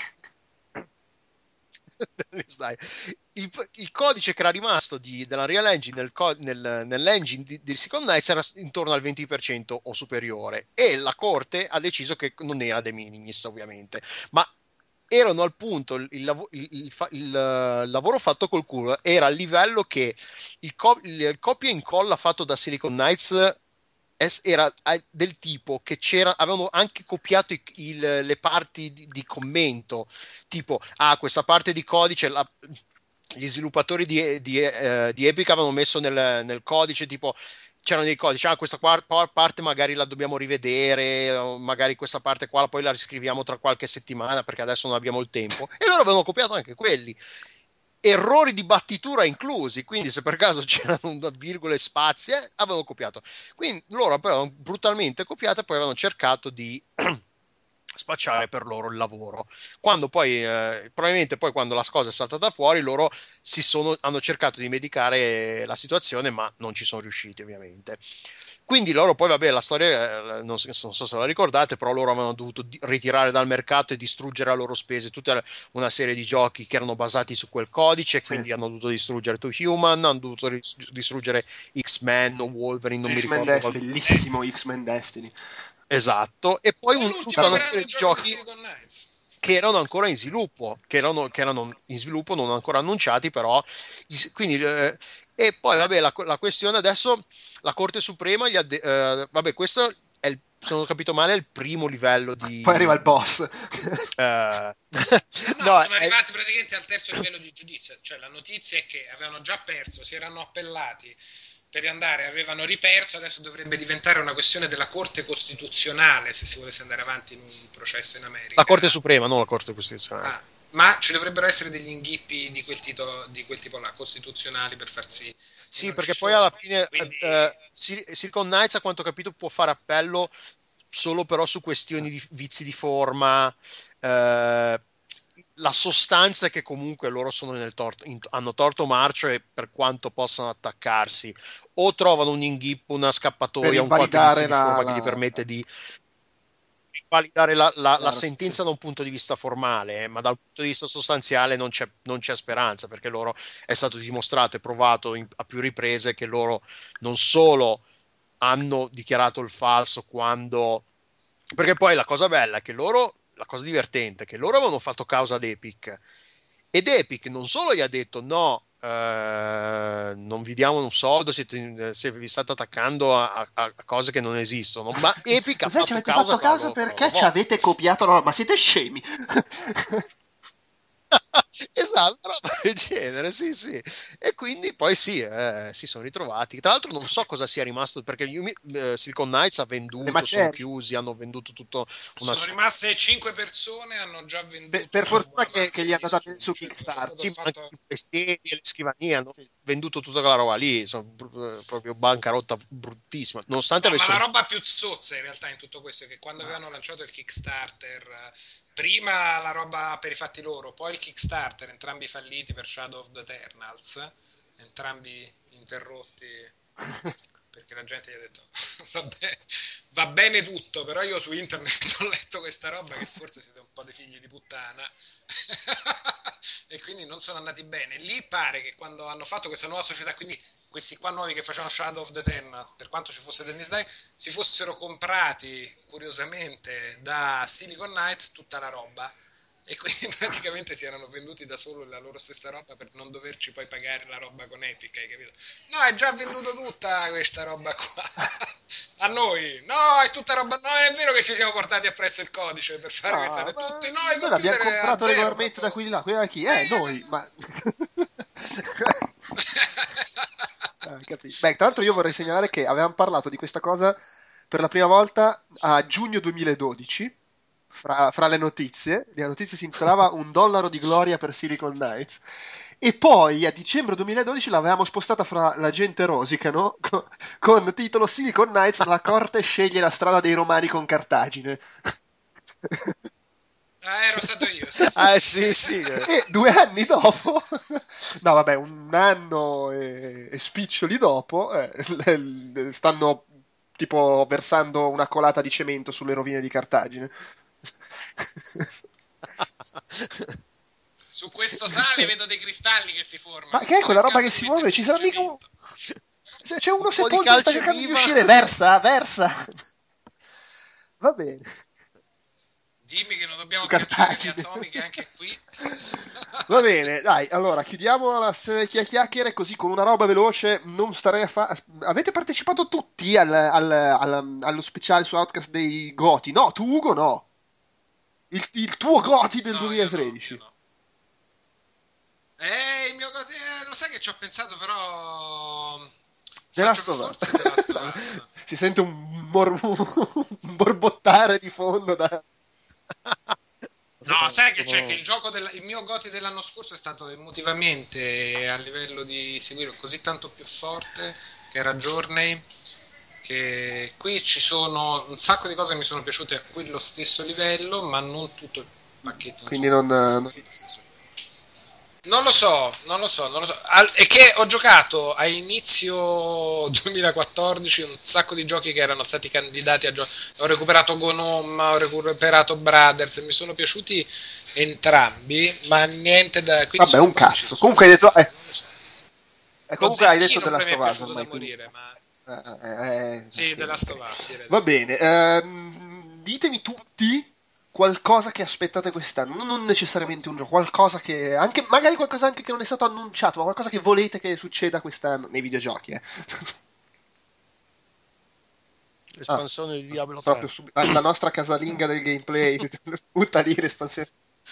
Il, il codice che era rimasto di, della Real Engine nel, nel, nell'engine di, di Silicon Knights era intorno al venti per cento o superiore, e la corte ha deciso che non era de minimis, ovviamente, ma erano al punto il, il, il, il, il lavoro fatto col culo era al livello che il, co- il, il copia e incolla fatto da Silicon Knights era del tipo che c'era, avevano anche copiato i, il, le parti di, di commento, tipo ah, questa parte di codice la, gli sviluppatori di, di, eh, di Epic avevano messo nel, nel codice, tipo c'erano dei codici, ah, questa qua, parte magari la dobbiamo rivedere, magari questa parte qua poi la riscriviamo tra qualche settimana perché adesso non abbiamo il tempo, e loro avevano copiato anche quelli, errori di battitura inclusi, quindi se per caso c'erano una virgola e spazi eh, avevano copiato, quindi loro poi avevano brutalmente copiato e poi avevano cercato di spacciare per loro il lavoro, quando poi eh, probabilmente poi quando la cosa è saltata fuori loro si sono, hanno cercato di medicare la situazione, ma non ci sono riusciti ovviamente. Quindi loro poi, vabbè, la storia, eh, non, so, non so se la ricordate, però loro avevano dovuto di- ritirare dal mercato e distruggere a loro spese tutta una serie di giochi che erano basati su quel codice, sì. Quindi hanno dovuto distruggere To Human, hanno dovuto ris- distruggere X-Men o Wolverine, non X-Men mi ricordo. Des- bellissimo X-Men Destiny. Esatto, e poi un, tutta una serie di giochi di che erano ancora in sviluppo, che erano, che erano in sviluppo, non ancora annunciati, però quindi eh, e poi vabbè la, la questione adesso la Corte Suprema gli ha de- eh, vabbè, questo è il, se non ho capito male, è il primo livello di poi arriva il boss. eh, no, no, no, sono è... arrivati praticamente al terzo livello di giudizio, cioè la notizia è che avevano già perso, si erano appellati per andare, avevano riperso, adesso dovrebbe diventare una questione della Corte Costituzionale se si volesse andare avanti in un processo in America. La Corte Suprema, non la Corte Costituzionale. Ah, ma ci dovrebbero essere degli inghippi di quel, tito, di quel tipo là, costituzionali, per far sì. Sì, perché poi sono. Alla fine Quindi... eh, Silicon Knights, a quanto ho capito, può fare appello solo però su questioni di vizi di forma. Eh, la sostanza è che comunque loro sono nel torto, in, hanno torto marcio, e per quanto possano attaccarsi o trovano un inghippo, una scappatoia, un qualche vizio la, di forma la... che gli permette di validare la, la, la sentenza da un punto di vista formale, eh, ma dal punto di vista sostanziale non c'è, non c'è speranza, perché loro è stato dimostrato e provato in, a più riprese che loro non solo hanno dichiarato il falso quando, perché poi la cosa bella è che loro, la cosa divertente è che loro avevano fatto causa ad Epic, ed Epic non solo gli ha detto no, Uh, non vi diamo un soldo, siete, se vi state attaccando a, a, a cose che non esistono, ma Epic ha fatto ci avete causa, fatto causa perché ci avete copiato la... ma siete scemi. Esatto, roba del genere, sì, sì. E quindi poi sì, eh, si sono ritrovati. Tra l'altro non so cosa sia rimasto, perché gli, eh, Silicon Knights ha venduto, sono chiusi, hanno venduto tutto una... Sono rimaste cinque persone, hanno già venduto. Per, per fortuna che, che gli hanno dato su Kickstarter. Sì, fatto... le sedie, le scrivanie, hanno venduto tutta quella roba lì, sono proprio bancarotta bruttissima. Nonostante no, avessero... Ma la roba più zozza in realtà in tutto questo è che quando avevano lanciato il Kickstarter, prima la roba per i fatti loro, poi il Kickstarter, entrambi falliti per Shadow of the Eternals, entrambi interrotti perché la gente gli ha detto vabbè, va bene tutto, però io su internet ho letto questa roba che forse siete un po' dei figli di puttana e quindi non sono andati bene. Lì pare che quando hanno fatto questa nuova società, quindi questi qua nuovi che facevano Shadow of the Ten, per quanto ci fosse Dennis Day, si fossero comprati curiosamente da Silicon Knights tutta la roba e quindi praticamente si erano venduti da solo la loro stessa roba per non doverci poi pagare la roba con Epic, hai capito? No, è già venduto tutta questa roba qua a noi, no, è tutta roba, no, è vero che ci siamo portati appresso il codice per fare No, questa, ma tutti noi noi l'abbiamo comprato regolarmente da quelli là, quelli da chi? Eh, noi, ma... ah, capito. Beh, tra l'altro io vorrei segnalare che avevamo parlato di questa cosa per la prima volta a giugno duemiladodici, fra, fra le notizie. La notizia si intitolava Un dollaro di gloria per Silicon Knights. E poi a dicembre duemiladodici l'avevamo spostata fra la gente rosicano con, con titolo Silicon Knights, la corte sceglie la strada dei romani con Cartagine. Ah, ero stato io. Sì, sì. Ah, sì, sì. E due anni dopo, no vabbè, un anno e, e spiccioli dopo, eh, l- l- stanno tipo versando una colata di cemento sulle rovine di Cartagine. Su questo sale vedo dei cristalli che si formano. Ma che è quella roba che si muove? Ci sarà mica un... Se c'è uno sepolto che sta cercando di uscire, versa, versa. Va bene. Dimmi che non dobbiamo Su schiacciare le Cartagine. atomiche anche qui. Va bene, dai, allora chiudiamo la serie di chiacchiere così con una roba veloce. Non starei a fare. Avete partecipato tutti al, al- al- allo speciale su Outcast dei Goti? No, tu Ugo no. Il, il tuo Goti del No, duemilatredici. io no, io no. Eh, il mio co- eh, lo sai che ci ho pensato, però The faccio Last of Us. forse The Last of Us. Si sente un, mor- un borbottare di fondo da... No, sai che c'è che il gioco del, il mio Goti dell'anno scorso è stato emotivamente a livello di seguirlo così tanto più forte, che era Journey, che qui ci sono un sacco di cose che mi sono piaciute a quello stesso livello, ma non tutto il pacchetto. Quindi insomma, non- allo stesso livello. Non lo so, non lo so, non lo so. Al- è che ho giocato a inizio duemilaquattordici un sacco di giochi che erano stati candidati a gioco. Ho recuperato Gnome, ho recuperato Brothers, mi sono piaciuti entrambi, ma niente da... quindi Vabbè, sono un po' indeciso cazzo. su Comunque hai detto... questo, eh, non lo so. eh, comunque hai detto Lo della Zettino pure mi è Stovaz piaciuto ormai. da quindi- morire, ma... Eh, eh, eh, Sì, sì. della Stovaz, direi. Va bene, ehm, ditemi tutti qualcosa che aspettate quest'anno, non- non necessariamente un gioco, qualcosa che, anche, magari qualcosa anche che non è stato annunciato, ma qualcosa che volete che succeda quest'anno nei videogiochi, eh. L'espansione di Diablo tre. Proprio sub- ah, la nostra casalinga del gameplay, butta lì l'espansione.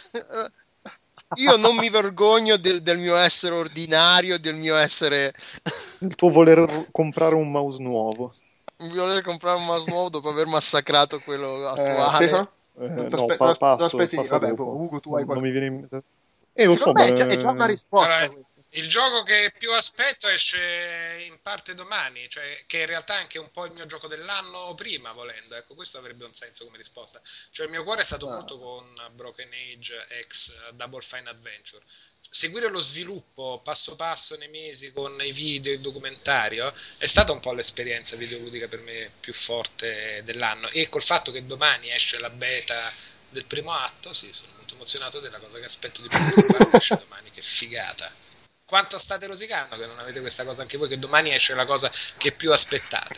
Io non mi vergogno del, del mio essere ordinario, del mio essere... Il tuo voler comprare un mouse nuovo. di voler comprare un mouse nuovo dopo aver massacrato quello Eh, attuale. Stefano? Eh, Non no, t'aspe- pa- non- non passo, aspetti, passo vabbè, dopo. Ugo, tu non, hai non qualcosa. mi viene in mente. Eh, lo so, Secondo me ma... è già, è già una risposta. Cioè, questa. il gioco che più aspetto esce in parte domani, cioè che in realtà è anche un po' il mio gioco dell'anno prima, volendo. Ecco, questo avrebbe un senso come risposta. Cioè, il mio cuore è stato Ah. molto con Broken Age X Double Fine Adventure. Seguire lo sviluppo passo passo nei mesi con i video, il documentario, è stata un po' l'esperienza videoludica per me più forte dell'anno. E col fatto che domani esce la beta del primo atto, sì, sono molto emozionato della cosa che aspetto di più. Guarda, esce domani, che figata. Quanto state rosicando che non avete questa cosa anche voi, che domani esce la cosa che più aspettate?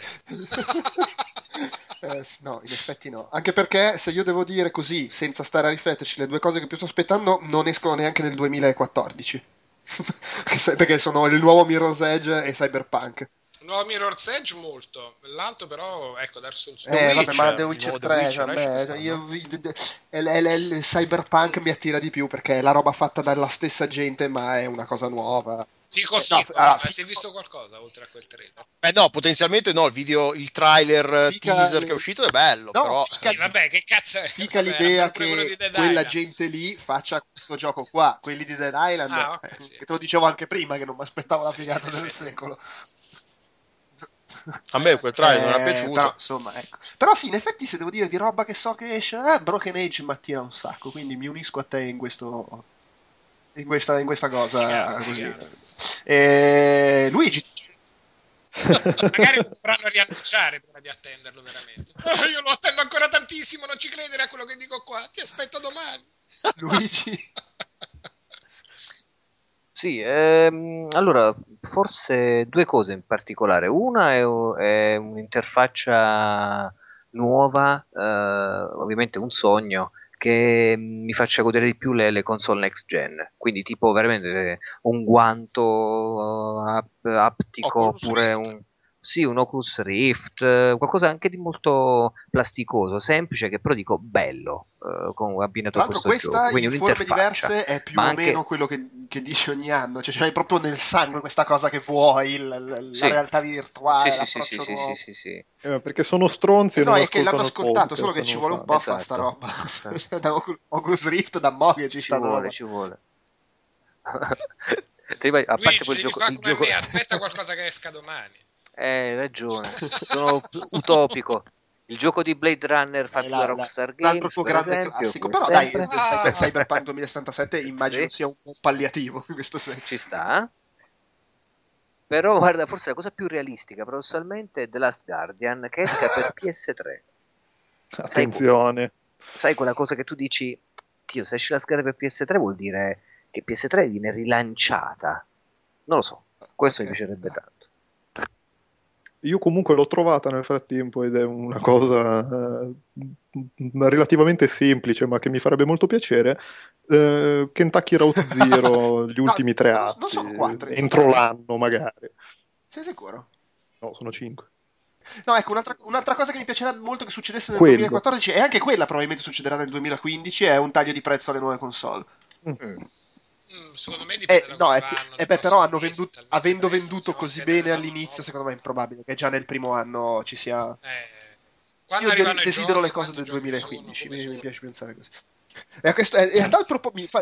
Eh, s- no, in effetti no. Anche perché se io devo dire così, senza stare a rifletterci, le due cose che più sto aspettando non escono neanche nel duemilaquattordici. Perché sono il nuovo Mirror's Edge e Cyberpunk. Nuovo Mirror's Edge molto, l'altro però, ecco, Dark Souls. Eh, vabbè, ma Witcher, The il Witcher nuovo The tre, Witcher esce vabbè, quest'anno. io, il, il- il- il Cyberpunk mi attira di più perché è la roba fatta dalla stessa gente, ma è una cosa nuova. Fico, No, fico, allora, ma si è visto qualcosa oltre a quel trailer? Eh no, potenzialmente no, il video, il trailer Fica- teaser che è uscito è bello, No, però... fica- Sì, vabbè, che cazzo è? Fica Vabbè, l'idea pure quello di che Dead quella Island. gente lì faccia questo gioco qua, quelli di Dead Island, Ah, ok, eh, sì. che te lo dicevo anche prima che non mi aspettavo la Eh sì, figata in del effetti. secolo. A me quel trailer non è Eh, piaciuto. Però, insomma, ecco. Però sì, in effetti se devo dire di roba che so che esce, eh, Broken Age mi attira un sacco, quindi mi unisco a te in questo in questa, in questa cosa Figata, così. figata. Eh, Luigi, Magari lo dovranno riannunciare prima di attenderlo veramente. Oh, io lo attendo ancora tantissimo, non ci credere a quello che dico qua, ti aspetto domani. Luigi? Sì, ehm, allora, forse due cose in particolare. Una è, è un'interfaccia nuova, eh, ovviamente un sogno, che mi faccia godere di più le, le console next gen. Quindi tipo veramente un guanto uh, ap- aptico Oculus oppure Rift. un... Sì, un Oculus Rift, eh, qualcosa anche di molto plasticoso, semplice, che però dico bello, eh, con, abbinato Tra a l'altro questo questa gioco. Quindi in forme un'interfaccia. diverse è più Ma o anche... meno quello che, che dici ogni anno, cioè ce l'hai proprio nel sangue questa cosa che vuoi, il- il- la Sì. realtà Sì, virtuale, sì, sì, sì, l'approccio sì, nuovo. sì, sì, sì. Eh, perché sono stronzi Eh e no, non è che l'hanno ascoltano il ascoltato, solo podcast, che ci non vuole lo un po' sanno. fa sta Esatto, roba. esatto. Da Ocul- Oculus Rift, da mo' che ci Ci sta da vuole, roba. ci vuole. Te li- A parte Luigi, quel devi gioco, fare il come gioco... me, aspetta qualcosa che esca domani. Eh, hai ragione, sono p- utopico. Il gioco di Blade Runner È fatto da la- la- Rockstar un altro Games, tuo per grande esempio, classico. come Però dai, sempre. eh, Cyber- Ah! Cyberpunk duemilasettantasette immagino Sì, sia un po' palliativo in questo senso. ci sta. Però guarda, forse la cosa più realistica, paradossalmente, è The Last Guardian, che esca per P S tre. Sai, qu- Attenzione. sai quella cosa che tu dici, Dio, se esce la scheda per P S tre vuol dire che P S tre viene rilanciata. Non lo so, questo Ok. mi piacerebbe tanto. Io comunque l'ho trovata nel frattempo ed è una cosa eh, relativamente semplice, ma che mi farebbe molto piacere. Eh, Kentucky Route Zero, gli No, ultimi tre non, non atti, sono quattro in entro totale. l'anno magari. Sei sicuro? No, sono cinque. No, ecco, un'altra, un'altra cosa che mi piacerebbe molto che succedesse nel Quello. duemilaquattordici, e anche quella probabilmente succederà nel duemilaquindici, è un taglio di prezzo alle nuove console. Mm. Mm, secondo me dipende Eh, da no, come è, vanno eh, nei beh, però prossimi hanno mesi, venduto, talmente avendo presto, venduto stiamo così attendendo bene l'anno all'inizio, nuovo. secondo me è improbabile che già nel primo anno ci sia... Eh, quando Io de- arrivano i desidero giochi, le cose quanti del giochi sono, duemilaquindici, come mi, mi sono? piace pensare così. E a, questo, e a tal proposito, mi fa...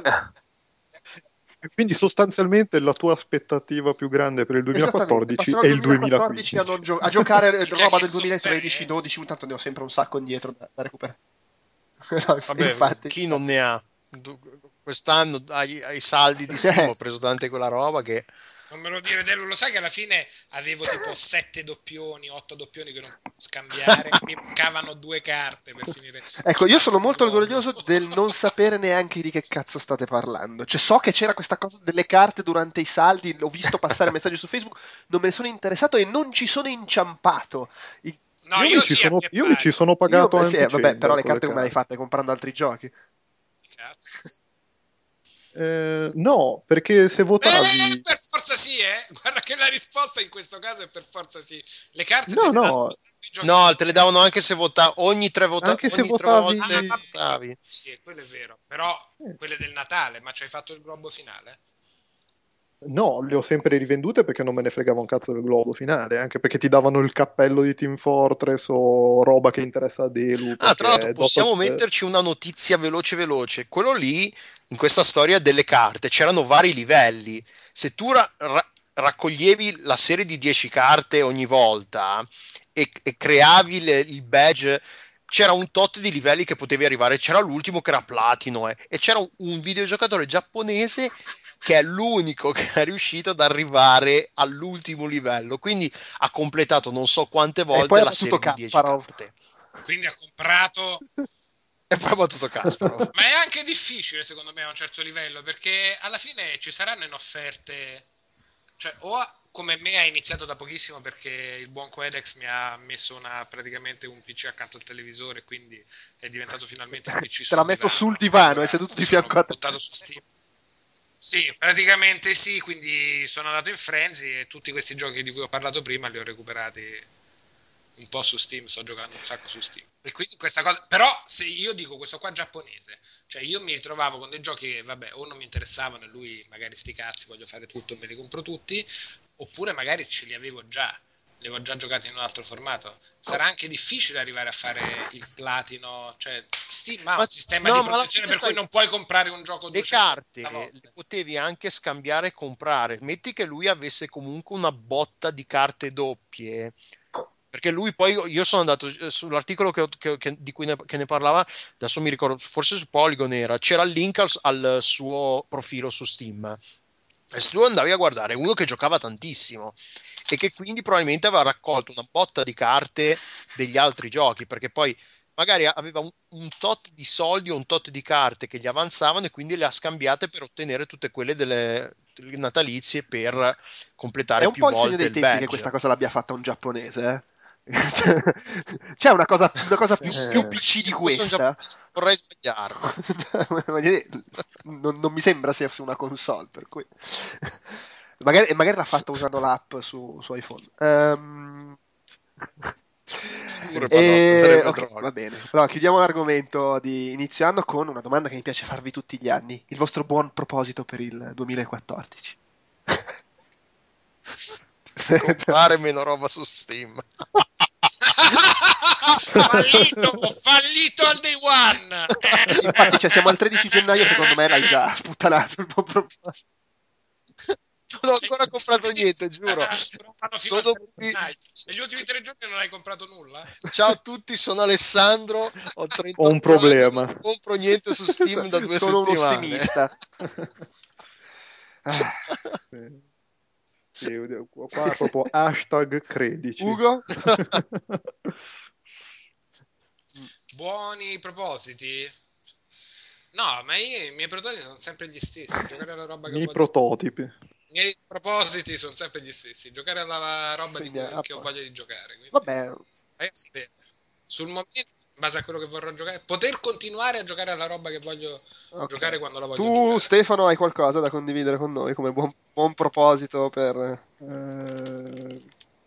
Quindi sostanzialmente la tua aspettativa più grande per il Esattamente, duemilaquattordici passerò è al il duemilaquattordici a, non duemilaquindici. gio- a giocare Mica roba che del duemilatredici, sofferenza. dodici, tanto ne ho sempre un sacco indietro da, da recuperare. No, inf- Vabbè, infatti, chi non infatti. ne ha? Du- Quest'anno ai, ai saldi di Steam ho preso tante quella roba che... Non me lo dire, Delu, lo sai che alla fine avevo tipo sette doppioni, otto doppioni che non potevo scambiare, mi mancavano due carte per finire. Ecco, io sono Cazzo di molto globo. orgoglioso del non sapere neanche di che cazzo state parlando. Cioè, so che c'era questa cosa delle carte durante i saldi, ho visto passare messaggi su Facebook, non me ne sono interessato e non ci sono inciampato. Il- No, Io, io, mi ci sì a sono, pie io mi ci pari. sono Io, pagato beh, sì, eh, vabbè, però Antichamber le con le carte come le hai carte. fatte? Comprando altri giochi? Cazzo. Eh, no, perché se Eh, votavi... per forza sì, eh. Guarda che la risposta in questo caso è per forza sì. Le carte No, te le danno no, i giochi No, che- te le davano anche se votavi, ogni tre, vota- anche se ogni tre votavi... Ah, volte vabbè, votavi. sì, sì, quello è vero. Però Eh, quelle del Natale, ma ci hai fatto il globo finale? No, le ho sempre rivendute perché non me ne fregava un cazzo del globo finale, anche perché ti davano il cappello di Team Fortress o roba che interessa a Delu, Ah, tra l'altro perché dopo... possiamo metterci una notizia veloce veloce. Quello lì, in questa storia delle carte, c'erano vari livelli. Se tu ra- ra- raccoglievi la serie di dieci carte ogni volta e, e creavi le- il badge, c'era un tot di livelli che potevi arrivare. C'era l'ultimo che era platino, eh, e c'era un, un videogiocatore giapponese che è l'unico che è riuscito ad arrivare all'ultimo livello. Quindi ha completato non so quante E poi volte ha la battuto serie di dieci Kasparov. carte. Quindi ha comprato. E poi ha battuto Kasparov. Ma è anche difficile secondo me a un certo livello, perché alla fine ci saranno in offerte, cioè o a- come me ha iniziato da pochissimo perché il buon Quedex mi ha messo una, praticamente un P C accanto al televisore, quindi è diventato finalmente un P C Te l'ha sul messo divano. sul divano, Allora è seduto di sono fianco a te. buttato su Steam. Sì, praticamente sì, quindi sono andato in frenzy e tutti questi giochi di cui ho parlato prima li ho recuperati un po' su Steam, sto giocando un sacco su Steam. E quindi questa cosa, però se io dico questo qua giapponese, cioè io mi ritrovavo con dei giochi che vabbè, o non mi interessavano e lui magari sti cazzi, voglio fare tutto e me li compro tutti, oppure magari ce li avevo già, li avevo già giocati in un altro formato. Sarà anche difficile arrivare a fare il platino, cioè Steam ha Ma- un sistema no, di ma alla protezione fine, per cui sai, non puoi comprare un gioco le duecento carte volte. le potevi anche scambiare e comprare. Metti che lui avesse comunque una botta di carte doppie. Perché lui poi, io sono andato eh, sull'articolo che, ho- che- che- di cui ne, che ne parlava, adesso mi ricordo, forse su Polygon era, c'era il link al, al suo profilo su Steam. E se tu andavi a guardare uno che giocava tantissimo e che quindi probabilmente aveva raccolto una botta di carte degli altri giochi, perché poi magari aveva un, un tot di soldi o un tot di carte che gli avanzavano e quindi le ha scambiate per ottenere tutte quelle delle, delle natalizie per completare È un più po' il segno volte dei il tempi che badge. questa cosa l'abbia fatta un giapponese, eh? C'è una cosa, una cosa più, Eh, più P C di Se fosse un questa? giapponese, vorrei sbagliarmi. Voglio dire, non, non mi sembra sia su una console, per cui magari, magari l'ha fatta usando l'app su, su iPhone. Ehm, Pure, e- sarebbe ok, droga. va bene. Allora, chiudiamo l'argomento di inizio anno con una domanda che mi piace farvi tutti gli anni. Il vostro buon proposito per il duemilaquattordici. Comprare meno roba su Steam. fallito, fallito al day one. Infatti, cioè, siamo al tredici gennaio, secondo me l'hai già sputtanato il buon proposito. Non ho ancora comprato niente, giuro. Ah, sono fino Sono al qui- gennaio. Negli ultimi tre giorni non hai comprato nulla? Ciao a tutti, sono Alessandro, ho trentotto Ho un problema. anni, non compro niente su Steam da due Sono uno settimane. stemista. Ah. Sì, qua è proprio hashtag credici. Ugo? Buoni propositi? No, ma io, i miei propositi sono sempre gli stessi. Giocare alla roba che I voglio. prototipi. I miei propositi sono sempre gli stessi. Giocare alla roba di Quindi, cui, ah, che ho voglia di giocare. Quindi, Vabbè, ragazzi, sul momento, in base a quello che vorrò giocare, poter continuare a giocare alla roba che voglio ok. giocare quando la voglio Tu, giocare. Stefano, hai qualcosa da condividere con noi come buon, buon proposito per... Eh,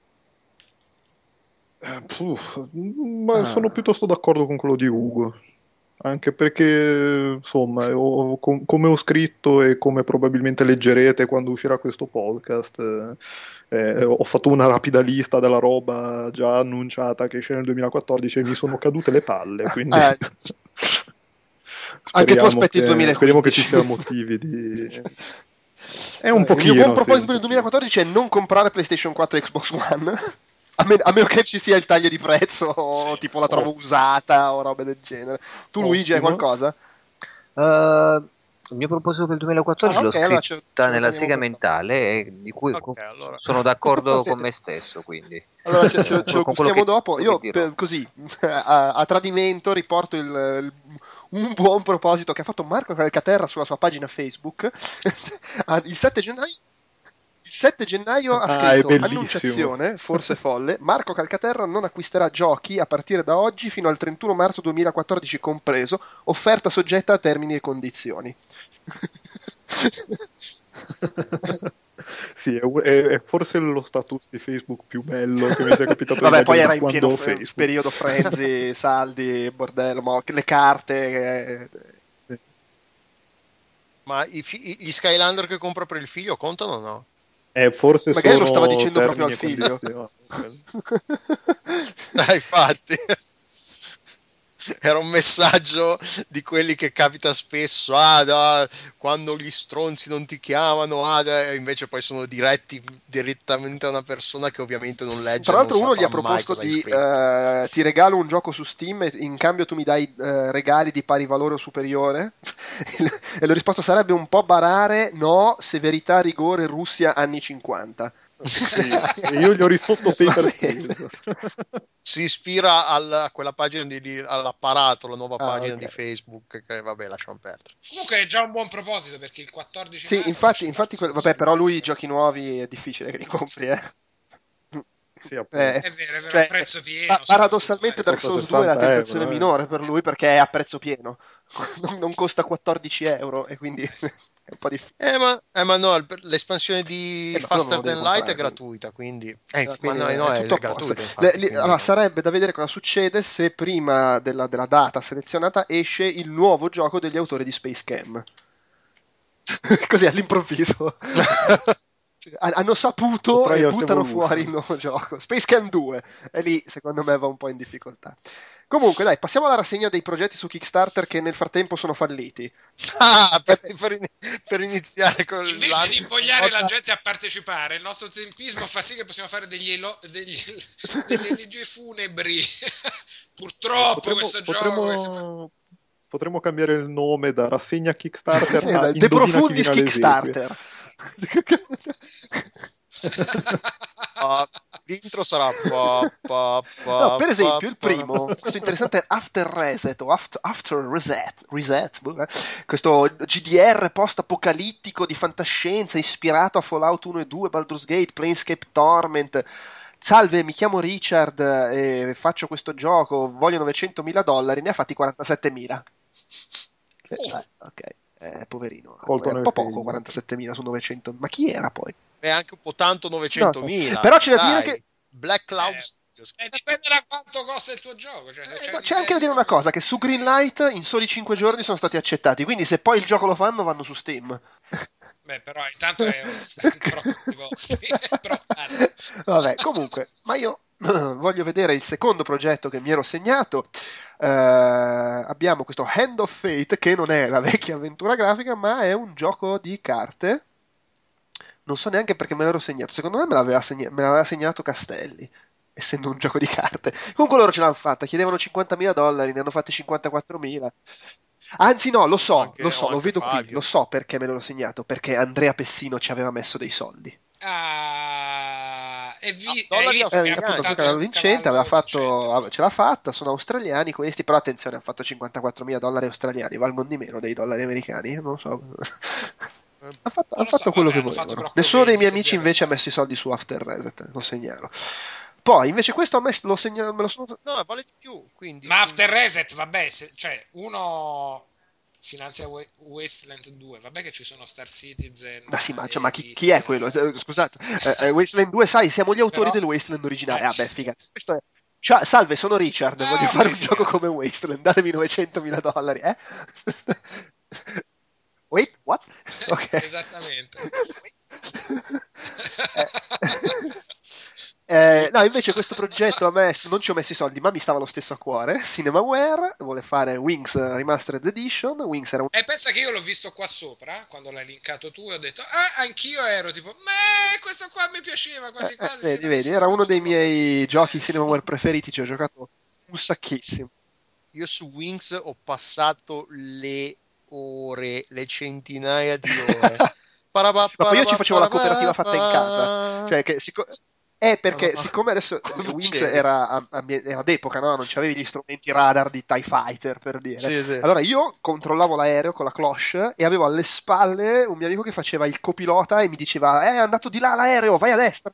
eh, puff, ma Ah. sono piuttosto d'accordo con quello di Ugo. Anche perché, insomma, ho- com- come ho scritto e come probabilmente leggerete quando uscirà questo podcast, eh, eh, ho fatto una rapida lista della roba già annunciata che esce nel duemilaquattordici e mi sono cadute le palle, quindi Eh. Anche tu speriamo aspetti il che- duemilaquindici. speriamo che ci siano motivi di... È un Vabbè, pochino, il mio buon sì, proposito un per il pochino. duemilaquattordici è non comprare PlayStation quattro e Xbox One. A, men- a meno che ci sia il taglio di prezzo, o Sì. tipo la trovo Oh. usata o robe del genere. Tu, Luigi, hai Ottimo. qualcosa? Uh, il mio proposito per il duemilaquattordici Ah, l'ho ok, allora scritta ce- ce lo nella teniamo sega per- mentale e di cui Ok, co- allora. sono d'accordo con me stesso, quindi Allora ce, ce lo- ce lo con quello gustiamo che- dopo. quello Io che dirò. per- così a, a tradimento riporto il, il- un buon proposito che ha fatto Marco Calcaterra sulla sua pagina Facebook. Ah, il sette gennaio il sette gennaio ha Ah, è scritto bellissimo. annunciazione, forse folle, Marco Calcaterra non acquisterà giochi a partire da oggi fino al trentuno marzo duemilaquattordici compreso, offerta soggetta a termini e condizioni. Sì, è, è- è forse lo status di Facebook più bello che mi sia capitato Vabbè, di poi leggere era da in quando pieno ho fre- Facebook. periodo frenzy, saldi, bordello, ma le carte. eh, Ma i fi- gli Skylander che compro per il figlio contano o no? Eh, forse Magari lo sono stava dicendo proprio termini al e figlio. condizioni. Dai, infatti. Era un messaggio di quelli che capita spesso, ah, da- quando gli stronzi non ti chiamano, ah, da- invece poi sono diretti direttamente a una persona che ovviamente non legge. Tra l'altro non uno gli ha saprà mai proposto cosa hai di scritto. eh, ti regalo un gioco su Steam e in cambio tu mi dai eh, regali di pari valore o superiore e la risposta sarebbe un po' barare, no, severità, rigore, Russia anni cinquanta. Sì, e io gli ho risposto paper Va bene. please. Si ispira al- a quella pagina di, di- all'apparato, la nuova Ah, pagina ok. di Facebook, che vabbè, lasciamo perdere. Comunque è già un buon proposito perché il quattordici Sì, marzo infatti, esce infatti Dark que- Souls. vabbè, però lui i giochi nuovi è difficile che li compri, eh. Sì, appunto. Eh, È vero, è vero, cioè, a prezzo pieno. pa- paradossalmente soprattutto, Dark Costa Souls due è la sessanta tentazione euro, eh. minore per lui perché è a prezzo pieno, non, non costa quattordici euro e quindi è un po' difficile. Eh, ma, eh, ma no, il- l'espansione di Eh, ma quello Faster non lo devi Than Light è comprare, gratuita, quindi... Eh, Eh, ma quindi no, è, no, è è, tutto a gratuita, posto. infatti, Le- li- quindi allora, no. sarebbe da vedere cosa succede se prima della, della data selezionata esce il nuovo gioco degli autori di Space Cam. Così all'improvviso. Ha- Hanno saputo O e Trials buttano Evolution. fuori il nuovo gioco. Space Cam due. E lì, secondo me, va un po' in difficoltà. Comunque, dai, passiamo alla rassegna dei progetti su Kickstarter che nel frattempo sono falliti. Ah, per, per in- per iniziare con Invece l'anno- di invogliare la gente a partecipare, il nostro tempismo fa sì che possiamo fare degli, elo- degli delle elegie funebri. Purtroppo Potremmo, questo potremmo- gioco che sembra- potremmo cambiare il nome da rassegna Kickstarter Sì, a dai, De Indovina chi Profundis viene alle esequie. Kickstarter. Uh, l'intro sarà pa, pa, pa, no, per esempio pa, il primo, questo interessante After Reset o After, after Reset, Reset eh? questo G D R post-apocalittico di fantascienza ispirato a Fallout uno e due, Baldur's Gate, Planescape Torment. Salve, mi chiamo Richard e faccio questo gioco, voglio novecentomila dollari, ne ha fatti quarantasettemila. Eh, ok, eh, poverino, Colto è un nel po' segno. poco quarantasettemila su novecento, ma chi era poi? è anche un po' tanto novecentomila. No, però c'è da dire dai. che Black Cloud Eh, Studios. Eh, dipende da quanto costa il tuo gioco. Cioè, se Eh, c'è, no, il c'è anche da dire livello- una cosa, che su Greenlight in soli cinque giorni sono stati accettati, quindi se poi il gioco lo fanno vanno su Steam. Beh, però intanto è un, un prodotti vostri. Però fate. Vabbè, comunque, ma io voglio vedere il secondo progetto che mi ero segnato. Eh, abbiamo questo Hand of Fate, che non è la vecchia avventura grafica, ma è un gioco di carte. Non so neanche perché me l'ero segnato. Secondo me me l'aveva, segna- me l'aveva segnato Castelli, essendo un gioco di carte. Comunque loro ce l'hanno fatta, chiedevano cinquantamila dollari, ne hanno fatti cinquantaquattromila. Anzi no, lo so, Anche- lo so, o lo anche vedo qui, Fabio. lo so perché me l'ero segnato, perché Andrea Pessino ci aveva messo dei soldi. Ah, e vi, Ah, hai dollari visto Eh, che ha appunto, puntato il canale il vincente cavallo aveva fatto, vincente. ce l'ha fatta, sono australiani questi, però attenzione, hanno fatto cinquantaquattromila dollari australiani, valgono di meno dei dollari americani, non lo so. Hanno fatto, Non hanno lo so, fatto quello vabbè, che hanno fatto volevano. però quello Nessuno che dei gli miei amici serviva invece ha per messo i soldi su After Reset, lo segnalo. Poi invece questo a me lo segnalo, me lo sono... No, vale di più. Quindi, Ma After Reset, vabbè, se, cioè uno finanzia Wa- Wasteland due, vabbè che ci sono Star Citizen. Ma sì, ma, cioè, e ma chi, Hit, chi è quello? Eh, Scusate, eh, eh, Wasteland due, sai, siamo gli autori Però- del Wasteland originale. Eh. Ah, beh, figa. Questo è... Ciao, salve, sono Richard, Ah, voglio ok, fare un figa. gioco come Wasteland, datemi novecentomila dollari, eh? Wait, what? Ok. Esattamente. Eh, eh, no, invece questo progetto a me non ci ho messo i soldi, ma mi stava lo stesso a cuore. Cinemaware vuole fare Wings Remastered Edition. Wings era un... E pensa che io l'ho visto qua sopra, quando l'hai linkato tu, e ho detto, ah, anch'io ero tipo, ma questo qua mi piaceva quasi eh, quasi. eh, se vedi, l'avessi vedi, era uno saputo dei non lo miei sapevo. giochi Eh. Cinemaware preferiti, ci ho giocato un sacchissimo. io su Wings ho passato le ore, le centinaia di ore. Ma poi io ci facevo la cooperativa fatta in casa, cioè che sic- è perché No. siccome adesso Come Wings facevi? era, a- a- era d'epoca, no? Non c'avevi gli strumenti radar di TIE Fighter, per dire. Sì, sì. Allora io controllavo l'aereo con la cloche e avevo alle spalle un mio amico che faceva il copilota e mi diceva eh, è andato di là l'aereo, vai a destra.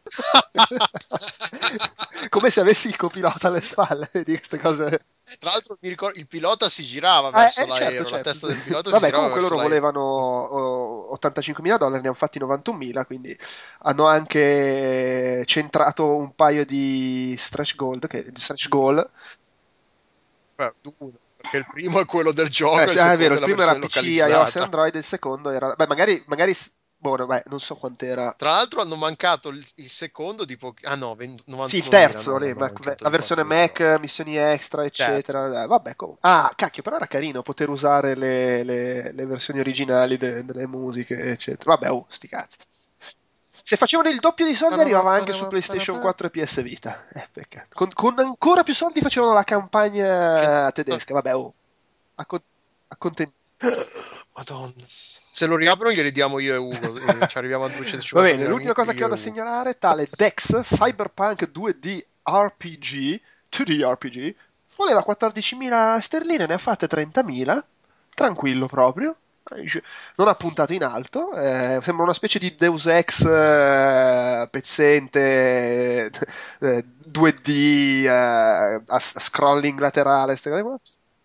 Come se avessi il copilota alle spalle, vedi queste cose. Eh, Tra l'altro mi ricordo il pilota si girava Eh, verso eh, certo, l'aereo, la certo. testa del pilota si Vabbè, girava comunque verso loro l'aereo. volevano oh, ottantacinquemila dollari, ne hanno fatti novantunomila, quindi hanno anche centrato un paio di stretch goal, che, di stretch goal. Beh, uno, perché il primo è quello del gioco Eh, e il sì, ah, secondo è vero, è il la primo era versione P C, iOS e localizzata. Android, il secondo era... Beh, magari, magari boh, no, beh, non so quant'era. Tra l'altro hanno mancato il, il secondo tipo ah no, venti, Sì, il novantunomila, terzo, no, lì, l'hanno Mac- mancato la di versione quattromila. Mac, missioni extra, eccetera. Eh, vabbè, comunque. Ah, cacchio, però era carino poter usare le, le- le versioni originali de- delle musiche, eccetera. Vabbè, oh, sti cazzi. Se facevano il doppio di soldi arrivava anche su PlayStation quattro e P S Vita. Eh, peccato. Con, con ancora più soldi facevano la campagna tedesca. Vabbè, oh. Accont- accontent- Madonna. Se lo riaprono glieli diamo io e Ugo, e ci arriviamo a Va duecentocinquanta bene, l'ultima cosa che ho da segnalare, tale Dex Cyberpunk due D R P G, due D R P G, voleva quattordicimila sterline, ne ha fatte trentamila, tranquillo proprio, non ha puntato in alto, eh, sembra una specie di Deus Ex eh, pezzente, eh, due D eh, a, a scrolling laterale, ste cose qua.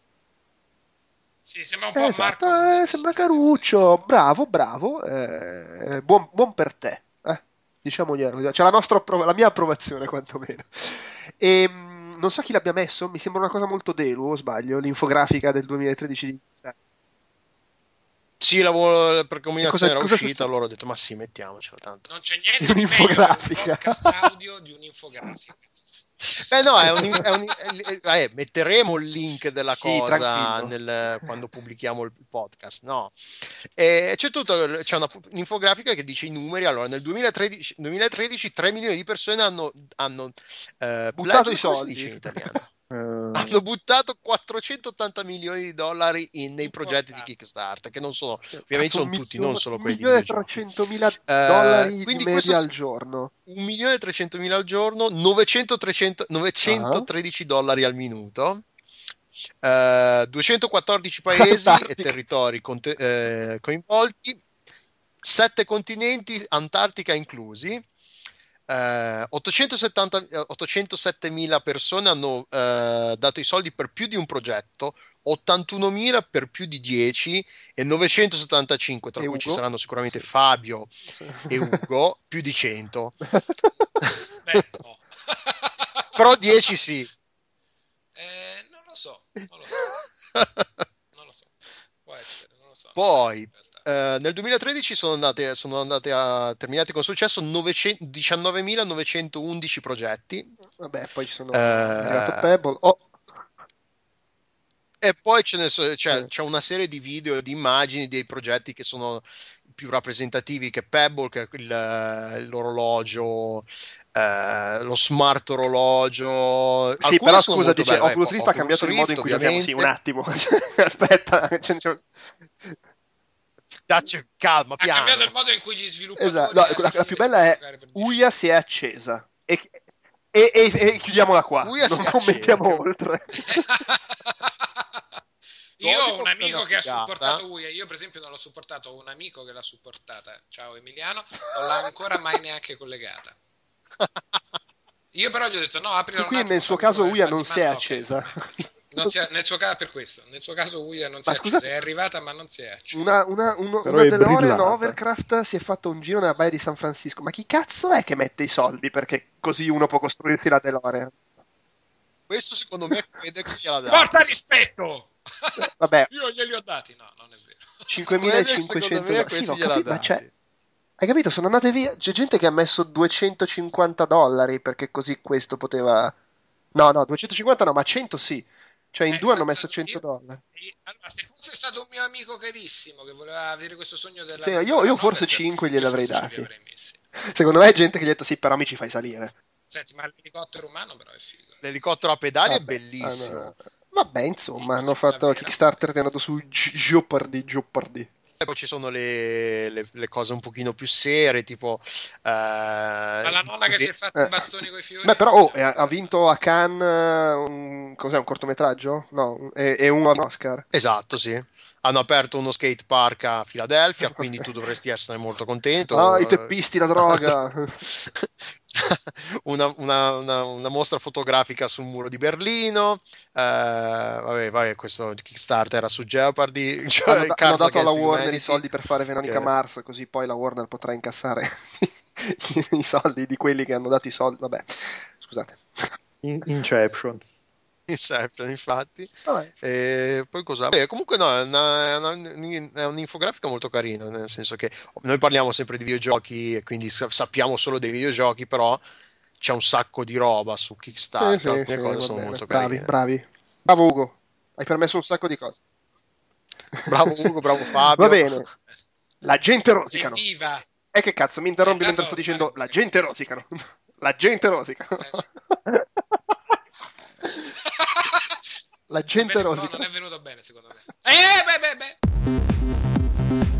Sì, sembra un po' Eh, esatto, Marcos the eh, Ninja, sembra Deus caruccio, Ex. bravo, bravo, eh, buon, buon per te, eh, diciamogli, c'è la, nostra appro- la mia approvazione quantomeno. E, mh, non so chi l'abbia messo, mi sembra una cosa molto Delu, o sbaglio, l'infografica del duemilatredici di... Sì, la vo- la E precomunicazione cosa- era cosa uscita, succede? allora ho detto ma sì, mettiamocelo tanto. Non c'è niente di meglio per un Un'infografica. podcast audio di un'infografica. Beh no, è un, è un- è- eh, metteremo il link della Sì, cosa tranquillo. nel- quando pubblichiamo il podcast, no? E c'è tutto, c'è una, un'infografica che dice i numeri. Allora, nel duemilatredici, duemilatredici tre milioni di persone hanno, hanno eh, Buttato pledged- i come si soldi. dice in italiano? Uh... hanno buttato quattrocentottanta milioni di dollari in, nei progetti di Kickstarter, che non sono, ovviamente sono tutti, non solo quelli di videogiochi. un milione e trecentomila dollari uh, di media al giorno. un milione e trecentomila al giorno, novecentotredici dollari al minuto. Uh, duecentoquattordici paesi e territori conte- eh, coinvolti, sette continenti, Antartica inclusi. Uh, ottocentosettemila persone hanno uh, dato i soldi per più di un progetto, ottantunomila per più di dieci e novecentosettantacinque, tra e cui Ugo? Ci saranno sicuramente Fabio e Ugo, più di cento. Beh, no. Però dieci sì. Eh, non lo so, non lo so. Non lo so. Può essere, non lo so. Poi Uh, nel duemilatredici sono andate, sono andate a terminati con successo diciannovemilanovecentoudici progetti. Vabbè, poi ci sono uh, è arrivato Pebble. Oh. E poi ce ne so, cioè, eh. c'è una serie di video e di immagini dei progetti che sono più rappresentativi, che Pebble, che è il, l'orologio, eh, lo smart orologio. Sì, Alcuni però scusa, dice belli, Oculus Rift ha cambiato il modo in cui giochiamo. Sì, un attimo. Aspetta, Dacci calma, ha piano. cambiato il modo in cui gli sviluppatori esatto. No, la, la più bella è Uia si è accesa e, e, e, e chiudiamola qua. Uia non commentiamo oltre. Io ho un amico che ha supportato Uia, io per esempio non l'ho supportato, ho un amico che l'ha supportata, ciao Emiliano, non l'ha ancora mai neanche collegata. Io però gli ho detto no, aprila un attimo. Quindi nel suo caso Uia non si è accesa. Non si è, nel suo caso per questo, nel suo caso Uia non si è accesa, è arrivata ma non si è accesa. Una, una, uno, una delle ore in Overcraft si è fatto un giro nella baia di San Francisco. Ma chi cazzo è che mette i soldi perché così uno può costruirsi la DeLorean? Questo secondo me crede che sia la data. Porta rispetto! Vabbè. Io glieli ho dati, no, non è vero. cinquemilacinquecento dollari. Sì, no, capito, ma c'è, hai capito? Sono andate via. C'è gente che ha messo duecentocinquanta dollari perché così questo poteva. No, no, duecentocinquanta no, ma cento sì. Cioè in eh, due hanno messo cento dollari. Allora, se fosse stato un mio amico carissimo che voleva avere questo sogno della sì, io, io forse cinque glieli avrei dati. Messi. Secondo me è gente che gli ha detto sì, però mi ci fai salire. Senti, ma l'elicottero umano però è figo. L'elicottero a pedali Vabbè, è bellissimo. Hanno... Vabbè, insomma, hanno fatto Kickstarter, ti hanno dato su Jeopardy, Jeopardy. E poi ci sono le, le, le cose un pochino più serie, tipo... Uh, ma la nonna che si è fatta i bastoni coi fiori? Beh, però oh, ha vinto a Cannes un, cos'è, un cortometraggio? No, e, e un Oscar. Esatto, sì. Hanno aperto uno skate park a Filadelfia, quindi tu dovresti essere molto contento. Ah, i teppisti, la droga! una, una, una, una mostra fotografica sul muro di Berlino. Uh, vabbè, vabbè, questo Kickstarter era su Jeopardy. Cioè, hanno, hanno dato alla Warner Humanity, i soldi per fare Veronica che... Mars, così poi la Warner potrà incassare i soldi di quelli che hanno dato i soldi. Vabbè, scusate. In- Inception. Inception, infatti. E poi cosa? Beh, comunque no, è, una, è, una, è un'infografica molto carina, nel senso che noi parliamo sempre di videogiochi e quindi sappiamo solo dei videogiochi, però c'è un sacco di roba su Kickstarter, sì, sì, alcune sì, cose sono bene. molto bravi, carine. Bravi, bravo Ugo, hai permesso un sacco di cose. Bravo Ugo, bravo Fabio. Va bene, la gente rosicano. Evviva. E che cazzo, mi interrompi mentre sto dicendo la gente rosicano. La gente rosicano. La gente rosica. No, non è venuto bene secondo me. Eh, beh, beh, beh.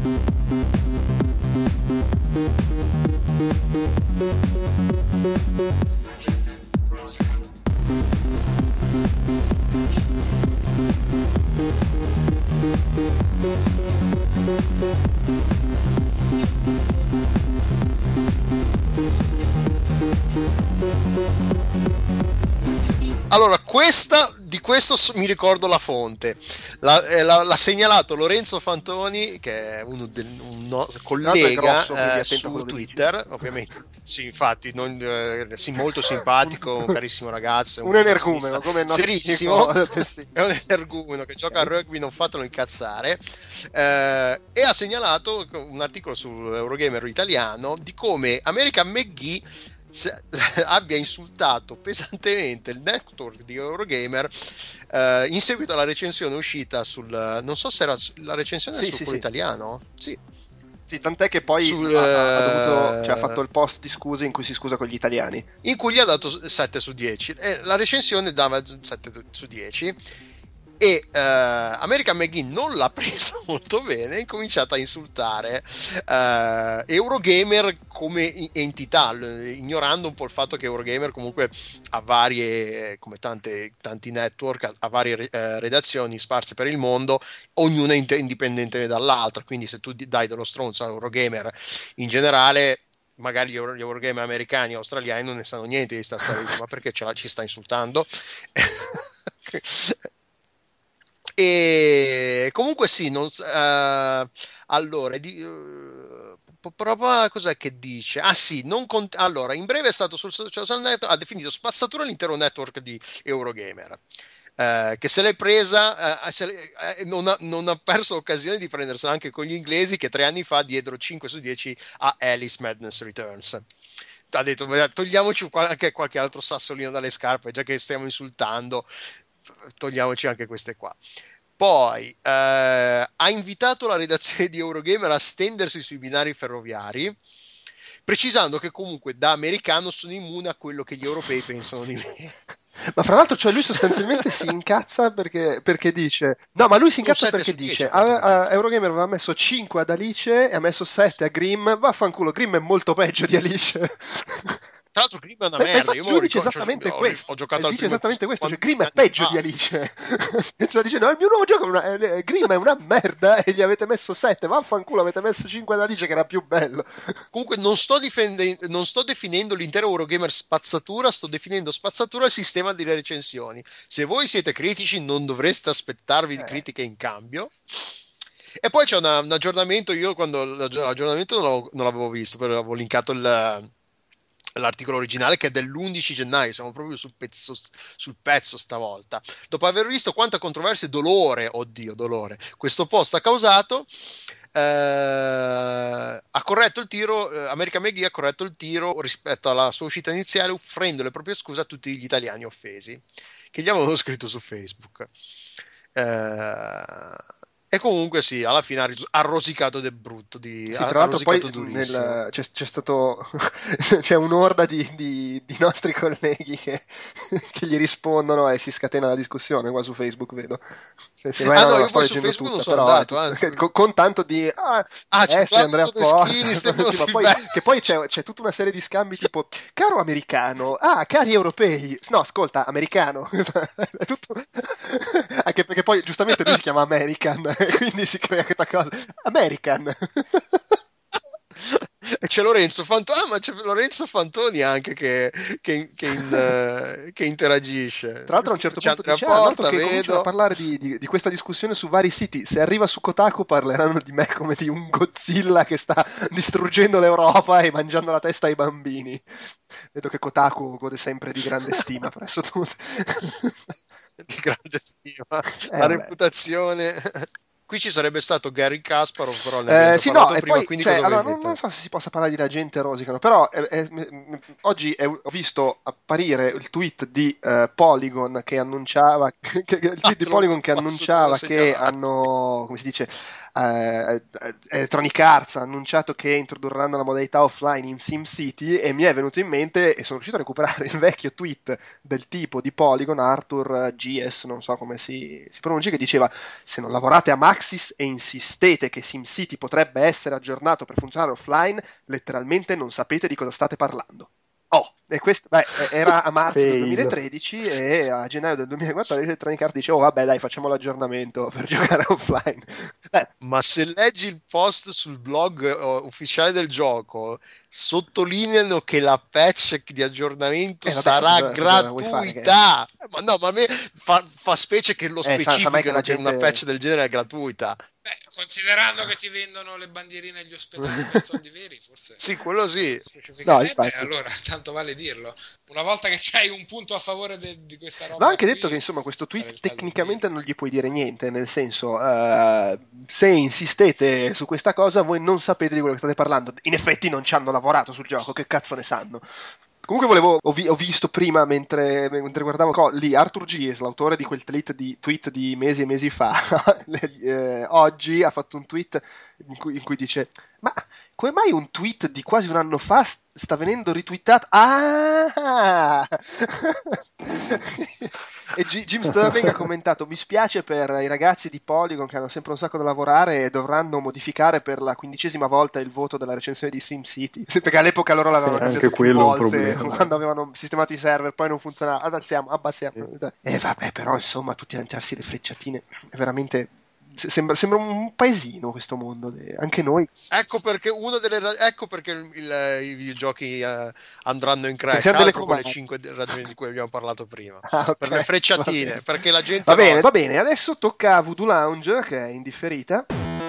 Allora, questa, di questo mi ricordo la fonte. La, eh, la, l'ha segnalato Lorenzo Fantoni, che è uno del, un no, collega grosso, eh, su Twitter, ovviamente. Sì, infatti, non, eh, sì, molto simpatico, un carissimo ragazzo. Un, un energumeno, come il serissimo. È un energumeno che gioca a rugby, non fatelo incazzare. Eh, e ha segnalato un articolo sull'Eurogamer italiano di come American McGee abbia insultato pesantemente il network di Eurogamer eh, in seguito alla recensione uscita sul, non so se era la recensione sì, sul sì, quello sì. italiano, sì, Sì, tant'è che poi Sul, ha, ha, dovuto, eh, cioè, ha fatto il post di scuse in cui si scusa con gli italiani. in cui gli ha dato sette su dieci. E la recensione dava sette su dieci. E uh, American McGee non l'ha preso molto bene, ha incominciato a insultare uh, Eurogamer come entità, ignorando un po' il fatto che Eurogamer comunque ha varie, come tante, tanti network, ha varie uh, redazioni sparse per il mondo, ognuna indipendente dall'altra, quindi se tu dai dello stronzo a Eurogamer in generale, magari gli, Euro, gli Eurogamer americani o australiani non ne sanno niente di sta storia, ma perché ce la, ci sta insultando? E comunque sì, non, uh, allora di, uh, prova cos'è che dice? Ah sì, non cont- allora in breve è stato sul social network, ha definito spazzatura l'intero network di Eurogamer. Uh, che se l'è presa, uh, se l'è, uh, non, ha, non ha perso l'occasione di prendersela anche con gli inglesi che tre anni fa diedero cinque su dieci a Alice Madness Returns. Ha detto togliamoci anche qualche altro sassolino dalle scarpe, già che stiamo insultando, togliamoci anche queste qua. Poi eh, ha invitato la redazione di Eurogamer a stendersi sui binari ferroviari, precisando che comunque da americano sono immune a quello che gli europei pensano di me. Ma fra l'altro, cioè, lui sostanzialmente si incazza perché, perché dice no, ma lui si incazza perché dice a, a Eurogamer aveva messo cinque ad Alice e ha messo sette a Grimm. Vaffanculo, Grimm è molto peggio di Alice. Tra l'altro Grimm è una merda. Io lui dice esattamente cioè, questo. Ho, ho giocato dice esattamente questo. Cioè, Grimm è peggio peggio di Alice. Sta dicendo: il mio nuovo gioco è una, eh, Grimm è una merda e gli avete messo sette. Vaffanculo, avete messo cinque ad Alice che era più bello. Comunque non sto, difende- non sto definendo l'intero Eurogamer spazzatura, sto definendo spazzatura il sistema delle recensioni. Se voi siete critici non dovreste aspettarvi eh. critiche in cambio. E poi c'è una, un aggiornamento. Io quando l'aggiornamento non, non l'avevo visto, però avevo linkato il l'articolo originale che è dell'undici gennaio, siamo proprio sul pezzo, sul pezzo stavolta. Dopo aver visto quanta controversia e dolore, oddio dolore, questo post ha causato, eh, ha corretto il tiro, eh, American McGee ha corretto il tiro rispetto alla sua uscita iniziale, offrendo le proprie scuse a tutti gli italiani offesi, che gli avevano scritto su Facebook. Eh... E comunque sì, alla fine ha rosicato del brutto di, sì, tra l'altro poi nel, c'è, c'è stato c'è un'orda di, di, di nostri colleghi che, che gli rispondono e si scatena la discussione qua su Facebook, vedo. Se, se ah no, io poi su Facebook tutta, non sono andato è, con, con tanto di ah, ah c'è Andrea Porta, sì, poi, che poi c'è, c'è tutta una serie di scambi tipo caro americano, ah cari europei, no ascolta americano è tutto... anche perché poi giustamente lui si chiama American e quindi si crea questa cosa American. E c'è Lorenzo Fantoni, ah, ma c'è Lorenzo Fantoni anche che, che, che, in, uh, che interagisce. Tra l'altro a un certo punto dice, ah, porta, che cominciano a parlare di, di, di questa discussione su vari siti. Se arriva su Kotaku parleranno di me come di un Godzilla che sta distruggendo l'Europa e mangiando la testa ai bambini. Vedo che Kotaku gode sempre di grande stima presso tutti. Di grande stima, eh, la vabbè. reputazione. Qui ci sarebbe stato Gary Kasparov, però ne eh, sì, no, e prima, poi, quindi cioè, cosa allora, non, non so se si possa parlare di la gente rosicano, però eh, eh, oggi è, ho visto apparire il tweet di uh, Polygon che annunciava che, che, il tweet di Polygon che annunciava che hanno, come si dice, Uh, Electronic Arts ha annunciato che introdurranno la modalità offline in SimCity e mi è venuto in mente e sono riuscito a recuperare il vecchio tweet del tipo di Polygon, Arthur G S, non so come si, si pronuncia, che diceva: se non lavorate a Maxis e insistete che SimCity potrebbe essere aggiornato per funzionare offline, letteralmente non sapete di cosa state parlando. Oh, e questo beh, era a marzo del duemilatredici e a gennaio del duemilaquattordici Electronic Arts dice: oh vabbè dai, facciamo l'aggiornamento per giocare offline. Beh. Ma se leggi il post sul blog uh, ufficiale del gioco, sottolineano che la patch di aggiornamento eh, vabbè, sarà cosa, gratuita. Cosa che... Ma no, ma a me fa, fa specie che lo eh, specificano che, che gente... una patch del genere è gratuita. Beh, considerando che ti vendono le bandierine agli ospedali per soldi veri, forse. Sì, quello sì. No, eh, beh, allora, tanto vale dirlo. Una volta che c'hai un punto a favore de- di questa roba. Va anche qui, detto che insomma questo tweet tecnicamente non gli puoi dire niente, nel senso, uh, se insistete su questa cosa voi non sapete di quello che state parlando. In effetti non ci hanno lavorato sul gioco, che cazzo ne sanno? Comunque volevo, ho, vi, ho visto prima mentre, mentre guardavo co, lì Arthur G S, l'autore di quel tweet di, tweet di mesi e mesi fa, eh, oggi ha fatto un tweet in cui, in cui dice Ma come mai un tweet di quasi un anno fa st- sta venendo retweetato? Ah! E G- Jim Sterling ha commentato: mi spiace per i ragazzi di Polygon che hanno sempre un sacco da lavorare e dovranno modificare per la quindicesima volta il voto della recensione di SimCity, perché all'epoca loro l'avevano Sì, cambiato anche più quello è un volte problema. quando avevano sistemato i server, poi non funzionava, alziamo, abbassiamo. E vabbè, però insomma, tutti lanciarsi le frecciatine è veramente... Sembra, sembra un paesino questo mondo, anche noi. Ecco perché una delle ra- ecco perché il- il- i videogiochi eh, andranno in Perché crash, siamo delle altro con le cubane. cinque ragioni di cui abbiamo parlato prima. Ah, ok, Per le va frecciatine, bene. perché la gente Va no, bene, va bene. Adesso tocca a Voodoo Lounge, che è indifferita.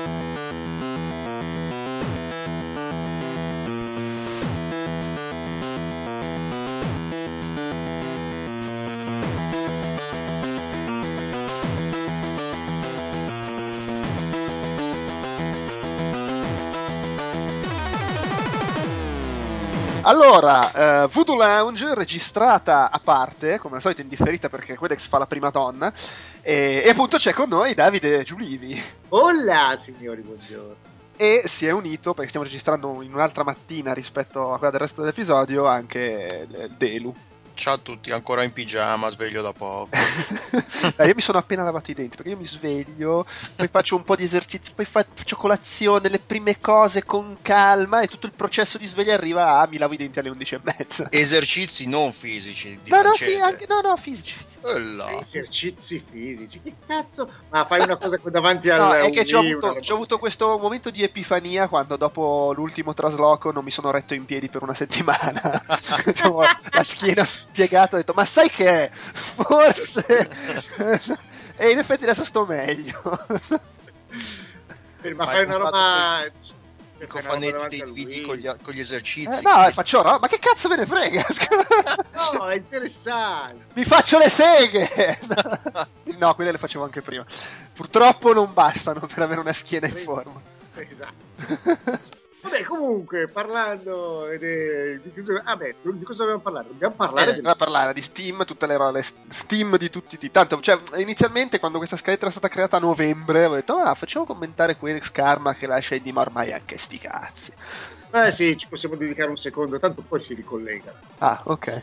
Allora, uh, Voodoo Lounge registrata a parte, come al solito indifferita perché Quedex fa la prima donna, e, e appunto c'è con noi Davide Giulivi. Hola signori, buongiorno. E si è unito, perché stiamo registrando in un'altra mattina rispetto a quella del resto dell'episodio, anche Delu. Ciao a tutti, ancora in pigiama, sveglio da poco. Dai, io mi sono appena lavato i denti, perché io mi sveglio, poi faccio un po' di esercizi, poi faccio colazione, le prime cose con calma, e tutto il processo di sveglia arriva a mi lavo i denti alle undici e mezza. Esercizi non fisici di No, no, francese. sì, anche, no, no, fisici. Là. Esercizi fisici, che cazzo? Ma fai una cosa qui davanti al No, è che Wii, c'ho avuto, una- c'ho avuto questo momento di epifania quando dopo l'ultimo trasloco non mi sono retto in piedi per una settimana. C'avevo la schiena spiegata, ho detto ma sai che è? Forse... e in effetti adesso sto meglio. ma Ma fai hai una comprato roba... I fai una roba cofanetti davanti dei al tweet Wii. con gli, con gli esercizi. Eh, no, faccio roba, ma che cazzo me ne frega? No, è interessante. Mi faccio le seghe! No, quelle le facevo anche prima. Purtroppo non bastano per avere una schiena in forma. Esatto. Vabbè, comunque, parlando di, di, vabbè, di cosa dobbiamo parlare? Dobbiamo parlare Eh, del- da parlare di Steam, tutte le robe Steam di tutti i tipi. Tanto, cioè, inizialmente quando questa scaletta era stata creata a novembre, avevo detto, ah, facciamo commentare Quedex Karma che lascia i D, ma ormai anche sti cazzi. Eh sì, ci possiamo dedicare un secondo, tanto poi si ricollega. Ah, ok.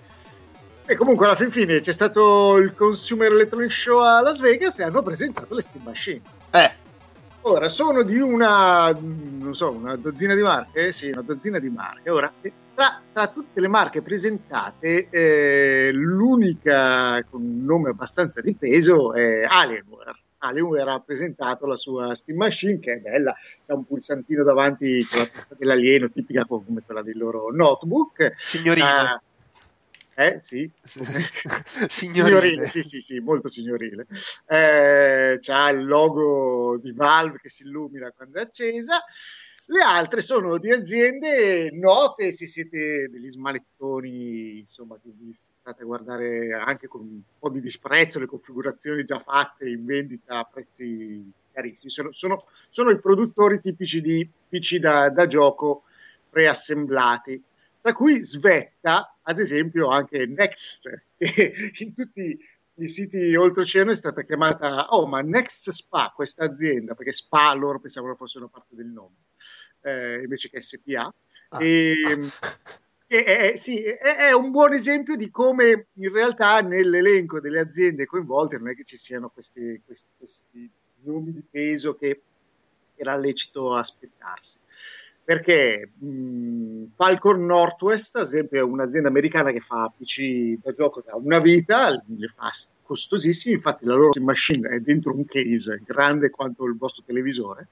E comunque alla fin fine c'è stato il Consumer Electronic Show a Las Vegas e hanno presentato le Steam Machine. Eh, Ora, sono di una, non so, una dozzina di marche? Sì, una dozzina di marche. Ora, tra, tra tutte le marche presentate, eh, l'unica con un nome abbastanza di peso è Alienware. Alienware ha presentato la sua Steam Machine, che è bella, ha un pulsantino davanti con la testa dell'alieno, tipica come quella dei loro notebook. signorile. Ah, eh, sì. signorile. Signorile, sì, sì, sì, molto signorile. Eh, c'ha il logo di Valve che si illumina quando è accesa. Le altre sono di aziende note, se siete degli smanettoni, insomma, che vi state a guardare anche con un po' di disprezzo le configurazioni già fatte in vendita a prezzi carissimi. Sono, sono, sono i produttori tipici di P C da, da gioco preassemblati, tra cui Svetta, ad esempio anche Next, che in tutti i siti oltreoceano è stata chiamata, oh, ma Next Spa, questa azienda, perché Spa loro pensavano fosse una parte del nome, eh, invece che S P A. Ah. E, e, è, sì, è, è un buon esempio di come in realtà nell'elenco delle aziende coinvolte non è che ci siano questi, questi, questi nomi di peso che era lecito aspettarsi. Perché mh, Falcon Northwest, ad esempio, è un'azienda americana che fa P C da gioco da una vita, le fa costosissimi, infatti la loro machine è dentro un case grande quanto il vostro televisore,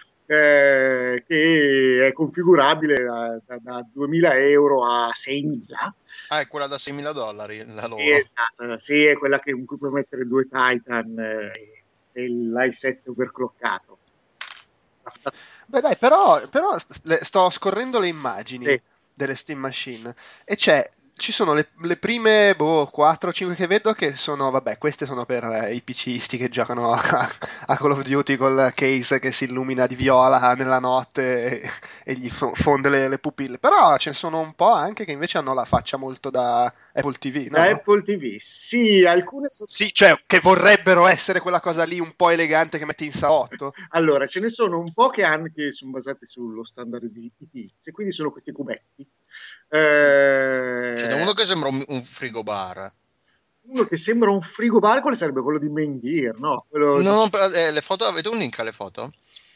eh, che è configurabile da, da, da duemila euro a seimila. Ah, è quella da seimila dollari, la loro. Sì, esatto, sì, è quella che, in cui puoi mettere due Titan eh, e l'i sette overclockato. Beh dai, però, però st- le- sto scorrendo le immagini Sì. delle Steam Machine e c'è ci sono le, le prime boh, quattro o cinque che vedo che sono, vabbè, queste sono per eh, i PCisti che giocano a, a Call of Duty col case che si illumina di viola nella notte e, e gli fo- fonde le, le pupille. Però ce ne sono un po' anche che invece hanno la faccia molto da Apple T V, no? Da Apple T V, sì, alcune sono... Sì, cioè che vorrebbero essere quella cosa lì un po' elegante che metti in salotto. Allora, ce ne sono un po' che hanno che sono basate sullo standard di I T X, e quindi sono questi cubetti. Eh, Ce n'è uno che sembra un, un frigobar. Uno che sembra un frigobar, quale sarebbe quello di Main Gear, no? Quello No, di... eh, le foto, avete un link alle foto?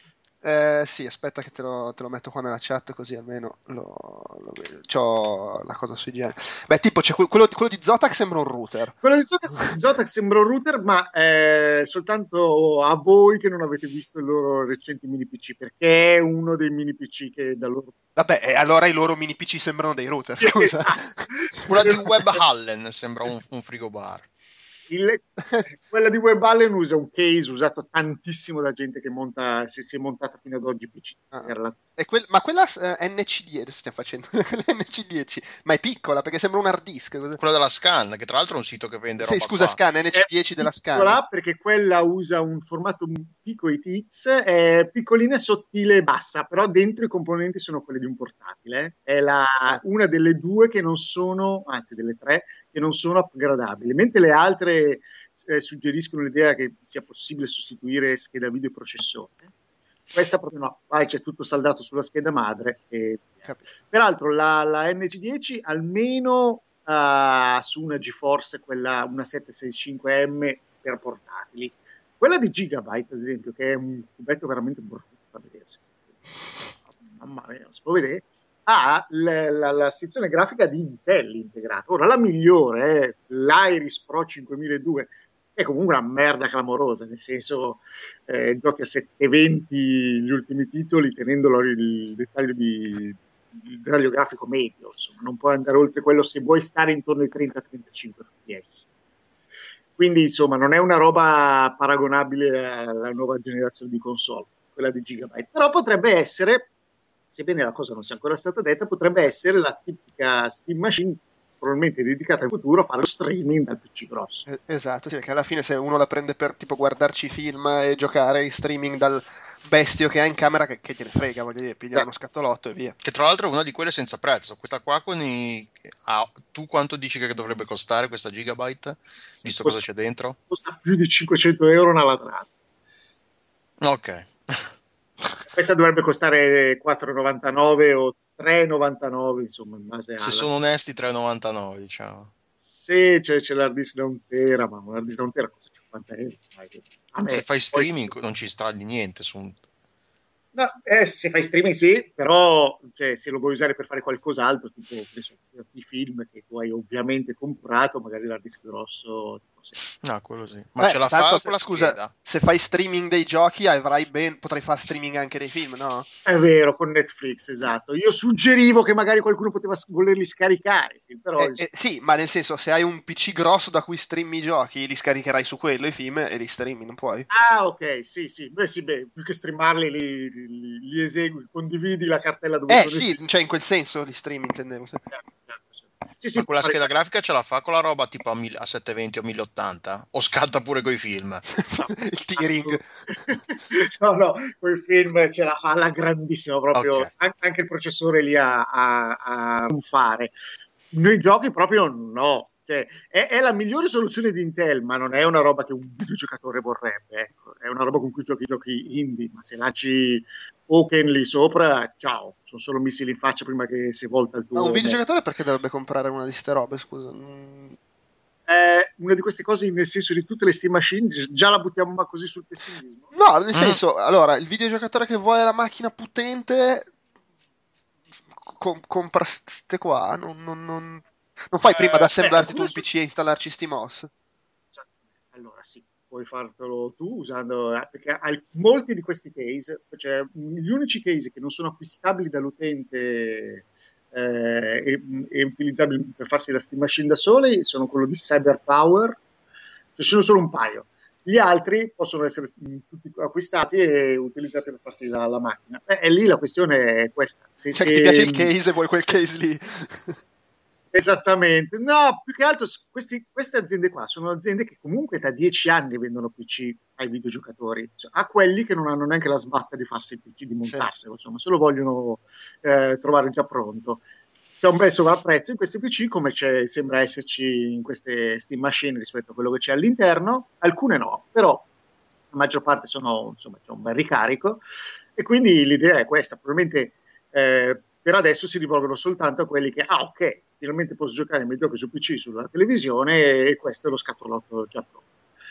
Eh, sì, aspetta che te lo, te lo metto qua nella chat così almeno lo, lo vedo. C'ho la cosa sui generi. Beh, tipo c'è que- quello, quello di Zotac sembra un router. Quello di Zotac, Zotac sembra un router, ma eh, soltanto a voi che non avete visto i loro recenti mini P C, perché è uno dei mini P C che da loro... Vabbè, e allora i loro mini P C sembrano dei router, Sì, scusa. esatto. Quella di Web Hallen sembra un, un frigobar. Il, quella di Web Allen usa un case usato tantissimo da gente che monta, si, si è montata fino ad oggi P C. Ah. La... E quel, ma quella eh, N C dieci stiamo facendo quella N C dieci, ma è piccola perché sembra un hard disk. Quella della Scan, che tra l'altro è un sito che vende roba Sì, scusa, qua. Scan, N C dieci della Scan. Piccola perché quella usa un formato piccolo I T X, è piccolina, sottile e bassa, però dentro i componenti sono quelli di un portatile. È la, Ah. una delle due che non sono, anzi delle tre, che non sono upgradabili, mentre le altre eh, suggeriscono l'idea che sia possibile sostituire scheda video e processore. Questa proprio no, poi c'è tutto saldato sulla scheda madre. E... Peraltro la, la N C dieci almeno uh, su una GeForce, quella, una sette sessantacinque M per portatili. Quella di Gigabyte, ad esempio, che è un cubetto veramente brutto da vedersi. Mamma mia, non si può vedere. Ha la, la, la sezione grafica di Intel integrata. Ora la migliore è l'Iris Pro cinquemiladue, che è comunque una merda clamorosa, nel senso eh, giochi a settecentoventi gli ultimi titoli tenendolo il dettaglio di il dettaglio grafico medio, insomma, non puoi andare oltre quello se vuoi stare intorno ai trenta trentacinque F P S. Quindi insomma non è una roba paragonabile alla nuova generazione di console, quella di Gigabyte, però potrebbe essere, sebbene la cosa non sia ancora stata detta, potrebbe essere la tipica Steam Machine probabilmente dedicata in futuro a fare lo streaming dal P C grosso. Esatto, sì, perché alla fine se uno la prende per tipo guardarci film e giocare in streaming dal bestio che ha in camera, che, che gliene frega, voglio dire, piglia uno scatolotto e via. Che tra l'altro è una di quelle senza prezzo. Questa qua con i... Ah, tu quanto dici che dovrebbe costare questa Gigabyte? Visto costa, cosa c'è dentro? Costa più di cinquecento euro una ladrata. Ok. Questa dovrebbe costare quattro e novantanove o tre e novantanove, insomma, in base a... Se sono onesti tre e novantanove, diciamo. Sì, c'è, c'è l'hard disk da un tera, ma un hard disk da un tera costa cinquanta euro. A me, se fai streaming poi... non ci stragli niente su un... No, eh, se fai streaming sì, però cioè, se lo vuoi usare per fare qualcos'altro, tipo penso, i film che tu hai ovviamente comprato, magari l'hard disk grosso, tipo, sì. No, quello sì. Ma eh, ce la tanto, fa con la scusa, scheda? Se fai streaming dei giochi avrai ben, potrai fare streaming anche dei film, no? È vero, con Netflix, esatto. Io suggerivo che magari qualcuno poteva volerli scaricare, però... Eh, eh, sì, ma nel senso, se hai un P C grosso da cui streami i giochi, li scaricherai su quello i film e li streami, non puoi? Ah, ok, sì, sì. Beh, sì, beh, più che streamarli li, li, li esegui, condividi la cartella dove Eh sono sì, i... cioè in quel senso li streami, intendevo. Sì. Certo, certo, sì. Sì, Ma sì, quella fare... scheda grafica ce la fa con la roba tipo a, mille, a settecentoventi o mille ottanta? O scatta pure coi film? No, il tearing. no, no, quel film ce la fa alla grandissima, proprio Okay. anche il processore lì a, a, a fare. Nei giochi proprio no, cioè, è, è la migliore soluzione di Intel, ma non è una roba che un videogiocatore vorrebbe, ecco. È una roba con cui giochi giochi indie, ma se lanci Oken lì sopra, ciao, sono solo missili in faccia prima che si volta il tuo... Ma un videogiocatore perché dovrebbe comprare una di ste robe, scusa? Mm. È una di queste cose nel senso di tutte le Steam Machine, già la buttiamo così sul pessimismo? No, nel senso, allora, il videogiocatore che vuole la macchina potente com- compra ste qua, non, non, non... non fai prima Eh, ad assemblarti beh, tu un P C e installarci SteamOS? Allora sì, puoi fartelo tu usando, eh, perché hai molti di questi case, cioè gli unici case che non sono acquistabili dall'utente eh, e, e utilizzabili per farsi la Steam Machine da soli sono quello di CyberPower, ci sono solo un paio. Gli altri possono essere tutti acquistati e utilizzati per farti la, la macchina. Eh, e lì la questione è questa. Se, Cioè se... che ti piace il case e vuoi quel case lì. Esattamente, no, più che altro questi, queste aziende qua sono aziende che comunque da dieci anni vendono P C ai videogiocatori, cioè, a quelli che non hanno neanche la sbatta di farsi il P C, di montarselo, insomma, se lo vogliono eh, trovare già pronto. C'è un bel sovrapprezzo in questi P C, come c'è, sembra esserci in queste Steam Machine rispetto a quello che c'è all'interno, alcune no, però la maggior parte sono, insomma, c'è un bel ricarico, e quindi l'idea è questa, probabilmente eh, per adesso si rivolgono soltanto a quelli che, ah ok, finalmente posso giocare ai miei giochi su P C, sulla televisione, e questo è lo scatolotto già pronto.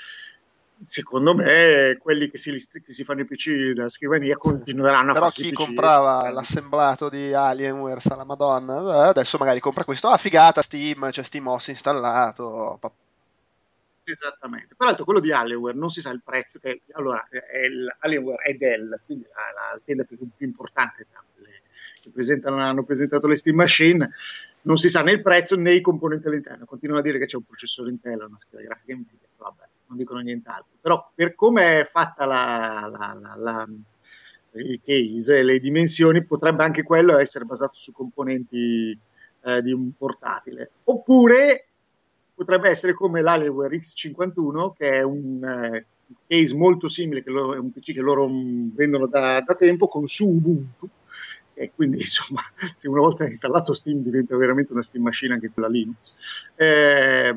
Secondo me quelli che si, che si fanno i P C da scrivania continueranno a però farsi chi i P C. comprava l'assemblato di Alienware alla Madonna, eh, adesso magari compra questo, ah figata Steam, c'è SteamOS installato, pa- Esattamente. Peraltro quello di Alienware non si sa il prezzo, che allora è il, Alienware è Dell, quindi la, l'azienda più, più importante tra le, che presentano, hanno presentato le Steam Machine, non si sa né il prezzo né i componenti all'interno. Continuano a dire che c'è un processore Intel, una scheda grafica Nvidia, vabbè, non dicono nient'altro. Però per come è fatta la, la, la, la il case e le dimensioni, potrebbe anche quello essere basato su componenti eh, di un portatile. Oppure potrebbe essere come l'Alienware X cinquantuno, che è un eh, case molto simile, che loro, è un P C che loro mh, vendono da, da tempo, con su Ubuntu, e quindi insomma, se una volta installato Steam diventa veramente una Steam Machine anche quella Linux. Eh,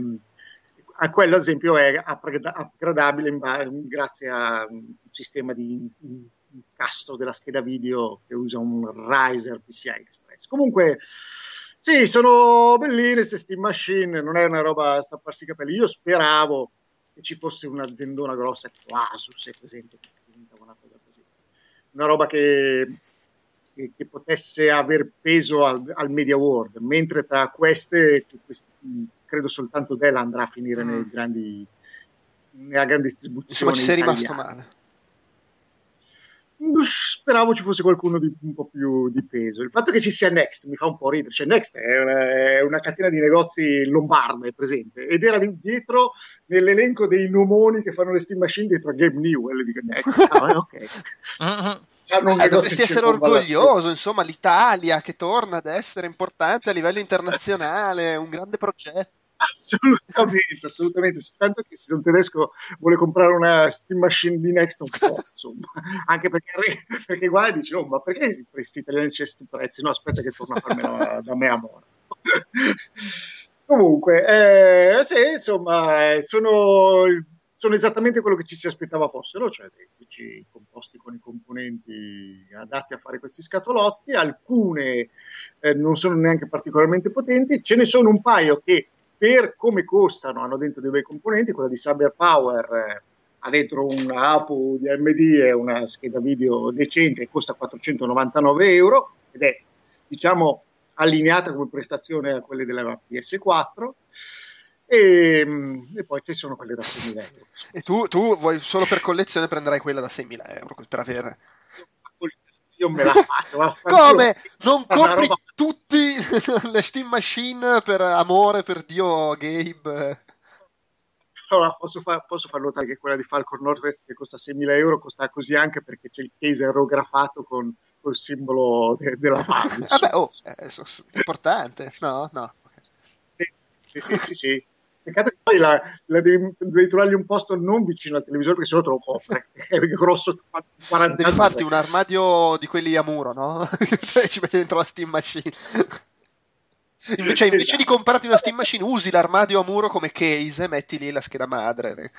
a quello, ad esempio, è upgradabile in ba- grazie a un sistema di incasto della scheda video che usa un Riser P C I Express. Comunque, sì, sono belline queste Steam Machine, non è una roba a stapparsi i capelli. Io speravo che ci fosse un'aziendona grossa, tipo Asus, è presente, che presentava una cosa così. Una roba che, che, che potesse aver peso al, al Media World, mentre tra queste, questi, credo soltanto Dell andrà a finire Mm. nei grandi, nella grande insomma distribuzione ci sei rimasto italiana. male. Speravo ci fosse qualcuno di un po' più di peso. Il fatto che ci sia Next mi fa un po' ridere. Cioè, Next è una, è una catena di negozi lombarda, è presente, ed era di- dietro nell'elenco dei nomoni che fanno le Steam Machine dietro a Gabe Newell. Dico, Next, ah, eh, ok. Hanno un Eh, negozio dovresti in essere circonvallazione. orgoglioso, insomma, l'Italia che torna ad essere importante a livello internazionale, un grande progetto. Assolutamente, assolutamente. Tanto che se un tedesco vuole comprare una Steam Machine di Next, non può, insomma. Anche perché, perché guarda e dice, oh, ma perché questi italiani c'è questi prezzi? No, aspetta che torno a farmela da me a Mora. Comunque, eh, sì, insomma, sono, sono esattamente quello che ci si aspettava fossero, cioè dei P C composti con i componenti adatti a fare questi scatolotti. Alcune eh, non sono neanche particolarmente potenti, ce ne sono un paio che per come costano hanno dentro dei bei componenti. Quella di Cyber Power eh, ha dentro un A P U di A M D e una scheda video decente, costa quattrocentonovantanove euro ed è, diciamo, allineata come prestazione a quelle della P S quattro, e, e poi ci sono quelle da seimila euro. E tu, tu vuoi solo per collezione prenderai quella da seimila euro per avere. Io me la faccio. Come? Non compri roba... tutti le Steam Machine per amore, per Dio, Gabe? Allora, posso, far, posso far notare che quella di Falcon Northwest, che costa seimila euro, costa così anche perché c'è il case aerografato con il simbolo de, della Valve. Vabbè, oh, è importante. No, no. Sì, sì, sì, sì, sì. Peccato che poi la, la devi, devi trovargli un posto non vicino al televisore, perché sennò te lo copre. È grosso quaranta. Devi farti un armadio di quelli a muro, no? Ci metti dentro la Steam Machine. Invece, invece Esatto. di comprarti una Steam Machine, usi l'armadio a muro come case e metti lì la scheda madre.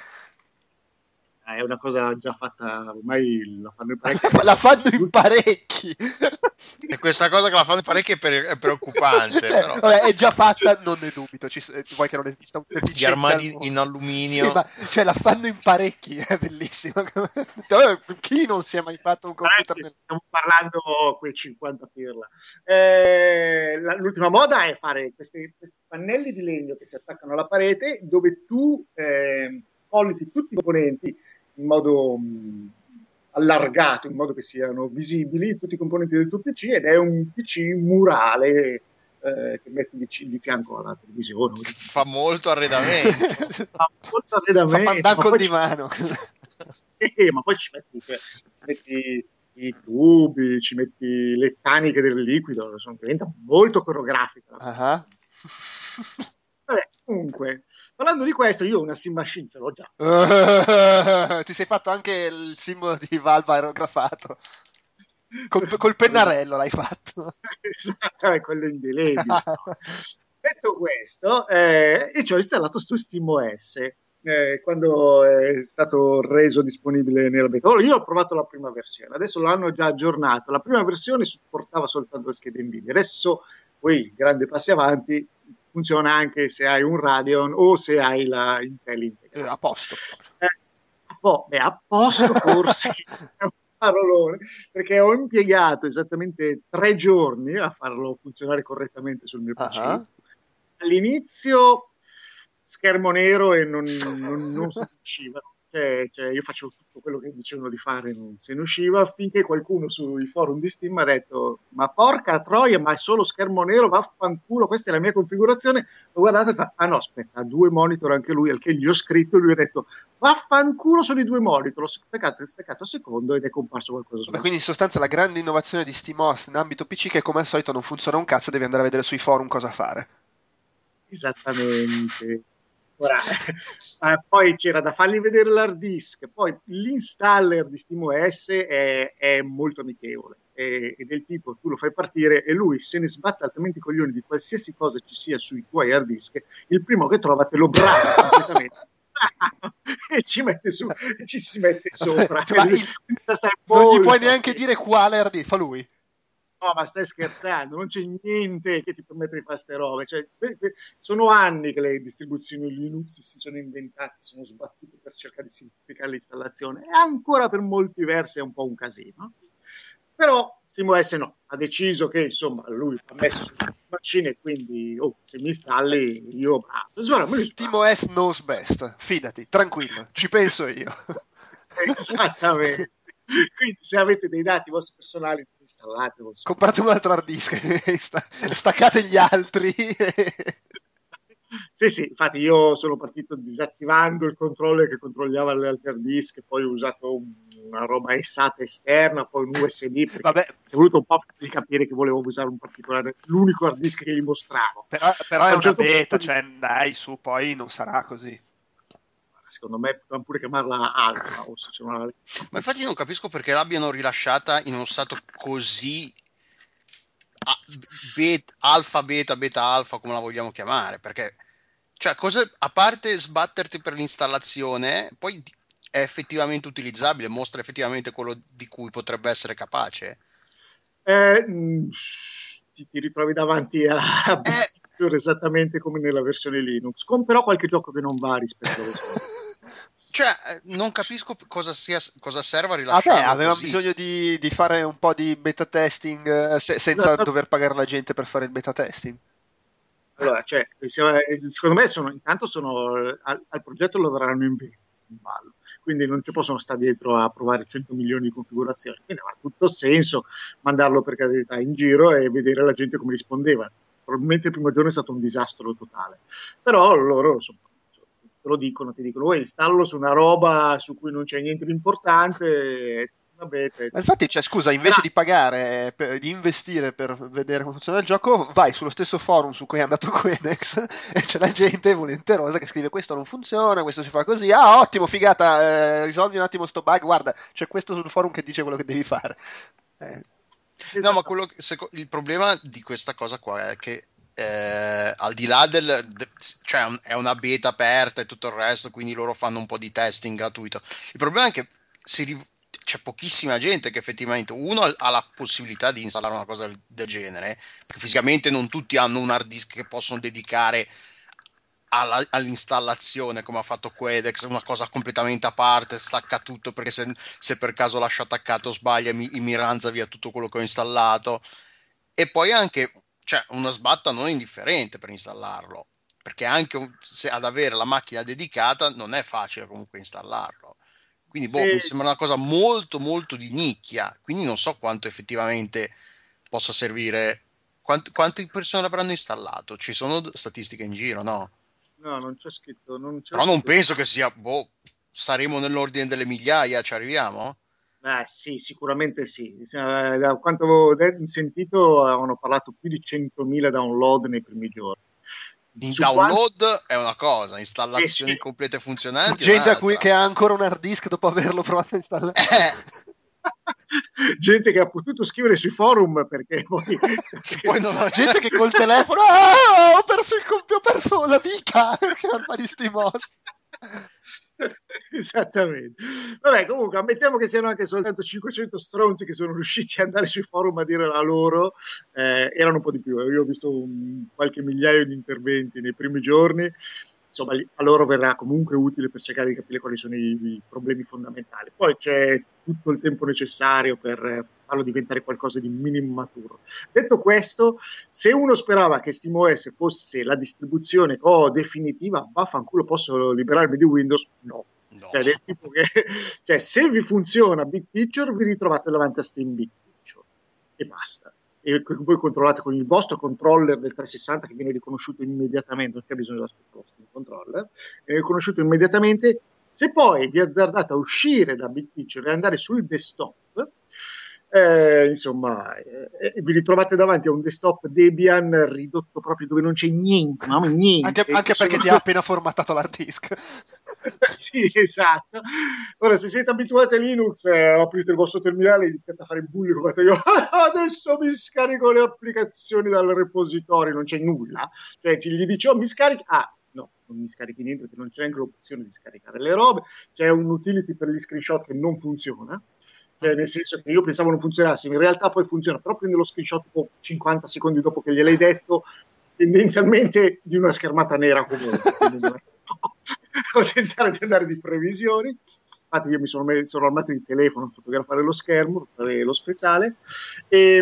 È una cosa già fatta, ormai la fanno in parecchi. La fanno in parecchi. E questa cosa che la fanno in parecchi è, per, è preoccupante. Cioè, però. vabbè, è già fatta, non ne dubito. Ci, vuoi che non esista un Gli armadi in alluminio. Sì, ma cioè, la fanno in parecchi, è bellissimo. Chi non si è mai fatto un computer nel... Stiamo parlando quei cinquanta pirla. Eh, la, l'ultima moda è fare questi, questi pannelli di legno che si attaccano alla parete, dove tu eh, colliti tutti i componenti in modo mh, allargato, in modo che siano visibili tutti i componenti del tuo P C, ed è un P C murale eh, che metti di, di fianco alla televisione. Fa molto arredamento. Fa molto arredamento. Fa pandan col divano. Eh, ma poi ci metti, cioè, ci metti i tubi, ci metti le taniche del liquido, sono, diventa molto coreografica. Uh-huh. Vabbè, comunque, parlando di questo, io una Steam Machine ce l'ho già. Uh, ti sei fatto anche il simbolo di Valve aerografato. Col, col pennarello l'hai fatto. Esatto, è quello indelebile. Detto questo, eh, io ci ho installato su SteamOS eh, quando è stato reso disponibile nella beta. Ora, io ho provato la prima versione, adesso l'hanno già aggiornato. La prima versione supportava soltanto le schede Nvidia, adesso poi grande passi avanti, funziona anche se hai un Radeon o se hai la Intel integrata. Eh, a posto. Eh, a, po- beh, a posto forse è un parolone, perché ho impiegato esattamente tre giorni a farlo funzionare correttamente sul mio P C. Uh-huh. All'inizio schermo nero e non, non, non se ne usciva. Cioè, cioè, io facevo tutto quello che dicevano di fare, non se ne usciva, finché qualcuno sui forum di Steam ha detto ma porca troia, ma è solo schermo nero, vaffanculo, questa è la mia configurazione. Lo guardate e fa, ah no, aspetta, ha due monitor anche lui, al che gli ho scritto e lui ha detto vaffanculo, sono i due monitor, l'ho staccato, staccato a secondo ed è comparso qualcosa. Beh, quindi in sostanza la grande innovazione di SteamOS in ambito P C che come al solito non funziona un cazzo, devi andare a vedere sui forum cosa fare. Esattamente. Ora, eh, poi c'era da fargli vedere l'hard disk, poi l'installer di SteamOS è, è molto amichevole, è, è del tipo tu lo fai partire e lui se ne sbatte altamente i coglioni di qualsiasi cosa ci sia sui tuoi hard disk, il primo che trova te lo brava completamente e ci mette su, e ci si mette sopra. Ma il, non gli puoi neanche attento. dire quale hard disk, fa lui. No, ma stai scherzando, non c'è niente che ti permette di fare queste robe. Cioè, sono anni che le distribuzioni Linux si sono inventate, si sono sbattute per cercare di semplificare l'installazione e ancora per molti versi è un po' un casino. Però SteamOS no, ha deciso che insomma lui ha messo su macchine e quindi oh, se mi installi io bravo. SteamOS knows best, fidati, tranquillo, ci penso io. Esattamente. Quindi se avete dei dati vostri personali installate, comprate un altro hard disk, staccate gli altri. Sì, sì, infatti io sono partito disattivando il controller che controllava le altre hard disk, poi ho usato un, una roba SATA esterna, poi un U S B, perché Vabbè. è voluto un po' per capire che volevo usare un particolare, l'unico hard disk che gli mostravo. Però, però è una certo beta, punto... cioè dai, su, poi non sarà così. Secondo me potevamo pure chiamarla alfa. O se c'è una... Ma infatti non capisco perché l'abbiano rilasciata in uno stato così a, beta, alfa, beta, beta, alfa, come la vogliamo chiamare, perché cioè, cosa, a parte sbatterti per l'installazione, poi è effettivamente utilizzabile, mostra effettivamente quello di cui potrebbe essere capace. Eh, mh, ti, ti ritrovi davanti a, a eh, esattamente come nella versione Linux, con però qualche gioco che non va rispetto allo solito. Cioè, non capisco cosa, sia, cosa serva a rilasciarlo. Vabbè, aveva così. bisogno di, di fare un po' di beta testing se, senza esatto. dover pagare la gente per fare il beta testing. Allora, cioè, secondo me sono, intanto sono al, al progetto lo avranno in ballo, quindi non ci possono stare dietro a provare cento milioni di configurazioni, quindi ha tutto senso mandarlo per carità in giro e vedere la gente come rispondeva. Probabilmente il primo giorno è stato un disastro totale, però loro insomma, te lo dicono, ti dicono, oh, installo su una roba su cui non c'è niente di importante. Vabbè, te... Ma infatti, cioè, scusa, invece ah. di pagare, per, di investire per vedere come funziona il gioco, vai sullo stesso forum su cui è andato Quedex e c'è la gente volenterosa che scrive questo non funziona, questo si fa così, ah ottimo, figata, eh, risolvi un attimo sto bug, guarda, c'è questo sul forum che dice quello che devi fare. Eh. No, ma quello che, se, il problema di questa cosa qua è che Eh, al di là del de, cioè è una beta aperta e tutto il resto, quindi loro fanno un po' di testing gratuito. Il problema è che si riv- c'è pochissima gente che effettivamente uno ha la possibilità di installare una cosa del genere, perché fisicamente non tutti hanno un hard disk che possono dedicare alla, all'installazione come ha fatto Quedex, una cosa completamente a parte, stacca tutto perché se, se per caso lascio attaccato sbaglia mi, mi ranza via tutto quello che ho installato. E poi anche cioè una sbatta non indifferente per installarlo, perché anche un, se ad avere la macchina dedicata non è facile comunque installarlo, quindi boh, sì. Mi sembra una cosa molto molto di nicchia, quindi non so quanto effettivamente possa servire. Quant, quante persone l'avranno installato? Ci sono statistiche in giro, no? No, non c'è scritto, non c'è però scritto. Non penso che sia, boh, saremo nell'ordine delle migliaia, ci arriviamo? Eh, sì, sicuramente sì. Da quanto avevo sentito, hanno parlato più di centomila download nei primi giorni. In su download quanto... è una cosa, installazioni Sì, sì. complete e funzionanti è Gente a cui, un'altra. che ha ancora un hard disk dopo averlo provato a installare. Eh, Gente che ha potuto scrivere sui forum perché poi, che poi non ho... Gente che col telefono "Ah, ho perso il computer, ho perso la vita perché ho colpa di SteamOS". Esattamente. Vabbè, comunque ammettiamo che siano anche soltanto cinquecento stronzi che sono riusciti ad andare sui forum a dire la loro. Eh, erano un po' di più, io ho visto un, qualche migliaio di interventi nei primi giorni. Insomma, a loro verrà comunque utile per cercare di capire quali sono i, i problemi fondamentali. Poi c'è tutto il tempo necessario per farlo diventare qualcosa di minimo maturo. Detto questo, se uno sperava che SteamOS fosse la distribuzione oh, definitiva, vaffanculo, posso liberarmi di Windows? No. No. Cioè, del tipo che, cioè, se vi funziona Big Picture, vi ritrovate davanti a Steam Big Picture e basta. E voi controllate con il vostro controller del trecentosessanta che viene riconosciuto immediatamente, non c'è bisogno di aspettare il controller, viene riconosciuto immediatamente. Se poi vi azzardate a uscire da Big Picture e andare sul desktop, eh, insomma, eh, vi ritrovate davanti a un desktop Debian ridotto proprio dove non c'è niente, no? niente. Anche, anche perché sono... ti ha appena formattato l'hard disk. Sì, esatto. Ora, se siete abituati a Linux, eh, aprite il vostro terminale e iniziate a fare il bullo. Io, adesso mi scarico le applicazioni dal repository, non c'è nulla. Cioè, gli dici, oh, mi scarichi... Ah, no, non mi scarichi niente perché non c'è neanche l'opzione di scaricare le robe. C'è un utility per gli screenshot che non funziona. Cioè, nel senso che io pensavo non funzionasse, in realtà poi funziona, però prende lo screenshot tipo cinquanta secondi dopo che gliel'hai detto, tendenzialmente di una schermata nera comunque. Devo tentare di andare di previsioni. Infatti io mi sono, me- sono armato il telefono a fotografare lo schermo, fare l'ospedale e,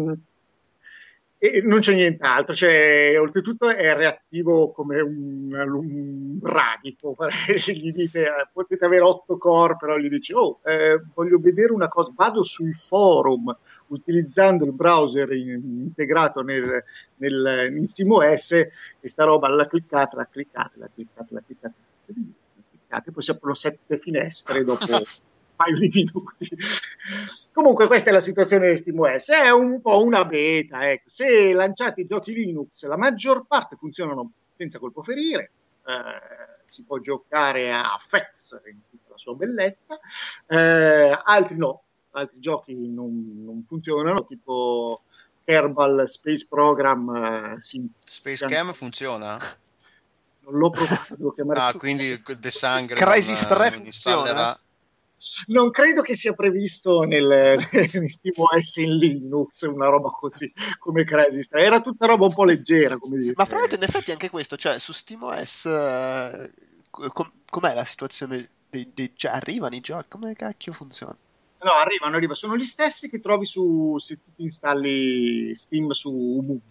e non c'è nient'altro, cioè, oltretutto è reattivo come un, un radico. Gli dite eh, potete avere otto core, però gli dici oh eh, voglio vedere una cosa, vado sui forum utilizzando il browser in, integrato nel, nel, in SteamOS e sta roba la cliccate, la cliccate, la cliccate, la cliccate, la cliccate, poi si aprono sette finestre dopo un paio di minuti. Comunque questa è la situazione di SteamOS, è un po' una beta, ecco. Se lanciate i giochi Linux la maggior parte funzionano senza colpo ferire, eh, si può giocare a F E X in tutta la sua bellezza, eh, altri no, altri giochi non, non funzionano, tipo Kerbal Space Program. Eh, si, Space Cam funziona? Non l'ho provato, devo chiamare Ah, tutti. quindi De Sangre Crysis non, tre non funziona? installerà. Non credo che sia previsto nel, in SteamOS in Linux una roba così come Crysis tre. Era tutta roba un po' leggera, come dire. Ma fra l'altro in effetti anche questo, cioè su SteamOS eh, com- com'è la situazione dei, dei cioè arrivano i giochi, come cacchio funziona? No, arrivano, arrivano. Sono gli stessi che trovi su, se tu ti installi Steam su Ubuntu,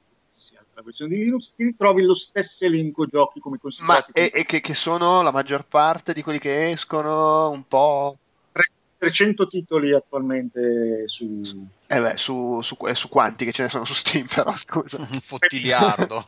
la versione di Linux, ti ritrovi lo stesso elenco giochi come Ma considerati. e, e che, che sono la maggior parte di quelli che escono un po'... trecento titoli attualmente su... Eh beh, su, su, su quanti che ce ne sono su Steam, però scusa. Un fottiliardo.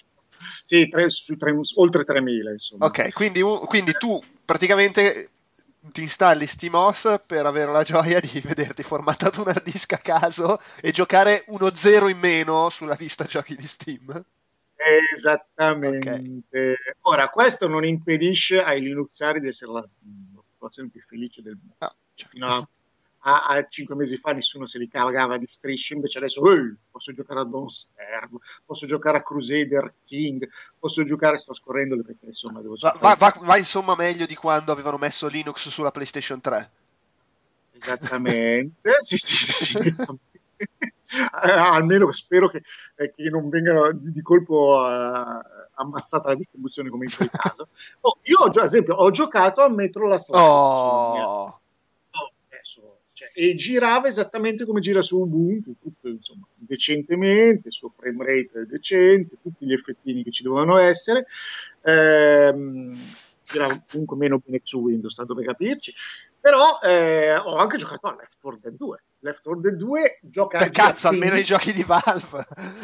Sì, tre, su tre, oltre tremila, insomma. Ok, quindi, quindi tu praticamente ti installi SteamOS per avere la gioia di vederti formattato un hard disk a caso e giocare uno zero in meno sulla lista giochi di Steam. Esattamente. Okay. Ora, questo non impedisce ai Linuxari di essere la, la popolazione più felice del mondo. No, cioè, fino a, a, a cinque mesi fa nessuno se li cagava di strisce, invece adesso hey, posso giocare a Don't Starve, posso giocare a Crusader King, posso giocare, sto scorrendole perché insomma devo va, va, va, va insomma meglio di quando avevano messo Linux sulla PlayStation tre. Esattamente. sì, sì, sì, sì. Eh, almeno spero che, eh, che non venga di colpo uh, ammazzata la distribuzione come in quel caso. Oh, io ad esempio ho giocato a Metro Last Light oh. oh, adesso, cioè, e girava esattamente come gira su Ubuntu, tutto insomma decentemente, il suo frame rate decente, tutti gli effettini che ci dovevano essere. Ehm, girava comunque meno bene su Windows, tanto per capirci. Però eh, ho anche giocato a Left four Dead due. Left four Dead due gioca per cazzo, almeno i giochi di Valve.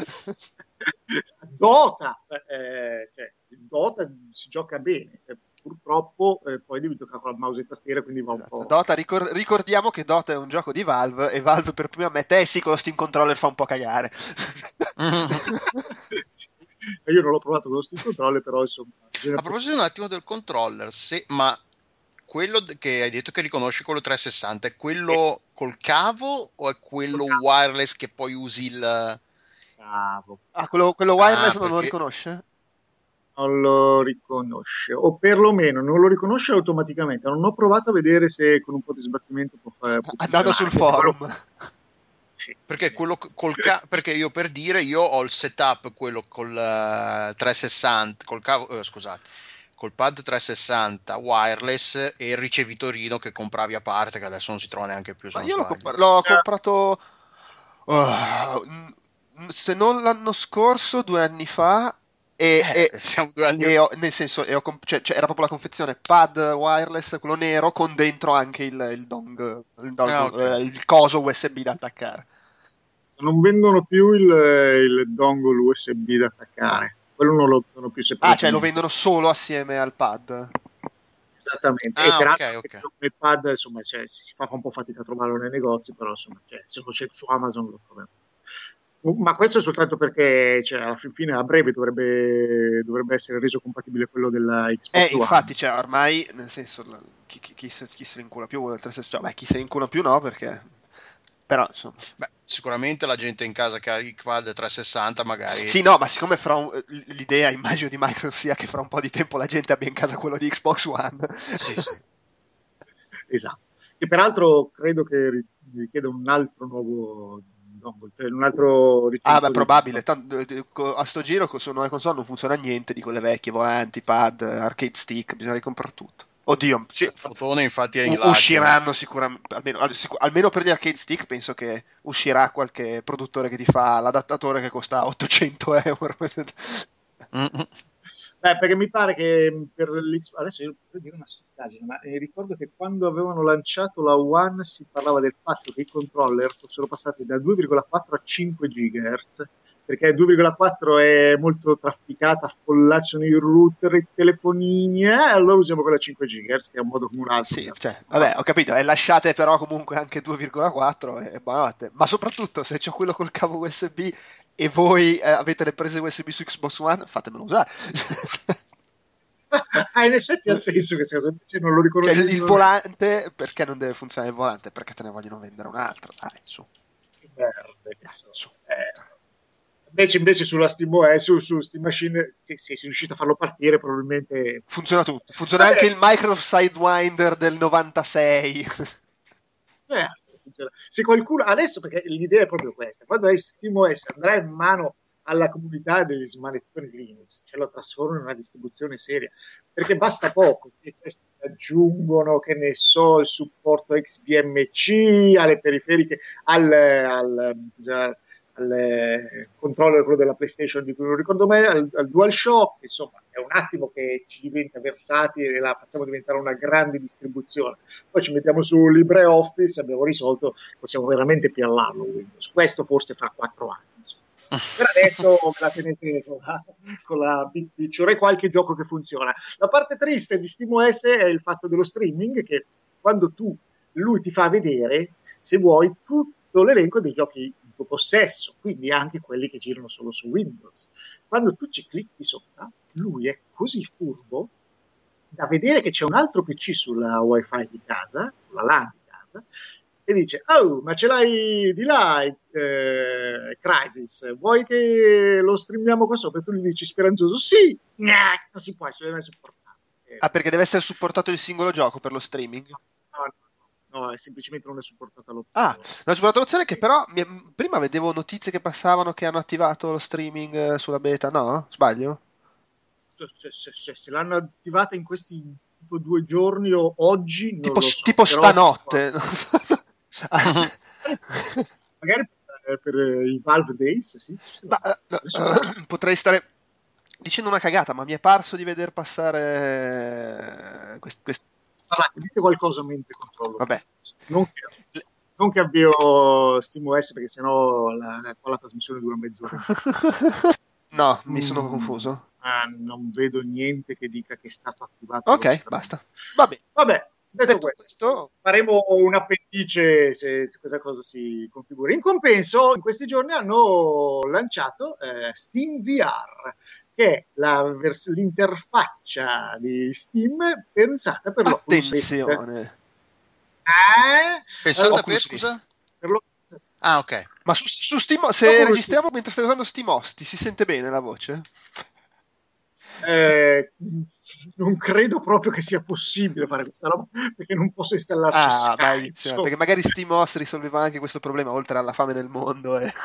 Dota, eh, cioè, Dota si gioca bene. Eh, purtroppo eh, poi devi giocare con la mouse e tastiera, quindi va esatto. un po'. Dota, ricor- ricordiamo che Dota è un gioco di Valve e Valve per prima ammette, eh sì, con lo Steam Controller fa un po' cagare. Io non l'ho provato con lo Steam Controller, però insomma... A proposito un attimo del controller, se, ma quello che hai detto che riconosce quello trecentosessanta è quello col cavo o è quello wireless che poi usi il... Cavo. Ah, quello, quello wireless Ah, non lo perché- riconosce? Non lo riconosce, o perlomeno non lo riconosce automaticamente. Non ho provato a vedere se con un po' di sbattimento può fare. può Andando sul funzionare. forum. Sì. Perché quello c- col ca- perché io per dire io ho il setup quello col uh, trecentosessanta col cavo eh, scusate col pad trecentosessanta wireless e il ricevitorino che compravi a parte che adesso non si trova neanche più se Ma non io l'ho, sbaglio. comp- l'ho comprato uh, n- se non l'anno scorso, due anni fa, e, Eh, e- siamo due anni e ho- nel senso, e ho comp- cioè, cioè, era proprio la confezione pad wireless, quello nero, con dentro anche il, il dong, il, dongle, Ah, ok. eh, il coso U S B da attaccare. Non vendono più il, il dongle U S B da attaccare. Quello non lo vendono più Ah, separatamente. cioè lo vendono solo assieme al pad. Esattamente. Ah, e peraltro ok, ok. il pad insomma, cioè, si fa un po' fatica a trovarlo nei negozi, però insomma, cioè, se lo cerchi su Amazon lo troviamo. Ma questo è soltanto perché cioè, alla fin fine a breve dovrebbe, dovrebbe essere reso compatibile quello della Xbox Eh, One. infatti, cioè, ormai, nel senso, la- chi, chi- chi se, chi se ne incula più del trecentosessanta? Cioè, beh, chi se ne incula più no, perché... Però, insomma... Beh, sicuramente la gente in casa che ha il quad trecentosessanta magari Sì, no, ma siccome fra un- l'idea, immagino di Microsoft sia che fra un po' di tempo la gente abbia in casa quello di Xbox One. sì, sì. Esatto. Che peraltro credo che ri- richieda un altro nuovo dongle, cioè un altro Ah, ricevitore beh, di- probabile. Tanto, eh, eh, co- a sto giro con- su nuove console non funziona niente di quelle vecchie, volanti, pad, arcade stick, bisogna ricomprare tutto. Oddio, sì, Il fotone infatti è in u- lacrime. usciranno sicuramente, almeno, al- sicu- almeno per gli arcade stick penso che uscirà qualche produttore che ti fa l'adattatore che costa ottocento euro. Mm-mm. Beh, perché mi pare che per l'X- adesso io potrei dire una stupidaggine, ma eh, ricordo che quando avevano lanciato la One si parlava del fatto che i controller fossero passati da due virgola quattro a cinque gigahertz, perché due virgola quattro è molto trafficata, affollacciano i router, i telefonini, eh, allora usiamo quella a cinque gigahertz, che è un modo come un altro. Sì, cioè, vabbè, ho capito, e lasciate però comunque anche due virgola quattro e buonanotte. Ma soprattutto se c'ho quello col cavo U S B e voi eh, avete le prese U S B su Xbox One, fatemelo usare. Ah, in effetti ha senso che sia cioè, non lo Cioè, riconosco. il, il volante, perché non deve funzionare il volante? Perché te ne vogliono vendere un altro, dai, su. Che verde che so. su. Eh, invece, invece sulla SteamOS, su, su Steam Machine, se se sei riuscito a farlo partire, probabilmente Funziona tutto, funziona Vabbè. anche il Microsoft Sidewinder del novantasei. Eh, funziona. Se qualcuno adesso, perché l'idea è proprio questa, quando hai SteamOS andrà in mano alla comunità degli smanettori Linux, ce lo trasformano in una distribuzione seria, perché basta poco che questi aggiungono, che ne so, il supporto X B M C alle periferiche, al, al, al, al controller quello della PlayStation di cui non ricordo mai, al, al DualShock, insomma è un attimo che ci diventa versatile e la facciamo diventare una grande distribuzione. Poi ci mettiamo su LibreOffice, abbiamo risolto, possiamo veramente piallarlo Windows. Questo forse fra quattro anni. Per adesso me la tenete con la, con la big picture e qualche gioco che funziona. La parte triste di SteamOS è il fatto dello streaming, che quando tu lui ti fa vedere, se vuoi, tutto l'elenco dei giochi in tuo possesso, quindi anche quelli che girano solo su Windows. Quando tu ci clicchi sopra, lui è così furbo da vedere che c'è un altro P C sulla wifi di casa, sulla LAN di casa, e dice, oh, ma ce l'hai di là, eh, Crysis, vuoi che lo streamiamo qua sopra? E tu gli dici speranzoso, sì, nah, non si può, non è supportato. Eh, Ah, perché deve essere supportato il singolo gioco per lo streaming? no, no, no, no, è semplicemente non è supportata l'opzione. Ah, una supportata l'opzione che però mi- prima vedevo notizie che passavano che hanno attivato lo streaming eh, sulla beta, no? Sbaglio? Se, se, se, se l'hanno attivata in questi tipo due giorni o oggi, non Tipo, lo so. tipo però- stanotte. Ah, sì. Magari per, per i Valve Days, sì. Ma, eh, no, potrei stare dicendo una cagata, ma mi è parso di veder passare eh, quest- quest- Parlate, dite qualcosa mentre controllo. Vabbè. Non che, non che avvio SteamOS perché sennò la, qua la trasmissione dura mezz'ora. No, mi sono Mm, confuso. ah, non vedo niente che dica che è stato attivato. Ok, lo stream. basta. Vabbè. Vabbè, Detto Detto questo, questo, faremo un appendice se, se questa cosa si configura. In compenso, in questi giorni hanno lanciato eh, Steam V R, che è la vers- l'interfaccia di Steam pensata per l'Oculus Rift. attenzione. Eh? Pensate Allora, per, scusa? per lo- Ah, ok. Ma su, su Steam, se Oculus- registriamo mentre stai usando SteamOS, ti si sente bene la voce? Eh, non credo proprio che sia possibile fare questa roba, perché non posso installarci Ah, Skype. maledizione, insomma. perché magari SteamOS risolveva anche questo problema, oltre alla fame nel mondo. E...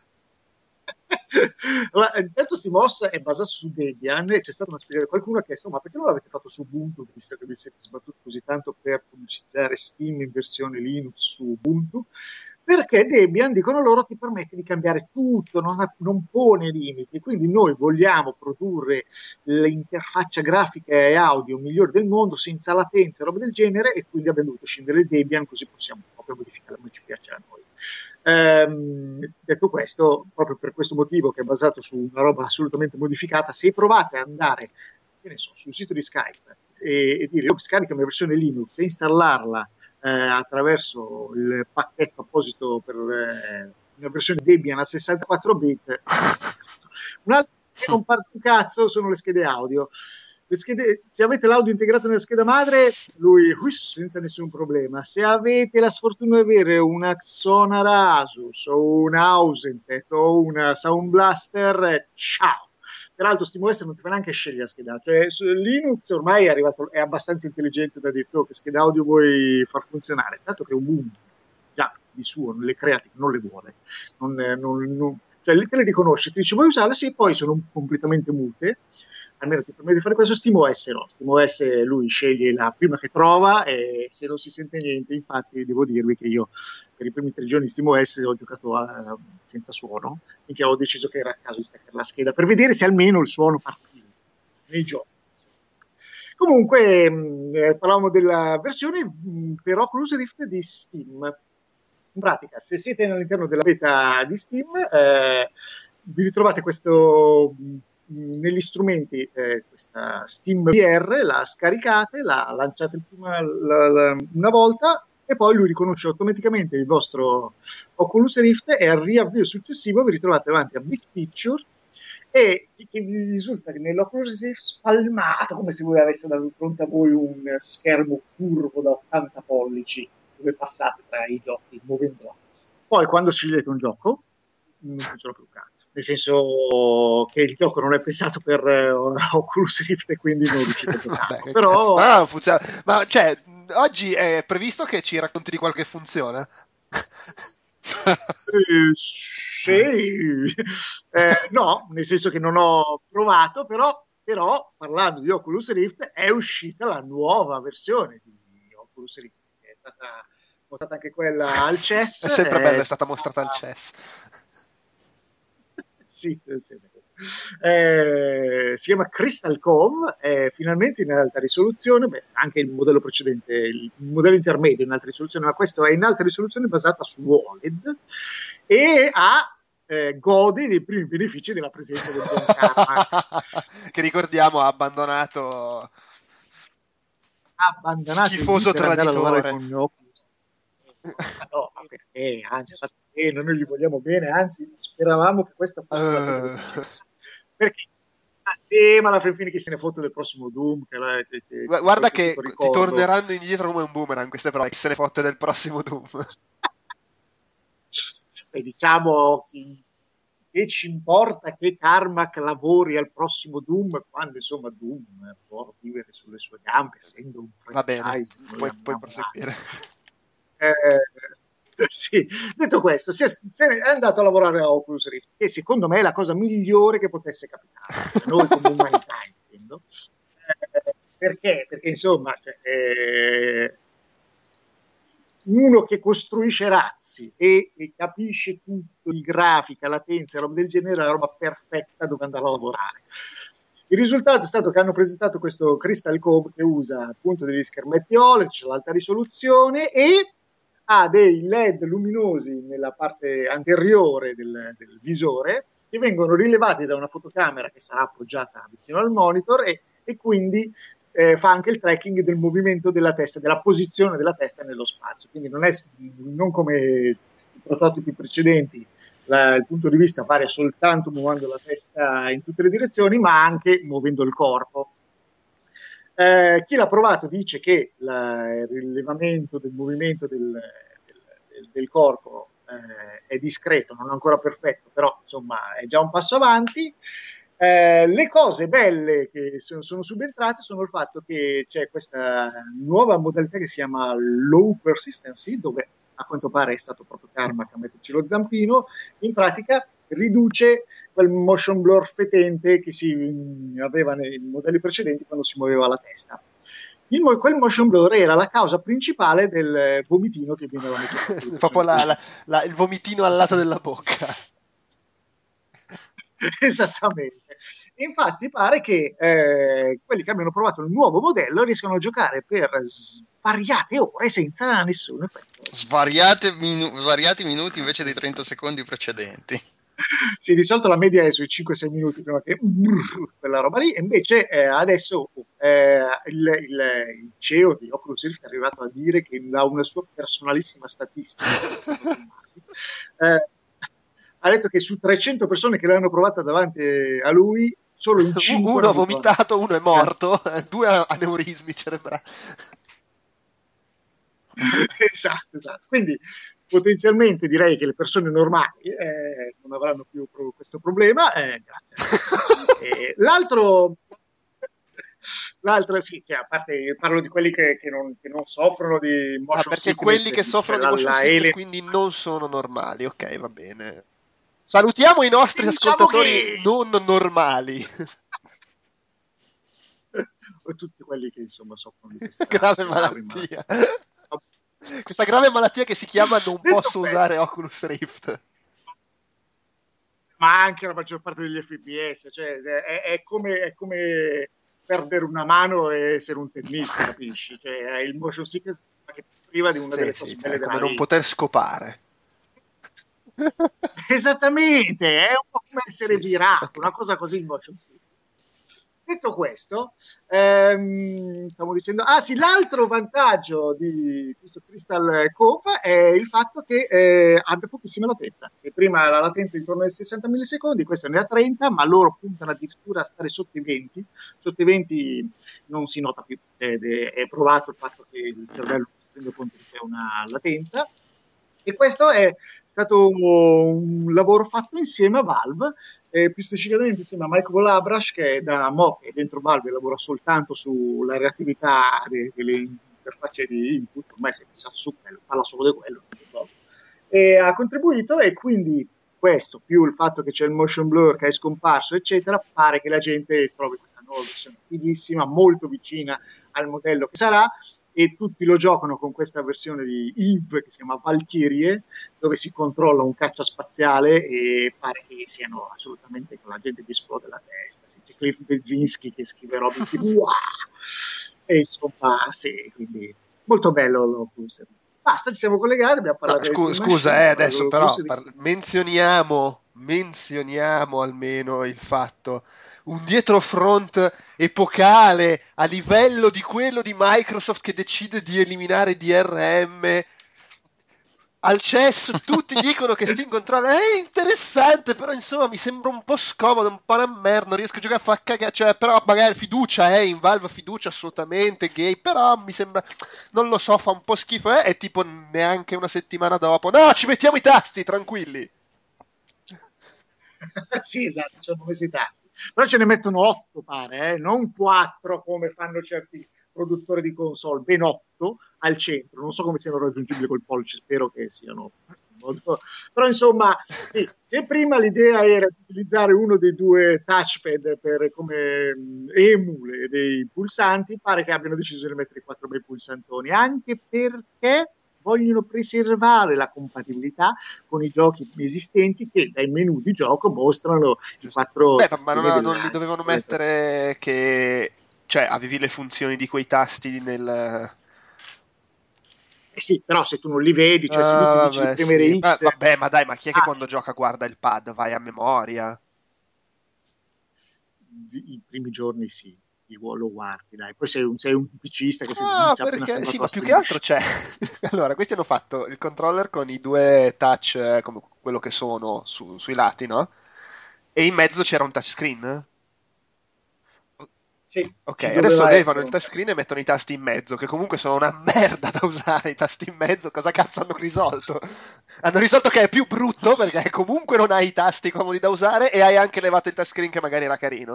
Allora, intanto SteamOS è basato su Debian e c'è stata una spiegazione qualcuno che insomma perché non l'avete fatto su Ubuntu, visto che vi siete sbattuti così tanto per pubblicizzare Steam in versione Linux su Ubuntu? Perché Debian, dicono loro, ti permette di cambiare tutto, non, ha, non pone limiti, quindi noi vogliamo produrre l'interfaccia grafica e audio migliore del mondo senza latenza e roba del genere, e quindi abbiamo dovuto scendere Debian così possiamo proprio modificare come ci piace a noi. Ehm, detto questo, proprio per questo motivo, che è basato su una roba assolutamente modificata, se provate ad andare, che ne so, sul sito di Skype e, e dire io scarico una versione Linux e installarla eh, attraverso il pacchetto apposito per eh, una versione Debian a sessantaquattro bit, un altro che non parte un cazzo sono le schede audio. Le schede, se avete l'audio integrato nella scheda madre, lui uish, senza nessun problema. Se avete la sfortuna di avere una Sonar Asus o un Ausentek o una Sound Blaster, ciao. Peraltro SteamOS non ti fa neanche scegliere la scheda, cioè Linux ormai è arrivato, è abbastanza intelligente da dire oh, che scheda audio vuoi far funzionare, tanto che Ubuntu già di suo le creative non le vuole, non, non, non, cioè te le riconosce, ti dice vuoi usarle? Sì, poi sono completamente mute, almeno ti permette di fare questo. SteamOS no, SteamOS lui sceglie la prima che trova e se non si sente niente, infatti devo dirvi che io per i primi tre giorni di SteamOS ho giocato a, senza suono, finché ho deciso che era il caso di staccare la scheda per vedere se almeno il suono partiva nei giochi. Comunque mh, parlavamo della versione mh, per Oculus Rift di Steam. In pratica, se siete all'interno della beta di Steam, eh, vi ritrovate questo mh, negli strumenti eh, questa Steam V R, la scaricate, la lanciate prima, la, la, una volta e poi lui riconosce automaticamente il vostro Oculus Rift e al riavvio successivo vi ritrovate davanti a Big Picture e che vi risulta che nell'Oculus Rift spalmato come se voi aveste dato fronte a voi un schermo curvo da ottanta pollici dove passate tra i giochi muovendo la testa. Poi quando scegliete un gioco non funziona più un cazzo, nel senso che il gioco non è pensato per uh, Oculus Rift e quindi non riuscite a giocare. Vabbè, però cazzo, non funziona. Ma cioè, oggi è previsto che ci racconti di qualche funzione? eh, sì, eh, no, nel senso che non ho provato, però, però parlando di Oculus Rift è uscita la nuova versione di Oculus Rift, che è stata mostrata anche quella al C E S. È sempre è bella, è stata stata mostrata al C E S. sì, sì. Eh, si chiama Crystal Cove, è finalmente in alta risoluzione, beh, anche il modello precedente, il modello intermedio in alta risoluzione, ma questo è in alta risoluzione basata su O L E D e ha eh, gode dei primi benefici della presenza del buon Carmack. Che ricordiamo ha abbandonato Ha abbandonato schifoso per andare a lavorare traditore. con Oculus. No, perché anzi, eh, noi gli vogliamo bene, anzi speravamo che questa fosse uh. la cosa che successe. Perché ah, sì, ma alla fine chi se ne fotte del prossimo Doom che la, che, che, guarda che ti torneranno indietro come un boomerang queste prove, chi se ne fotte del prossimo Doom. E diciamo che ci importa che Carmack lavori al prossimo Doom quando insomma Doom può vivere sulle sue gambe essendo un franchise. Va bene, puoi, puoi proseguire. Eh, sì. Detto questo, si è, si è andato a lavorare a Oculus Rift, che secondo me è la cosa migliore che potesse capitare, noi come umanità intendo. Eh, perché? Perché insomma cioè, eh, uno che costruisce razzi e, e capisce tutto di grafica, latenza e roba del genere, è la roba perfetta dove andare a lavorare. Il risultato è stato che hanno presentato questo Crystal Cove che usa appunto degli schermetti O L E D, c'è l'alta risoluzione e ha dei L E D luminosi nella parte anteriore del, del visore che vengono rilevati da una fotocamera che sarà appoggiata vicino al monitor e, e quindi eh, fa anche il tracking del movimento della testa, della posizione della testa nello spazio, quindi non è non come i prototipi precedenti, la, il punto di vista varia soltanto muovendo la testa in tutte le direzioni, ma anche muovendo il corpo. Eh, chi l'ha provato dice che la, il rilevamento del movimento del, del, del corpo eh, è discreto, non è ancora perfetto, però insomma è già un passo avanti. Eh, le cose belle che sono, sono subentrate sono il fatto che c'è questa nuova modalità che si chiama low persistency, dove a quanto pare è stato proprio Carmack a metterci lo zampino, in pratica riduce quel motion blur fetente che si aveva nei modelli precedenti quando si muoveva la testa. Il, quel motion blur era la causa principale del vomitino che veniva messo. Proprio la, la, la, il vomitino al lato della bocca. Esattamente. Infatti pare che eh, quelli che abbiano provato il nuovo modello riescano a giocare per svariate ore senza nessun effetto. Svariate minu- svariati minuti invece dei trenta secondi precedenti. Sì, di solito la media è sui cinque sei minuti prima che quella roba lì, e invece eh, adesso eh, il, il, il C E O di Oculus Rift è arrivato a dire che ha una sua personalissima statistica. eh, ha detto che su trecento persone che l'hanno provata davanti a lui, solo in cinque uno ha vomitato, uno è morto, eh. due aneurismi cerebrali. esatto, esatto. Quindi potenzialmente direi che le persone normali eh, non avranno più pro- questo problema. Eh, grazie. eh, l'altro, l'altro sì, che a parte parlo di quelli che, che, non, che non soffrono di motion ah, perché sickness, quelli che soffrono cioè di motion la, sickness ele... quindi non sono normali. Ok, va bene. Salutiamo i nostri diciamo ascoltatori che... non normali. O tutti quelli che insomma soffrono di questa grave malattia. Questa grave malattia che si chiama non Detto posso questo. usare Oculus Rift. Ma anche la maggior parte degli F P S, cioè è, è, come, è come perdere una mano e essere un tennista, capisci? Cioè il motion sickness che ti priva di una sì, delle sì, cose cioè, belle della come non vita. poter scopare. Esattamente, è un po' come essere sì, virato, sì, okay. Una cosa così in motion sickness. Detto questo, ehm, stavo dicendo, ah sì, l'altro vantaggio di questo Crystal Cove è il fatto che eh, abbia pochissima latenza. Se prima la latenza è intorno ai sessanta millisecondi, questo ne ha trenta, ma loro puntano addirittura a stare sotto i venti. Sotto i venti non si nota più, ed è, è provato il fatto che il cervello non si rende conto che c'è una latenza. E questo è stato un lavoro fatto insieme a Valve, eh, più specificamente insieme a Michael Labrash, che è da Mo, che dentro Valve lavora soltanto sulla reattività de- delle interfacce di input, ormai si è pensato su quello, parla solo di quello, e ha contribuito, e quindi questo, più il fatto che c'è il motion blur che è scomparso, eccetera, pare che la gente trovi questa nuova versione fighissima, molto vicina al modello che sarà, e tutti lo giocano con questa versione di Eve che si chiama Valkyrie, dove si controlla un caccia spaziale e pare che siano assolutamente con la gente che esplode la testa. C'è Cliff Bezinski che scrive robe tipo wow! E insomma, sì, quindi molto bello l'Oculus. Basta, ci siamo collegati, abbiamo parlato no, scu- scusa, machine, eh, adesso però di... par- menzioniamo, menzioniamo almeno il fatto, un dietrofront epocale a livello di quello di Microsoft che decide di eliminare D R M. Al C E S tutti dicono che Steam Control è interessante, però insomma mi sembra un po' scomodo, un po' una merda, non riesco a giocare a far cagare, cioè, però magari fiducia, eh, in Valve fiducia assolutamente, gay, però mi sembra, non lo so, fa un po' schifo, eh, e tipo neanche una settimana dopo, no, ci mettiamo i tasti, tranquilli. Sì, esatto, ci hanno messo i tasti, però ce ne mettono otto pare, eh? Non quattro come fanno certi produttori di console, ben otto al centro, non so come siano raggiungibili col pollice, spero che siano però insomma sì, e prima l'idea era di utilizzare uno dei due touchpad per, come emule dei pulsanti, pare che abbiano deciso di mettere quattro bei pulsantoni, anche perché vogliono preservare la compatibilità con i giochi esistenti che dai menu di gioco mostrano i quattro Beh, tastini ma non, della... non li dovevano mettere che, cioè, avevi le funzioni di quei tasti nel... Eh sì, però se tu non li vedi, cioè se lui ti ah, dice vabbè, di premere sì. X... Ah, vabbè, ma dai, ma chi è che ah, quando gioca guarda il pad? Vai a memoria? i primi giorni sì, lo guardi, dai. Poi sei un, sei un PCista che si Ah, appena perché salvato sì, la ma più che Steam altro c'è. Allora, questi hanno fatto il controller con i due touch, eh, come quello che sono su- sui lati, no? E in mezzo c'era un touchscreen. Sì, Ok, ci adesso doveva levano essere il un touchscreen e mettono i tasti in mezzo, che comunque sono una merda da usare, i tasti in mezzo. Cosa cazzo hanno risolto? Hanno risolto che è più brutto perché comunque non hai i tasti comodi da usare e hai anche levato il touchscreen che magari era carino.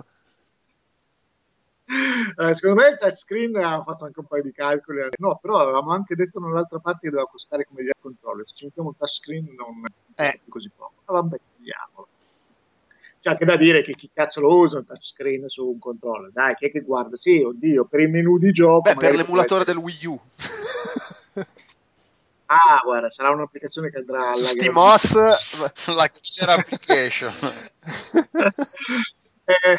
Eh, secondo me il touchscreen ha fatto anche un paio di calcoli. No, però avevamo anche detto nell'altra parte che doveva costare come gli air controller. Se ci mettiamo un touchscreen non Eh, costa più così poco. Ma vabbè, vediamolo. C'è anche da dire che chi cazzo lo usa un touchscreen su un controller? Dai, chi è che guarda? Sì, oddio, per i menu di gioco beh, per magari potrebbe l'emulatore essere... del Wii U. Ah, guarda, sarà un'applicazione che andrà Su alla SteamOS. La killer application. Eh,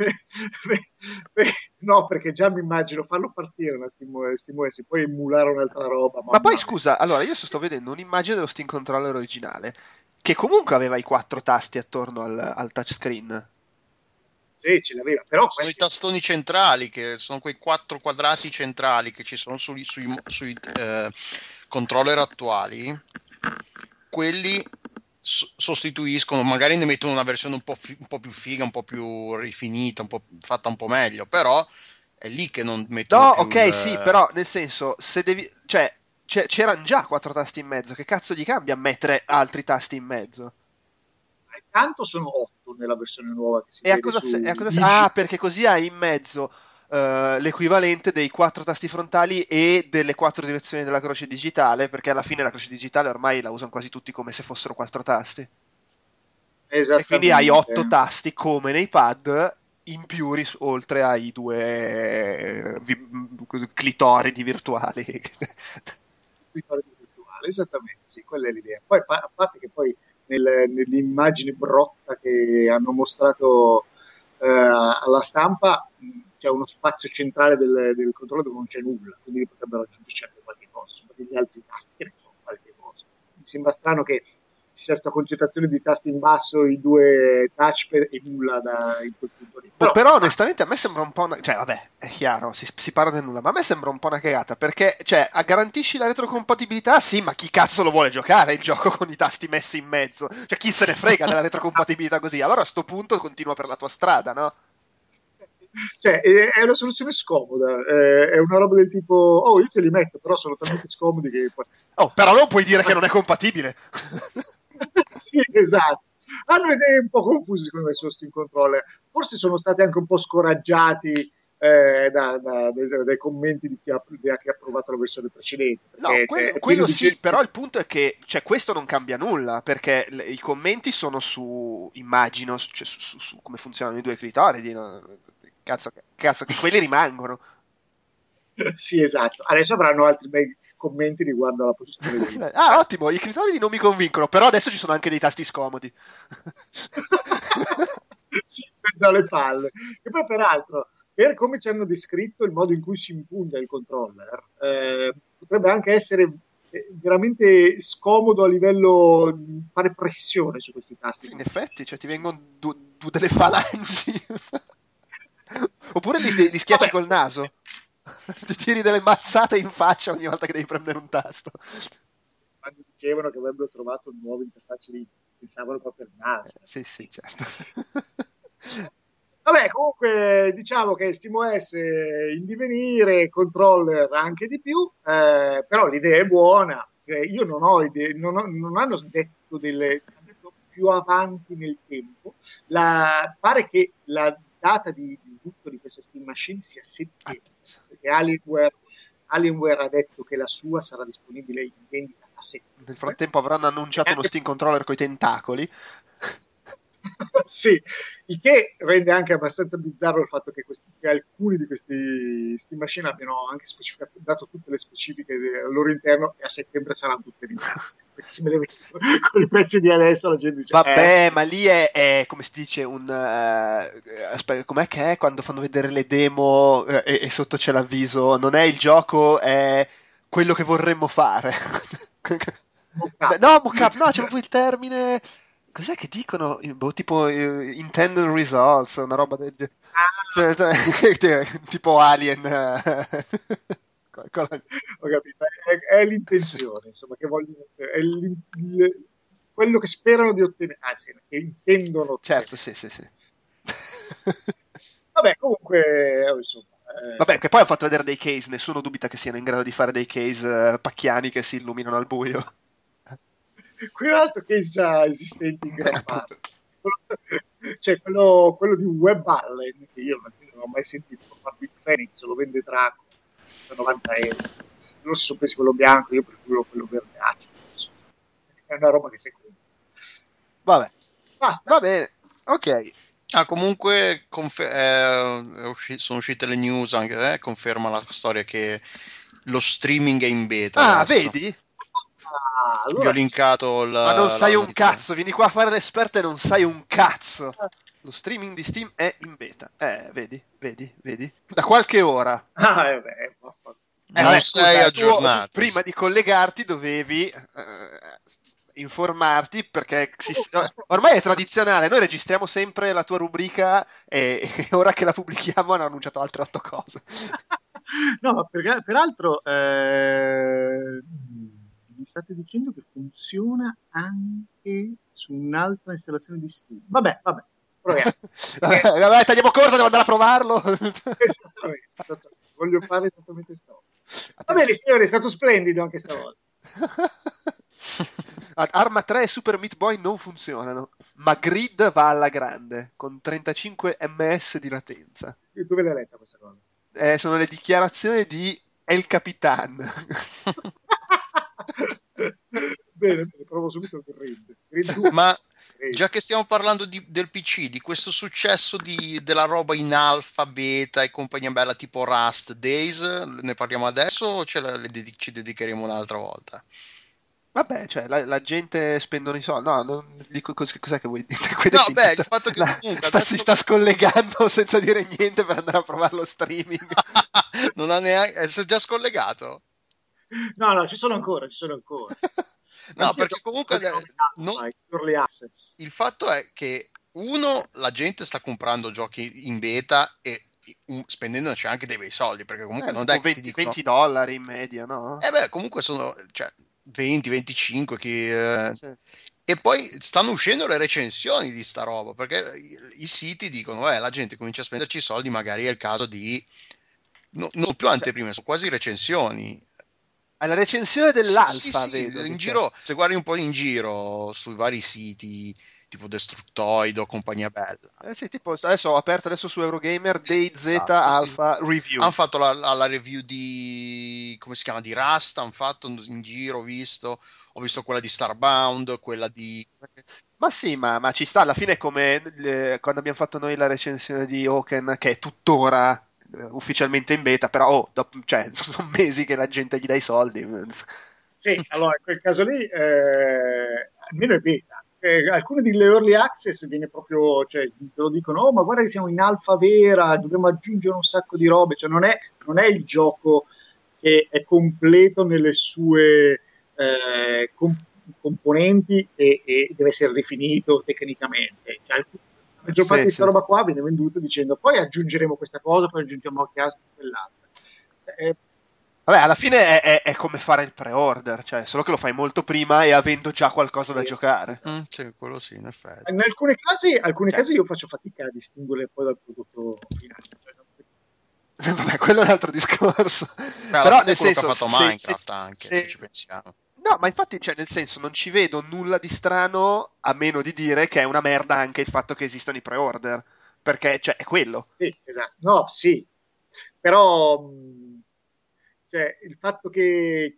no, perché già mi immagino farlo partire una Steam- SteamOS e poi emulare un'altra roba. Ma poi Mamma mia. scusa, allora io sto vedendo un'immagine dello Steam Controller originale che comunque aveva i quattro tasti attorno al, al touchscreen. Sì, ce l'aveva, però Sono i questi... tastoni centrali, che sono quei quattro quadrati centrali che ci sono sui, sui, sui eh, controller attuali. Quelli s- sostituiscono, magari ne mettono una versione un po', fi- un po' più figa, un po' più rifinita, un po' fatta un po' meglio, però è lì che non mettono No, più ok, sì, il... però nel senso, se devi, cioè, c'è- c'erano già quattro tasti in mezzo, che cazzo gli cambia mettere altri tasti in mezzo? Tanto sono otto nella versione nuova che si E a vede cosa, se- e a su cosa se- Digi. ah, perché così hai in mezzo eh, l'equivalente dei quattro tasti frontali e delle quattro direzioni della croce digitale, perché alla fine la croce digitale ormai la usano quasi tutti come se fossero quattro tasti. E quindi hai otto Esattamente. tasti come nei pad in più ris- oltre ai due eh, vi- clitoridi virtuali. Virtuale, esattamente, sì, quella è l'idea. Poi, pa- a parte che poi nel- nell'immagine brotta che hanno mostrato eh, alla stampa mh, c'è uno spazio centrale del, del controllo dove non c'è nulla, quindi potrebbero aggiungerci anche qualche cosa, sono degli altri tasti che ne so, qualche cosa. Mi sembra strano che ci sia questa concentrazione di tasti in basso, i due touchpad e nulla da, in quel punto lì. Boh, Però, però ma, onestamente a me sembra un po' una... cioè vabbè, è chiaro, si, si parla del nulla, ma a me sembra un po' una cagata, perché, cioè, a garantisci la retrocompatibilità? Sì, ma chi cazzo lo vuole giocare il gioco con i tasti messi in mezzo? Cioè, chi se ne frega della retrocompatibilità così? Allora a sto punto continua per la tua strada, no? cioè, è è una soluzione scomoda, eh, è una roba del tipo, oh, io te li metto, però sono talmente scomodi che... poi- Oh, però non puoi dire che non è compatibile. Sì, esatto. Hanno idee un po' confuse, secondo me, sullo Steam Controller. Forse sono stati anche un po' scoraggiati eh, da- da- dai, dai commenti di chi ha, di chi ha provato la versione precedente, No, perché cioè, quello, è pieno quello di sì, gente... però il punto è che cioè, questo non cambia nulla, perché le- i commenti sono su, immagino, su, cioè, su- su- su come funzionano i due clitoridi, no? Cazzo, cazzo, che quelli rimangono. Sì, esatto. Adesso avranno altri bei commenti riguardo alla posizione dei... Ah, ottimo, i clitoridi non mi convincono, però adesso ci sono anche dei tasti scomodi. Sì, in mezzo alle palle. E poi, peraltro, per come ci hanno descritto il modo in cui si impugna il controller, eh, potrebbe anche essere eh, veramente scomodo a livello di fare pressione su questi tasti. Sì, in effetti, cioè ti vengono du- du- delle falangi. Oppure li, li schiacci Vabbè, col naso. Ti tiri delle mazzate in faccia ogni volta che devi prendere un tasto. quando dicevano che avrebbero trovato nuove interfacce di pensavano proprio al naso. Eh, sì, sì, certo. Vabbè, comunque diciamo che SteamOS in divenire, controller anche di più, eh, però l'idea è buona. Eh, io non ho idee, non, ho- non hanno detto delle hanno detto più avanti nel tempo. La- pare che la data di di butto di questa Steam Machine sia settembre, perché Alienware, Alienware ha detto che la sua sarà disponibile in vendita a Nel settembre. frattempo avranno E annunciato uno anche Steam Controller con i tentacoli. sì, il che rende anche abbastanza bizzarro il fatto che, questi, che alcuni di questi Steam Machine abbiano anche specificato, dato tutte le specifiche al loro interno e a settembre saranno tutte rinnovate. Perché se me le vedo con i pezzi di adesso la gente dice eh. Vabbè, ma lì è, è, come si dice un... eh, aspetta, com'è che è quando fanno vedere le demo eh, e, e sotto c'è l'avviso? Non è il gioco, è quello che vorremmo fare. Mockup. No, mockup, no, c'è proprio il termine... cos'è che dicono? Boh, tipo eh, intended results, una roba del genere. Ah, Cioè, cioè, tipo Alien. eh, con- con la- ho capito, è, è l'intenzione, insomma, che vogliono, è l'in- il- quello che sperano di ottenere, anzi, che intendono ottenere. Certo, sì, sì, sì. Vabbè, comunque, oh, insomma, Vabbè, eh, che poi ho fatto vedere dei case, nessuno dubita che siano in grado di fare dei case eh, pacchiani che si illuminano al buio. qui un altro case già esistenti in Eh, gran appunto. parte. Cioè, quello, quello di Web Allen, che io non ho mai sentito, fa Big Phoenix, lo vende Draco per novanta euro. Loro si sono presi quello bianco, io preferivo quello verde acido. È una roba che si compra. Vabbè, Basta. va bene, ok. Ah, comunque confer- eh, è usci- sono uscite le news anche, eh, conferma la storia che lo streaming è in beta Ah, adesso. vedi? Ah, Vi ho allora, linkato il- Ma non la sai un notizia. cazzo, vieni qua a fare l'esperto e non sai un cazzo. Lo streaming di Steam è in beta. Eh, vedi, vedi, vedi. Da qualche ora. ah, eh, beh, vaffanculo. Eh, Non vabbè, sei scusa, tu, tu aggiornato. prima di collegarti dovevi eh, informarti perché si- ormai è tradizionale, noi registriamo sempre la tua rubrica e, e ora che la pubblichiamo hanno annunciato altre otto cose. No, ma per- peraltro eh, mi state dicendo che funziona anche su un'altra installazione di Steam. Vabbè, vabbè, proviamo. Vabbè, vabbè, tagliamo corto, devo andare a provarlo. Esattamente, esattamente. Voglio fare esattamente sto. Va bene, signori, è stato splendido anche stavolta. Arma tre e Super Meat Boy non funzionano, ma Grid va alla grande, con trentacinque ms di latenza. Dove l'hai letta questa cosa? Eh, sono le dichiarazioni di El Capitan. Bene, bene, provo subito il Grid. Grid due. Ma Grid. già che stiamo parlando di- del P C, di questo successo di- della roba in alfa, beta e compagnia bella tipo Rust, Days, ne parliamo adesso o ce la- le dedi- ci dedicheremo un'altra volta? Vabbè, cioè, la, la gente spendono i soldi. No, non dico cos- cos'è che vuoi dire? Quelle No, si- beh, il fatto che la- comunque sta- adesso- si sta scollegando senza dire niente per andare a provare lo streaming. Non ha neanche... eh, si è già scollegato? No, no, ci sono ancora, ci sono ancora. No, Anch'io perché ho- comunque ho- non- ho- early access. il fatto è che uno, la gente sta comprando giochi in beta e um, spendendoci anche dei bei soldi, perché comunque Eh, non tipo è che ti venti, dicono... venti dollari in media, no? Eh beh, comunque sono cioè, venti venticinque chi, eh, Sì. e poi stanno uscendo le recensioni di sta roba, perché i, i siti dicono, eh, la gente comincia a spenderci i soldi, magari è il caso di... No, non più anteprime, sono quasi recensioni. Alla recensione Sì, dell'alfa, sì, sì, vedo. in che c'è. giro, se guardi un po' in giro sui vari siti tipo Destructoid o compagnia bella, Eh sì, tipo, adesso ho aperto adesso su Eurogamer DayZ esatto, Alpha sì. Review. Hanno fatto la, la- la review di come si chiama di Rust, hanno fatto in giro, ho visto, ho visto quella di Starbound, quella di Ma sì, ma, ma ci sta, alla fine è come eh, quando abbiamo fatto noi la recensione di Oken, che è tuttora eh, ufficialmente in beta, però oh, dopo- cioè, sono mesi che la gente gli dà i soldi. Sì, allora in quel caso lì eh, almeno è beta. Eh, alcune delle early access viene proprio, cioè, te lo dicono, oh ma guarda che siamo in alfa vera, dobbiamo aggiungere un sacco di robe, cioè non è, non è il gioco che è completo nelle sue eh, com- componenti e, e deve essere rifinito tecnicamente. Cioè, la maggior parte Sì, di questa sì. roba qua viene venduta dicendo poi aggiungeremo questa cosa, poi aggiungiamo anche quell'altra. Eh, Vabbè, alla fine è, è- è come fare il pre-order, cioè, solo che lo fai molto prima e avendo già qualcosa da Sì. giocare. Mm, sì, quello sì, in effetti. In alcuni casi, alcuni Cioè. casi io faccio fatica a distinguere poi dal prodotto finale. Cioè, Vabbè, quello è un altro discorso. Beh, alla Però fine nel è quello che senso, ha fatto se- Minecraft se- anche, se- se ci pensiamo. No, ma infatti, cioè, nel senso, non ci vedo nulla di strano a meno di dire che è una merda anche il fatto che esistano i pre-order. Perché, cioè, è quello. sì, esatto. No, sì. Però mh, cioè, il fatto che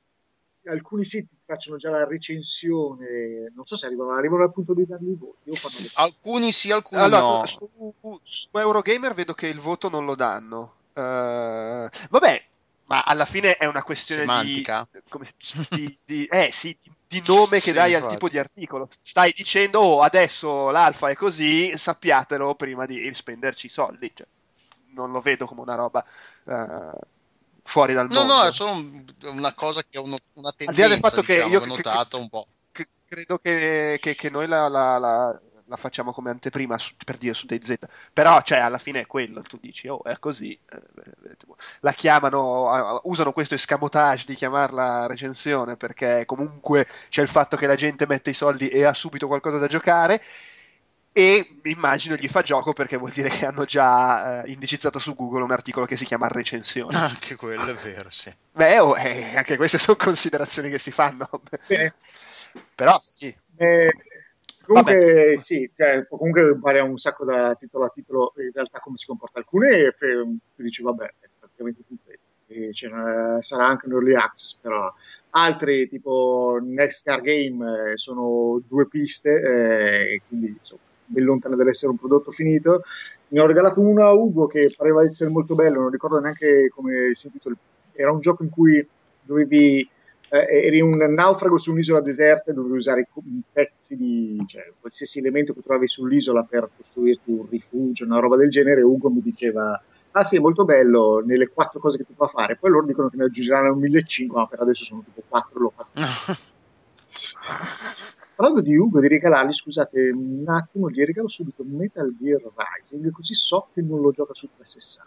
alcuni siti facciano già la recensione, non so se arrivano, arrivano al punto di dargli i voti. O fanno le... Alcuni sì, alcuni Allora, no. su, su Eurogamer vedo che il voto non lo danno. Eh, vabbè, ma alla fine è una questione Semantica. di, come- di, di- eh, sì, di, di nome che Sì, dai al infatti. tipo di articolo. Stai dicendo, oh, adesso l'alfa è così, sappiatelo prima di spenderci i soldi. Cioè, non lo vedo come una roba eh, fuori dal No, mondo. no, è solo un- una cosa che ho no- una Al di là del tendenza, fatto che diciamo, io che ho che- notato un po'. che- credo che, che, che noi la, la, la, la facciamo come anteprima su, per dire su DayZ, però cioè alla fine è quello, tu dici oh è così, eh, la chiamano, usano questo escamotage di chiamarla recensione perché comunque c'è il fatto che la gente mette i soldi e ha subito qualcosa da giocare, e immagino gli fa gioco perché vuol dire che hanno già eh, indicizzato su Google un articolo che si chiama recensione. Anche quello è vero, sì. Beh, oh, eh, anche queste sono considerazioni che si fanno. Beh. Però sì. Eh, comunque Vabbè. sì, cioè, comunque varia un sacco da titolo a titolo in realtà come si comporta. Alcune tu dici vabbè, è praticamente completo, e cioè, sarà anche un early access, però altri tipo Next Car Game eh, sono due piste eh, e quindi insomma ben lontano dall'essere un prodotto finito. Ne ho regalato uno a Ugo che pareva essere molto bello, non ricordo neanche come si intitola. Era un gioco in cui dovevi eh, eri un naufrago su un'isola deserta e dovevi usare pezzi di, cioè, qualsiasi elemento che trovavi sull'isola per costruirti un rifugio, una roba del genere. Ugo mi diceva ah sì, è molto bello, nelle quattro cose che tu puoi fare. Poi loro dicono che ne aggiungeranno un millecinquecento, ma per adesso sono tipo quattro, l'ho fatto. Parlando di Ugo, di regalargli, scusate un attimo, gli regalo subito Metal Gear Rising, così so che non lo gioca su trecentosessanta.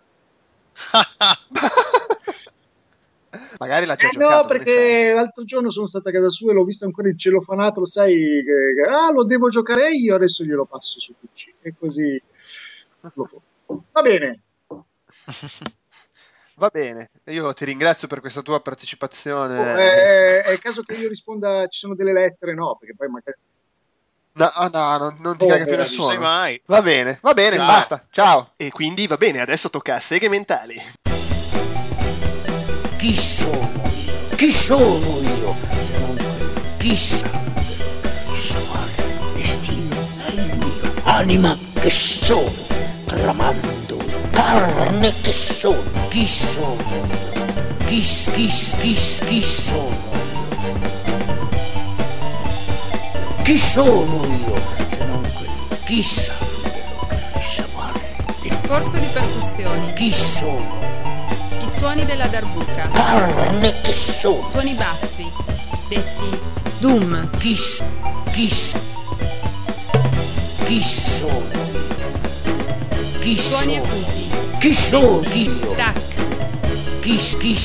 Magari l'ha già eh giocato. No, perché l'altro giorno sono stato a casa sua e l'ho visto ancora in celofanato, lo sai, che, che ah, lo devo giocare io, adesso glielo passo su P C. E così lo fa. Va bene. Va bene, io ti ringrazio per questa tua partecipazione. Oh, è, è caso che io risponda, ci sono delle lettere? No, perché poi magari... No, no, no, non ti Oh, caga più beh, nessuno. sai mai. Va bene, va bene, Ciao. basta, ciao. E quindi va bene, adesso tocca a seghe mentali. Chi sono io? Chi sono io? Se non quello, chissà, sono destino è il mio. Anima che sono, clamando, carne che sono. Chi sono io? Chi, chi, chi, chi sono io? Chi sono io? Se non quello, chissà quello che sa fare. Corso di percussioni. Chi sono? I suoni della darbuca. Carne che sono. Suoni bassi, detti Doom. Chi, chi, chi sono? Chi Suoni sono? acuti. Chi sono io? Tac. Chi, chi,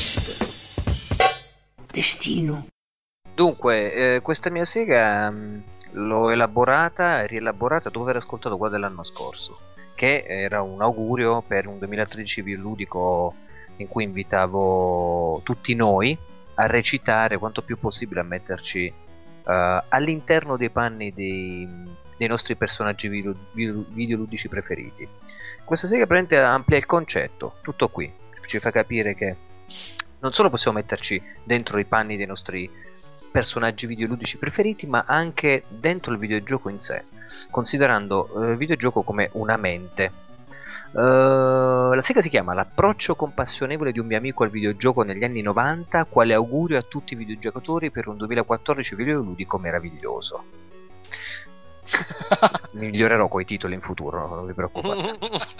destino. Dunque, eh, questa mia sega mh, l'ho elaborata e rielaborata dopo aver ascoltato quella dell'anno scorso, che era un augurio per un duemilatredici videoludico in cui invitavo tutti noi a recitare quanto più possibile, a metterci uh, all'interno dei panni dei, dei nostri personaggi video, video, videoludici preferiti. Questa sega praticamente amplia il concetto, tutto qui, ci fa capire che non solo possiamo metterci dentro i panni dei nostri personaggi videoludici preferiti, ma anche dentro il videogioco in sé, considerando uh, il videogioco come una mente. Uh, la sega si chiama L'approccio compassionevole di un mio amico al videogioco negli anni novanta, quale augurio a tutti i videogiocatori per un duemilaquattordici videoludico meraviglioso. Migliorerò coi titoli in futuro, non vi preoccupate.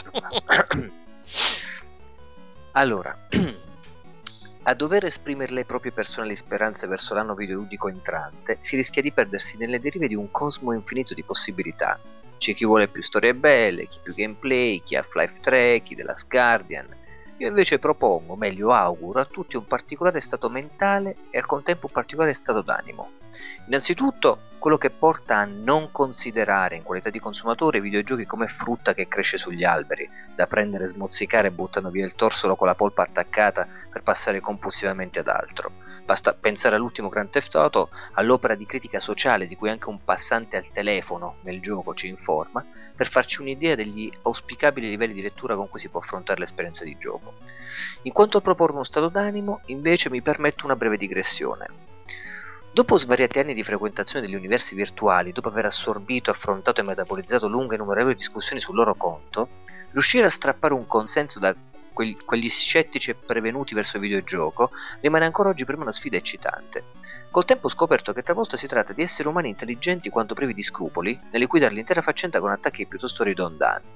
Allora, a dover esprimere le proprie personali speranze verso l'anno videoludico entrante, si rischia di perdersi nelle derive di un cosmo infinito di possibilità. C'è chi vuole più storie belle, chi più gameplay, chi Half-Life tre, chi The Last Guardian. Io invece propongo, meglio auguro, a tutti un particolare stato mentale e al contempo un particolare stato d'animo. Innanzitutto, quello che porta a non considerare in qualità di consumatore i videogiochi come frutta che cresce sugli alberi, da prendere, smozzicare buttando via il torsolo con la polpa attaccata per passare compulsivamente ad altro. Basta pensare all'ultimo Grand Theft Auto, all'opera di critica sociale di cui anche un passante al telefono nel gioco ci informa, per farci un'idea degli auspicabili livelli di lettura con cui si può affrontare l'esperienza di gioco. In quanto a proporre uno stato d'animo, invece mi permetto una breve digressione. Dopo svariati anni di frequentazione degli universi virtuali, dopo aver assorbito, affrontato e metabolizzato lunghe e innumerevoli discussioni sul loro conto, riuscire a strappare un consenso da quegli scettici e prevenuti verso il videogioco rimane ancora oggi per me una sfida eccitante. Col tempo ho scoperto che talvolta si tratta di esseri umani intelligenti quanto privi di scrupoli, nelle cui dare l'intera faccenda con attacchi piuttosto ridondanti.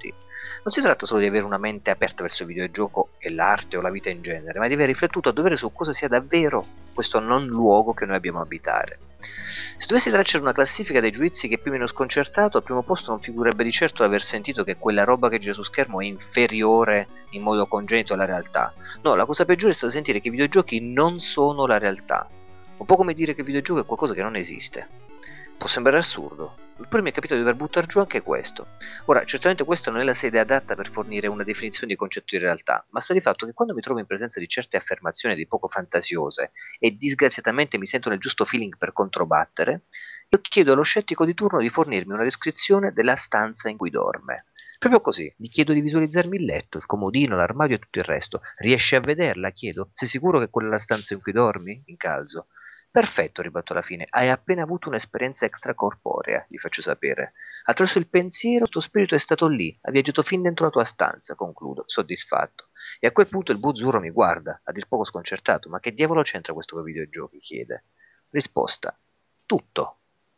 Non si tratta solo di avere una mente aperta verso il videogioco e l'arte o la vita in genere, ma di aver riflettuto a dovere su cosa sia davvero questo non luogo che noi abbiamo a abitare. Se dovessi tracciare una classifica dei giudizi che più mi hanno sconcertato, al primo posto non figurerebbe di certo l'aver sentito che quella roba che gira su schermo è inferiore in modo congenito alla realtà. No, la cosa peggiore è stata sentire che i videogiochi non sono la realtà. Un po' come dire che il videogioco è qualcosa che non esiste. Può sembrare assurdo, eppure mi è capitato di dover buttare giù anche questo. Ora, certamente questa non è la sede adatta per fornire una definizione di concetto di realtà, ma sta di fatto che quando mi trovo in presenza di certe affermazioni di poco fantasiose e disgraziatamente mi sento nel giusto feeling per controbattere, io chiedo allo scettico di turno di fornirmi una descrizione della stanza in cui dorme. Proprio così, gli chiedo di visualizzarmi il letto, il comodino, l'armadio e tutto il resto. Riesci a vederla? Chiedo. Sei sicuro che quella è la stanza in cui dormi? Incalzo. Perfetto, ribatto alla fine, hai appena avuto un'esperienza extracorporea, gli faccio sapere. Attraverso il pensiero, il tuo spirito è stato lì, ha viaggiato fin dentro la tua stanza, concludo, soddisfatto. E a quel punto il buzzurro mi guarda, a dir poco sconcertato, ma che diavolo c'entra questo con i videogiochi? Chiede. Risposta. Tutto.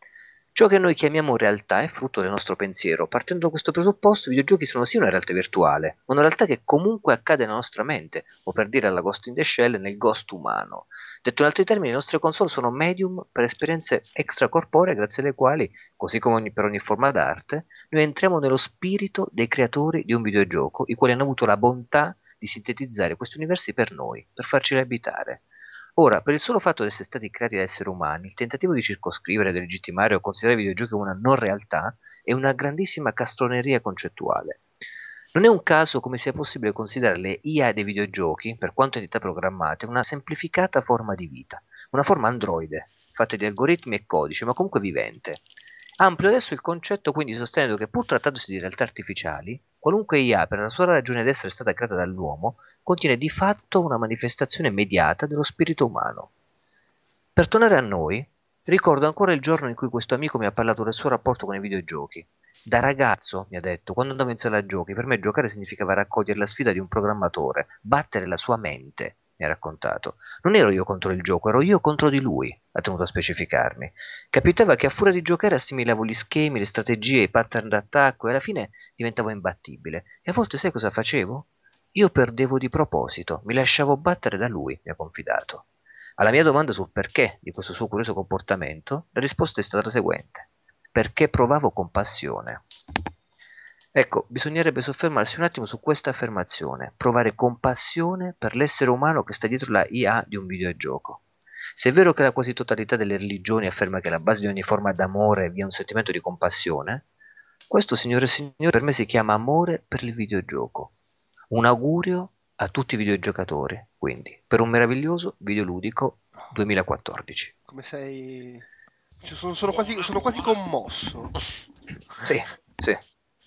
Ciò che noi chiamiamo realtà è frutto del nostro pensiero. Partendo da questo presupposto, i videogiochi sono sì una realtà virtuale, ma una realtà che comunque accade nella nostra mente, o per dire alla Ghost in the Shell, nel ghost umano. Detto in altri termini, le nostre console sono medium per esperienze extracorporee grazie alle quali, così come ogni, per ogni forma d'arte, noi entriamo nello spirito dei creatori di un videogioco, i quali hanno avuto la bontà di sintetizzare questi universi per noi, per farceli abitare. Ora, per il solo fatto di essere stati creati da esseri umani, il tentativo di circoscrivere, di legittimare o considerare i videogiochi una non realtà è una grandissima castroneria concettuale. Non è un caso come sia possibile considerare le I A dei videogiochi, per quanto entità programmate, una semplificata forma di vita, una forma androide, fatta di algoritmi e codice, ma comunque vivente. Amplio adesso il concetto quindi sostenendo che pur trattandosi di realtà artificiali, qualunque I A per la sola ragione di essere stata creata dall'uomo contiene di fatto una manifestazione mediata dello spirito umano. Per tornare a noi, ricordo ancora il giorno in cui questo amico mi ha parlato del suo rapporto con i videogiochi. Da ragazzo, mi ha detto, quando andavo in sala giochi, per me giocare significava raccogliere la sfida di un programmatore, battere la sua mente, mi ha raccontato. Non ero io contro il gioco, ero io contro di lui, ha tenuto a specificarmi. Capitava che a furia di giocare assimilavo gli schemi, le strategie, i pattern d'attacco e alla fine diventavo imbattibile. E a volte sai cosa facevo? Io perdevo di proposito, mi lasciavo battere da lui, mi ha confidato. Alla mia domanda sul perché di questo suo curioso comportamento, la risposta è stata la seguente. Perché provavo compassione. Ecco, bisognerebbe soffermarsi un attimo su questa affermazione, provare compassione per l'essere umano che sta dietro la I A di un videogioco. Se è vero che la quasi totalità delle religioni afferma che alla base di ogni forma d'amore vi è un sentimento di compassione, questo, signore e signori, per me si chiama amore per il videogioco. Un augurio a tutti i videogiocatori, quindi, per un meraviglioso videoludico duemilaquattordici. Come sei... Cioè, sono, sono, quasi, sono quasi commosso. Sì, sì.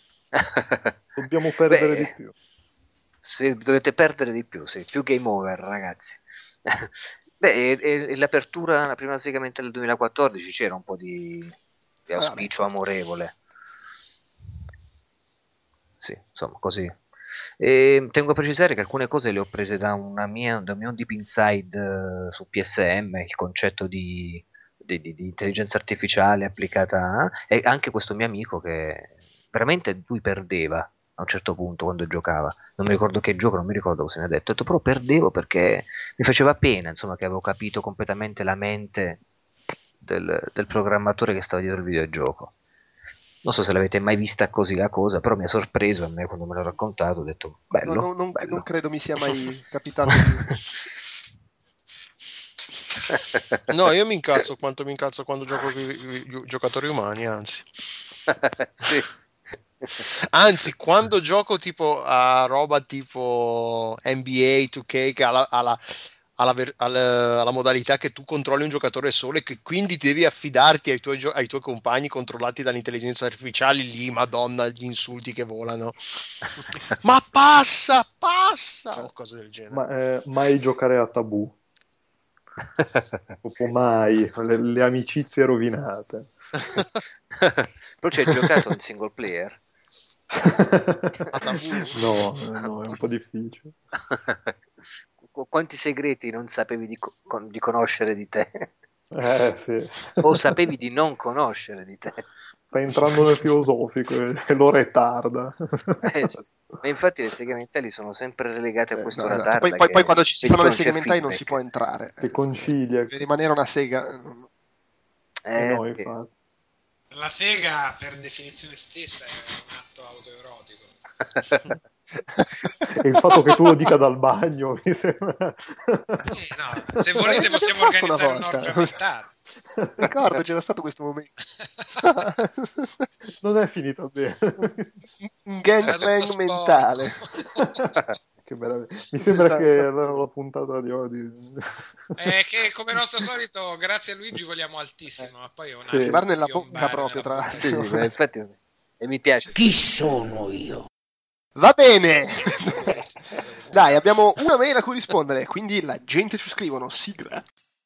Dobbiamo perdere Beh, di più. Sì, dovete perdere di più, sì, più game over, ragazzi. Beh, e, e l'apertura, la prima segmento del duemilaquattordici c'era un po' di, di auspicio amorevole. Sì, insomma, così. E tengo a precisare che alcune cose le ho prese da una mia, da un mio deep inside uh, su P S M, il concetto di, di, di, di intelligenza artificiale applicata a, e anche questo mio amico che veramente lui perdeva a un certo punto quando giocava, non mi ricordo che gioco, non mi ricordo cosa mi ha detto, ho detto però perdevo perché mi faceva pena, insomma, che avevo capito completamente la mente del, del programmatore che stava dietro il videogioco. Non so se l'avete mai vista così la cosa, però mi ha sorpreso a me quando me l'ho raccontato, ho detto bello, no, no, non, bello. non credo mi sia mai capitato. No, io mi incazzo quanto mi incazzo quando gioco con i giocatori umani, anzi. Sì. Anzi, quando gioco tipo a roba tipo N B A due K che ha la, ha la, ha la, ver- ha la, la modalità che tu controlli un giocatore solo e che quindi devi affidarti ai tuoi, gio- ai tuoi compagni controllati dall'intelligenza artificiale, lì, madonna, gli insulti che volano. Ma passa, passa! O cose del genere. Ma eh, mai giocare a Tabù? Proprio mai, le, le amicizie rovinate. Però ci hai giocato in single player? No, no, è un po' difficile. Qu- Quanti segreti non sapevi di, co- con- di conoscere di te? Eh, sì. O sapevi di non conoscere di te. Sta entrando nel filosofico e, e lo retarda. Eh, sì. Ma infatti le segmentali sono sempre relegate a Eh, questo no, esatto. ratarda Poi, poi- che poi quando ci si vedi fanno che le non c'è segmentali non si feedback. può entrare. Che concilia. Deve rimanere una sega. Eh, Eh, no, sì. infatti. La sega, per definizione stessa, è un atto autoerotico. E il fatto che tu lo dica dal bagno mi sembra... Sì, no, se volete possiamo L'abbiamo fatto organizzare una volta. un'orgia mentale. Ricordo, c'era stato questo momento. Non è finita bene. Un Era tutto gangbang sporco. mentale. Che meraviglia. Mi Sì, sembra sta- che sta- era la puntata di oggi. Eh, che come nostro solito, grazie a Luigi voliamo altissimo, ma poi è un Sì. altro Arrivare nella piombare bocca proprio, nella tra bocca. Sì, sì, ma infatti e mi piace. Chi sono io? Va bene. Sì, figurati, figurati. Dai, abbiamo una mail a cui rispondere, quindi la gente ci scrivono. Sigla.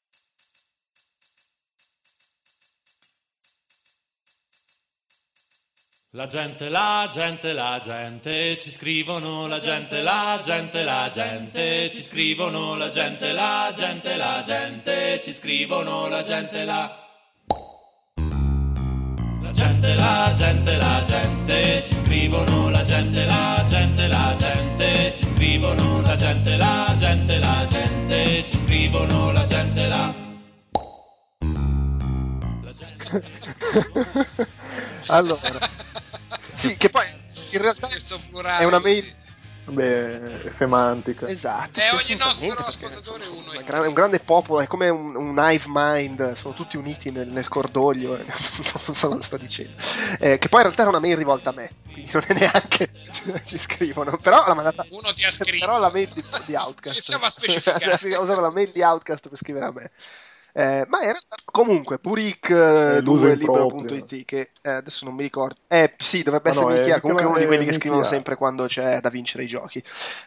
La gente, la gente, la gente ci scrivono, la gente, la gente, la gente ci scrivono, la gente, la gente, la gente ci scrivono, la gente, la La gente, la gente, la gente ci scrivono, la gente, la gente, la gente ci scrivono, la gente, la gente, la gente ci scrivono, la gente, la Allora, sì, che poi in realtà Questo plurale è una così. mail. Beh, è semantica. Esatto. E sì, ogni assolutamente, nostro perché ascoltatore uno È è un gran- è un grande popolo, è come un, un hive mind, sono tutti uniti nel, nel cordoglio, eh, non so cosa sto dicendo. Eh, che poi in realtà era una mail rivolta a me, quindi non è neanche ci scrivono, però l'ha mandata. Uno ti ha scritto. Però la mail di, di Outcast. Iniziamo a specificare. Ho usato la mail di Outcast per scrivere a me. Eh, ma era comunque Purik Eh, l'uso due improprio. libero punto it che eh, adesso non mi ricordo. Eh sì, dovrebbe Ma no, essere è Michiar, comunque è uno di Michiar- quelli che scrivono Michiar. sempre quando c'è da vincere i giochi.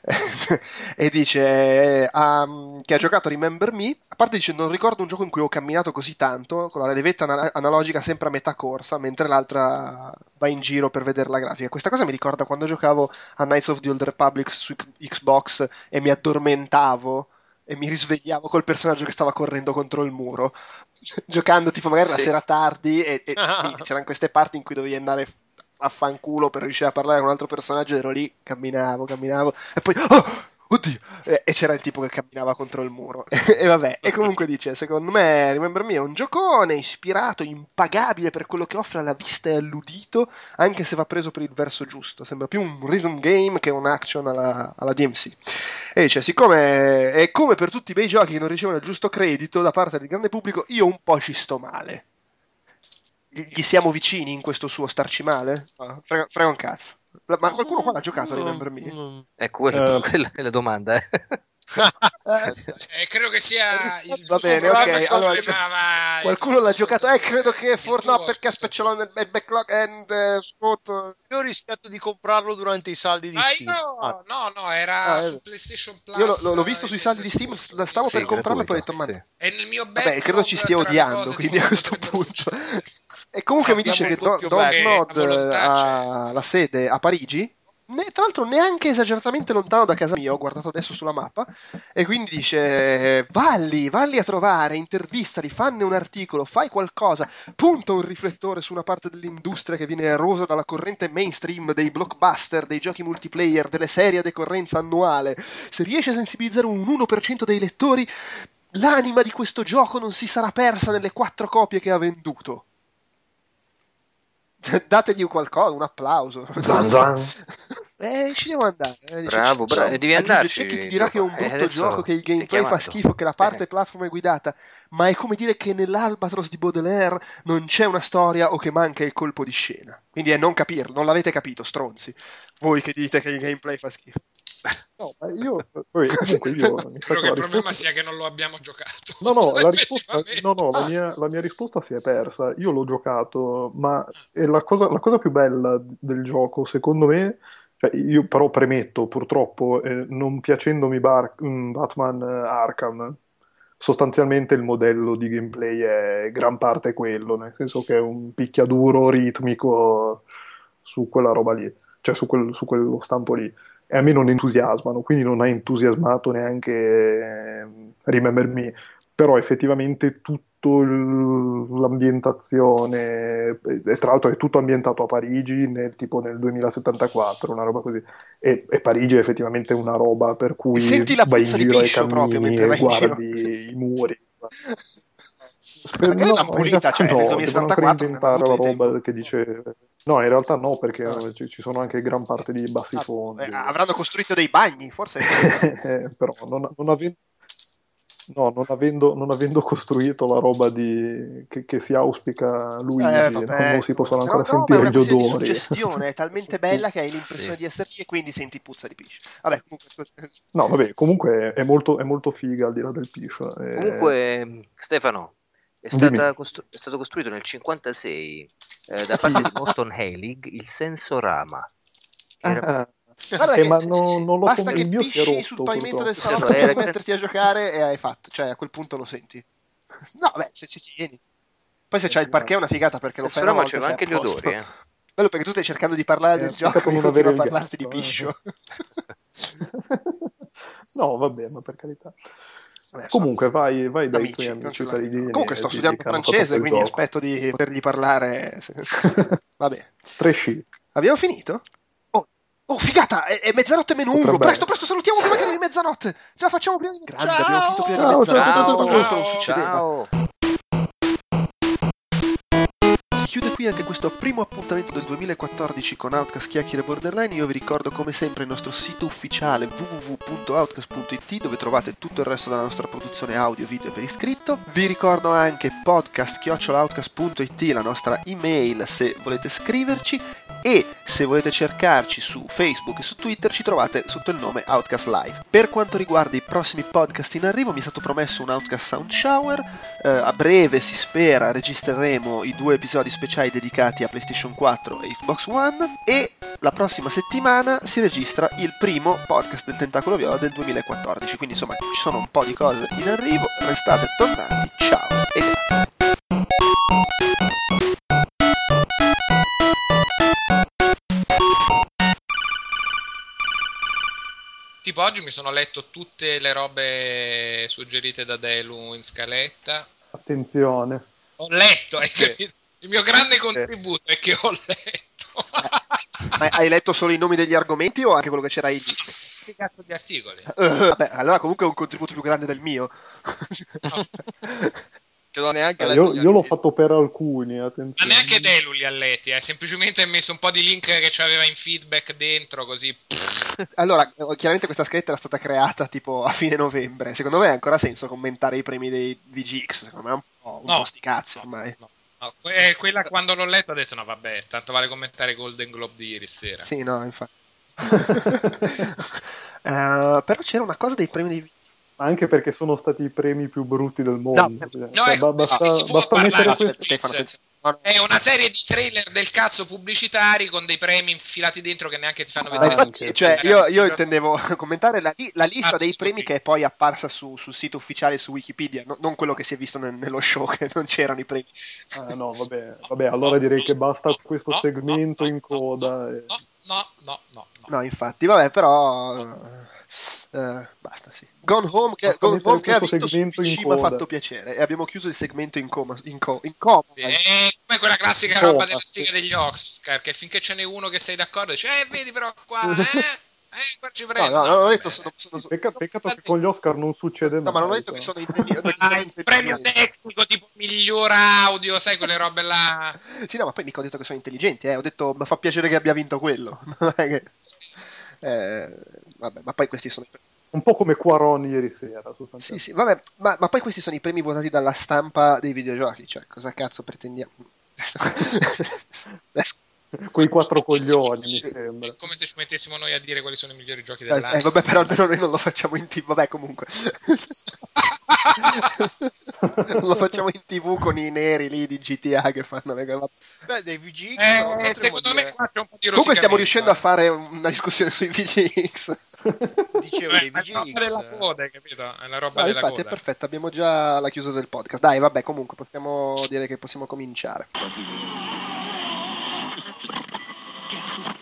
E dice eh, um, che ha giocato a Remember Me, a parte dice non ricordo un gioco in cui ho camminato così tanto con la levetta ana- analogica sempre a metà corsa mentre l'altra va in giro per vedere la grafica. Questa cosa mi ricorda quando giocavo a Knights of the Old Republic su Xbox e mi addormentavo e mi risvegliavo col personaggio che stava correndo contro il muro, giocando tipo magari la Sì. sera tardi e, e quindi c'erano queste parti in cui dovevi andare a fanculo per riuscire a parlare con un altro personaggio ed ero lì, camminavo, camminavo e poi oh! Oddio! E, e c'era il tipo che camminava contro il muro. E vabbè, e comunque dice, secondo me Remember Me è un giocone ispirato, impagabile per quello che offre alla vista e all'udito, anche se va preso per il verso giusto. Sembra più un rhythm game che un action alla, alla D M C. E dice, siccome è come per tutti i bei giochi che non ricevono il giusto credito da parte del grande pubblico, io un po' ci sto male. Gli gli siamo vicini in questo suo starci male? Ah, frega, frega un cazzo. La- Ma qualcuno qua l'ha giocato a Remember Me? Ecco, quella, Eh. quella è la domanda. Eh. Eh, Eh, credo che sia il Va giusto bene, programma ok, che allora, sollevava il qualcuno nostro l'ha giocato. Eh, credo ascoltatore. che forse Il no, tuo perché ascoltatore. special nel backlog and eh, spot. Io ho rischiato di comprarlo durante i saldi di Ma Steam. io Ah, no, no, era Ah, eh. su PlayStation Plus. Io l'ho, l'ho- l'ho eh, visto in sui mezzo saldi di a Steam, sconto. la stavo Sì, per comprarlo e poi ho detto, gratuito, ma sì. E nel mio vabbè, backlog credo ci stia tra le odiando, cose quindi a tipo questo potrebbero punto. succedere. E comunque mi Abbiamo dice che il Do- doppio Don't backlog. Nod A volontà ha la sede a Parigi. Ne- tra l'altro neanche esageratamente lontano da casa mia, ho guardato adesso sulla mappa, e quindi dice valli, valli a trovare, intervistali, fanne un articolo, fai qualcosa, punta un riflettore su una parte dell'industria che viene erosa dalla corrente mainstream dei blockbuster, dei giochi multiplayer, delle serie a decorrenza annuale. Se riesci a sensibilizzare un uno per cento dei lettori, l'anima di questo gioco non si sarà persa nelle quattro copie che ha venduto. Dategli qualcosa, un applauso. Zan zan. Eh, ci devo andare. Eh, dice, Bravo, "Ciao". bravo, devi Aggiunge, andarci, c'è chi ti dirà che è un Gioco. E brutto adesso gioco, che il ti ha gameplay fa chiamato. schifo, che la parte platform è guidata, ma è come dire che nell'Albatros di Baudelaire non c'è una storia o che manca il colpo di scena. Quindi è non capirlo, non l'avete capito, stronzi. Voi che dite che il gameplay fa schifo. No, ma io, poi, comunque io mi sa Credo che la il problema risposta- sia che non lo abbiamo giocato. No, no, la risposta, Effettivamente. no, no, la mia, la mia risposta si è persa. Io l'ho giocato, ma è la cosa, la cosa più bella del gioco, secondo me, cioè io però premetto, purtroppo, eh, non piacendomi Bar- mm, Batman eh, Arkham, sostanzialmente il modello di gameplay è gran parte quello, nel senso che è un picchiaduro ritmico su quella roba lì, cioè su, quel- su quello stampo lì. E a me non entusiasmano, quindi non ha entusiasmato neanche eh, Remember Me. però effettivamente tutto il- l'ambientazione, e tra l'altro è tutto ambientato a Parigi, nel, tipo nel duemilasettantaquattro, una roba così, e, e Parigi è effettivamente una roba per E cui senti la vai in puzza di giro e piscio proprio cammini mentre e vai in giro. guardi i muri. Ma magari No, l'hanno in pulita, realtà cioè nel no, devono duemilasettantaquattro non hanno reinventare avuto la di roba tempo. che dice... No, in realtà no, perché Ah. ci, ci sono anche gran parte di bassi Ah, fondi. eh, avranno costruito dei bagni, forse è quello. Eh, però non, non avendo, no, non avendo, non avendo costruito la roba di, che, che si auspica Eh, Luigi, no, vabbè, non si possono però ancora no, ma è sentire una gli questione di odori. suggestione, è talmente bella che hai l'impressione Sì. di essere lì e quindi senti puzza di piscio. Vabbè, comunque... No, vabbè, comunque è molto, è molto figa al di là del piscio. eh. Comunque, Stefano, è, Dimmi. stata costru- è stato costruito nel cinquantasei eh, da parte di Boston Helig il Sensorama. Che era... Ah, Guarda eh, che ma no- non lo basta com- che il mio si è pisci sul rotto, pavimento del purtroppo. salotto prima Era- di metterti a giocare e hai fatto, cioè a quel punto lo senti. No, beh, se ci tieni. Poi se c'hai il parquet è una figata perché lo fai una Sensorama volta c'aveva sei a anche gli posto. odori, eh. Bello perché tu stai cercando di parlare Eh, del peccato gioco e io non continuo a avere il parlarti di gatto, eh. piscio. No, vabbè, ma per carità. Vabbè, Comunque, vai, vai dai amici, tuoi non amici ce l'hai. parigini. Comunque sto e digli studiando che hanno fatto francese, quel quindi gioco. aspetto di potergli parlare. Vabbè. Tre sci. Abbiamo finito? Oh, oh figata! È, è mezzanotte meno uno. Potrebbe- Presto, presto, salutiamo prima che arrivi mezzanotte. Ce la facciamo prima di Grande, Ciao! abbiamo finito prima di Ciao, ciao, mezzanotte. ciao, Questo ciao, non ciao. succedeva. Ciao! Si chiude qui anche questo primo appuntamento del duemilaquattordici con Outcast Chiacchiere Borderline. Io vi ricordo come sempre il nostro sito ufficiale w w w punto outcast punto i t dove trovate tutto il resto della nostra produzione audio, video per iscritto. Vi ricordo anche podcast chiocciola outcast punto i t, la nostra email se volete scriverci, e se volete cercarci su Facebook e su Twitter ci trovate sotto il nome Outcast Live. Per quanto riguarda i prossimi podcast in arrivo mi è stato promesso un Outcast Sound Shower. Eh, a breve si spera registreremo i due episodi speciali dedicati a PlayStation quattro e Xbox One, e la prossima settimana si registra il primo podcast del Tentacolo Viola del duemilaquattordici, quindi insomma ci sono un po' di cose in arrivo. Restate tornati, ciao e grazie. Tipo oggi mi sono letto tutte le robe suggerite da Delu in scaletta. Attenzione. Ho letto, hai capito? Il mio grande contributo è che ho letto. Ma hai letto solo i nomi degli argomenti o anche quello che c'era all'inizio? Che cazzo di articoli? Uh, vabbè, allora comunque è un contributo più grande del mio. Che non ho neanche Eh, letto io, gli io l'ho articoli. fatto per alcuni, Ma attenzione. neanche Delu li ha letti, eh. Semplicemente ha messo un po' di link che c'aveva in feedback dentro, così. Allora, chiaramente questa scaletta era stata creata tipo a fine novembre. Secondo me ha ancora senso commentare i premi dei V G X. Secondo me è un po', un No. po' sti cazzi ormai. No, no. Que- quella quando l'ho letto ho detto no vabbè, tanto vale commentare Golden Globe di ieri sera. Sì, no, infatti. Eh, però c'era una cosa dei premi dei V G X. Ma anche perché sono stati i premi più brutti del mondo. No, Cioè, No, cioè, ecco, ba- basta, si può basta parlare mettere di questo. Stefano, Twitch. attenzione. No, no. È una serie di trailer del cazzo pubblicitari con dei premi infilati dentro che neanche ti fanno Ah, vedere. Infatti, cioè, io, io intendevo commentare la, li- la lista Spazio dei premi così. che è poi apparsa su- sul sito ufficiale su Wikipedia, no- non quello che si è visto nel- nello show, che non c'erano i premi. Ah, no, vabbè, vabbè, allora direi che basta questo No, segmento no, in no, coda. e- No, no, no, no, no. No, infatti, vabbè, però... eh, basta, sì. Gone Home che, Basta Gone mettere Home che ha questo vinto su segmento P C in mi ha coda. fatto piacere. E abbiamo chiuso il segmento in coma. In, co- in coma. Sì, è come quella classica Oh, roba ma- della sigla degli Oscar, che finché ce n'è uno che sei d'accordo dice eh vedi però qua eh, eh qua ci No, prendo. no, non ho detto vabbè. sono, sono- Pecca- peccato che con gli Oscar non succede mai. No, ma non ho detto però. che sono intelligenti. Ah, il premio tecnico tipo miglior audio, sai quelle robe là. Sì, no, ma poi mica ho detto che sono intelligenti, eh. Ho detto, mi fa piacere che abbia vinto quello. Non è che... eh, vabbè, ma poi questi sono i premi. Un po' come Quaron ieri sera, Sì, sostanzialmente. sì, vabbè, ma, ma poi questi sono i premi votati dalla stampa dei videogiochi, cioè, cosa cazzo pretendiamo? Adesso- Quei quattro Mettessimo- coglioni, mi sembra. È come se ci mettessimo noi a dire quali sono i migliori giochi Eh, dell'anno. eh, vabbè, però almeno noi non lo facciamo in tv, vabbè, comunque. Non lo facciamo in tv con i neri lì di G T A che fanno le cose. Beh, dei V G X Eh, no, potremmo secondo dire- me qua c'è un po' di Comunque stiamo rosicamento, riuscendo a eh. fare una discussione sui V G X. dicevo Eh, dei è la roba V G della X. coda, hai capito? È la roba No, della infatti è coda. perfetto, abbiamo già la chiusura del podcast. Dai, vabbè, comunque possiamo dire che possiamo cominciare.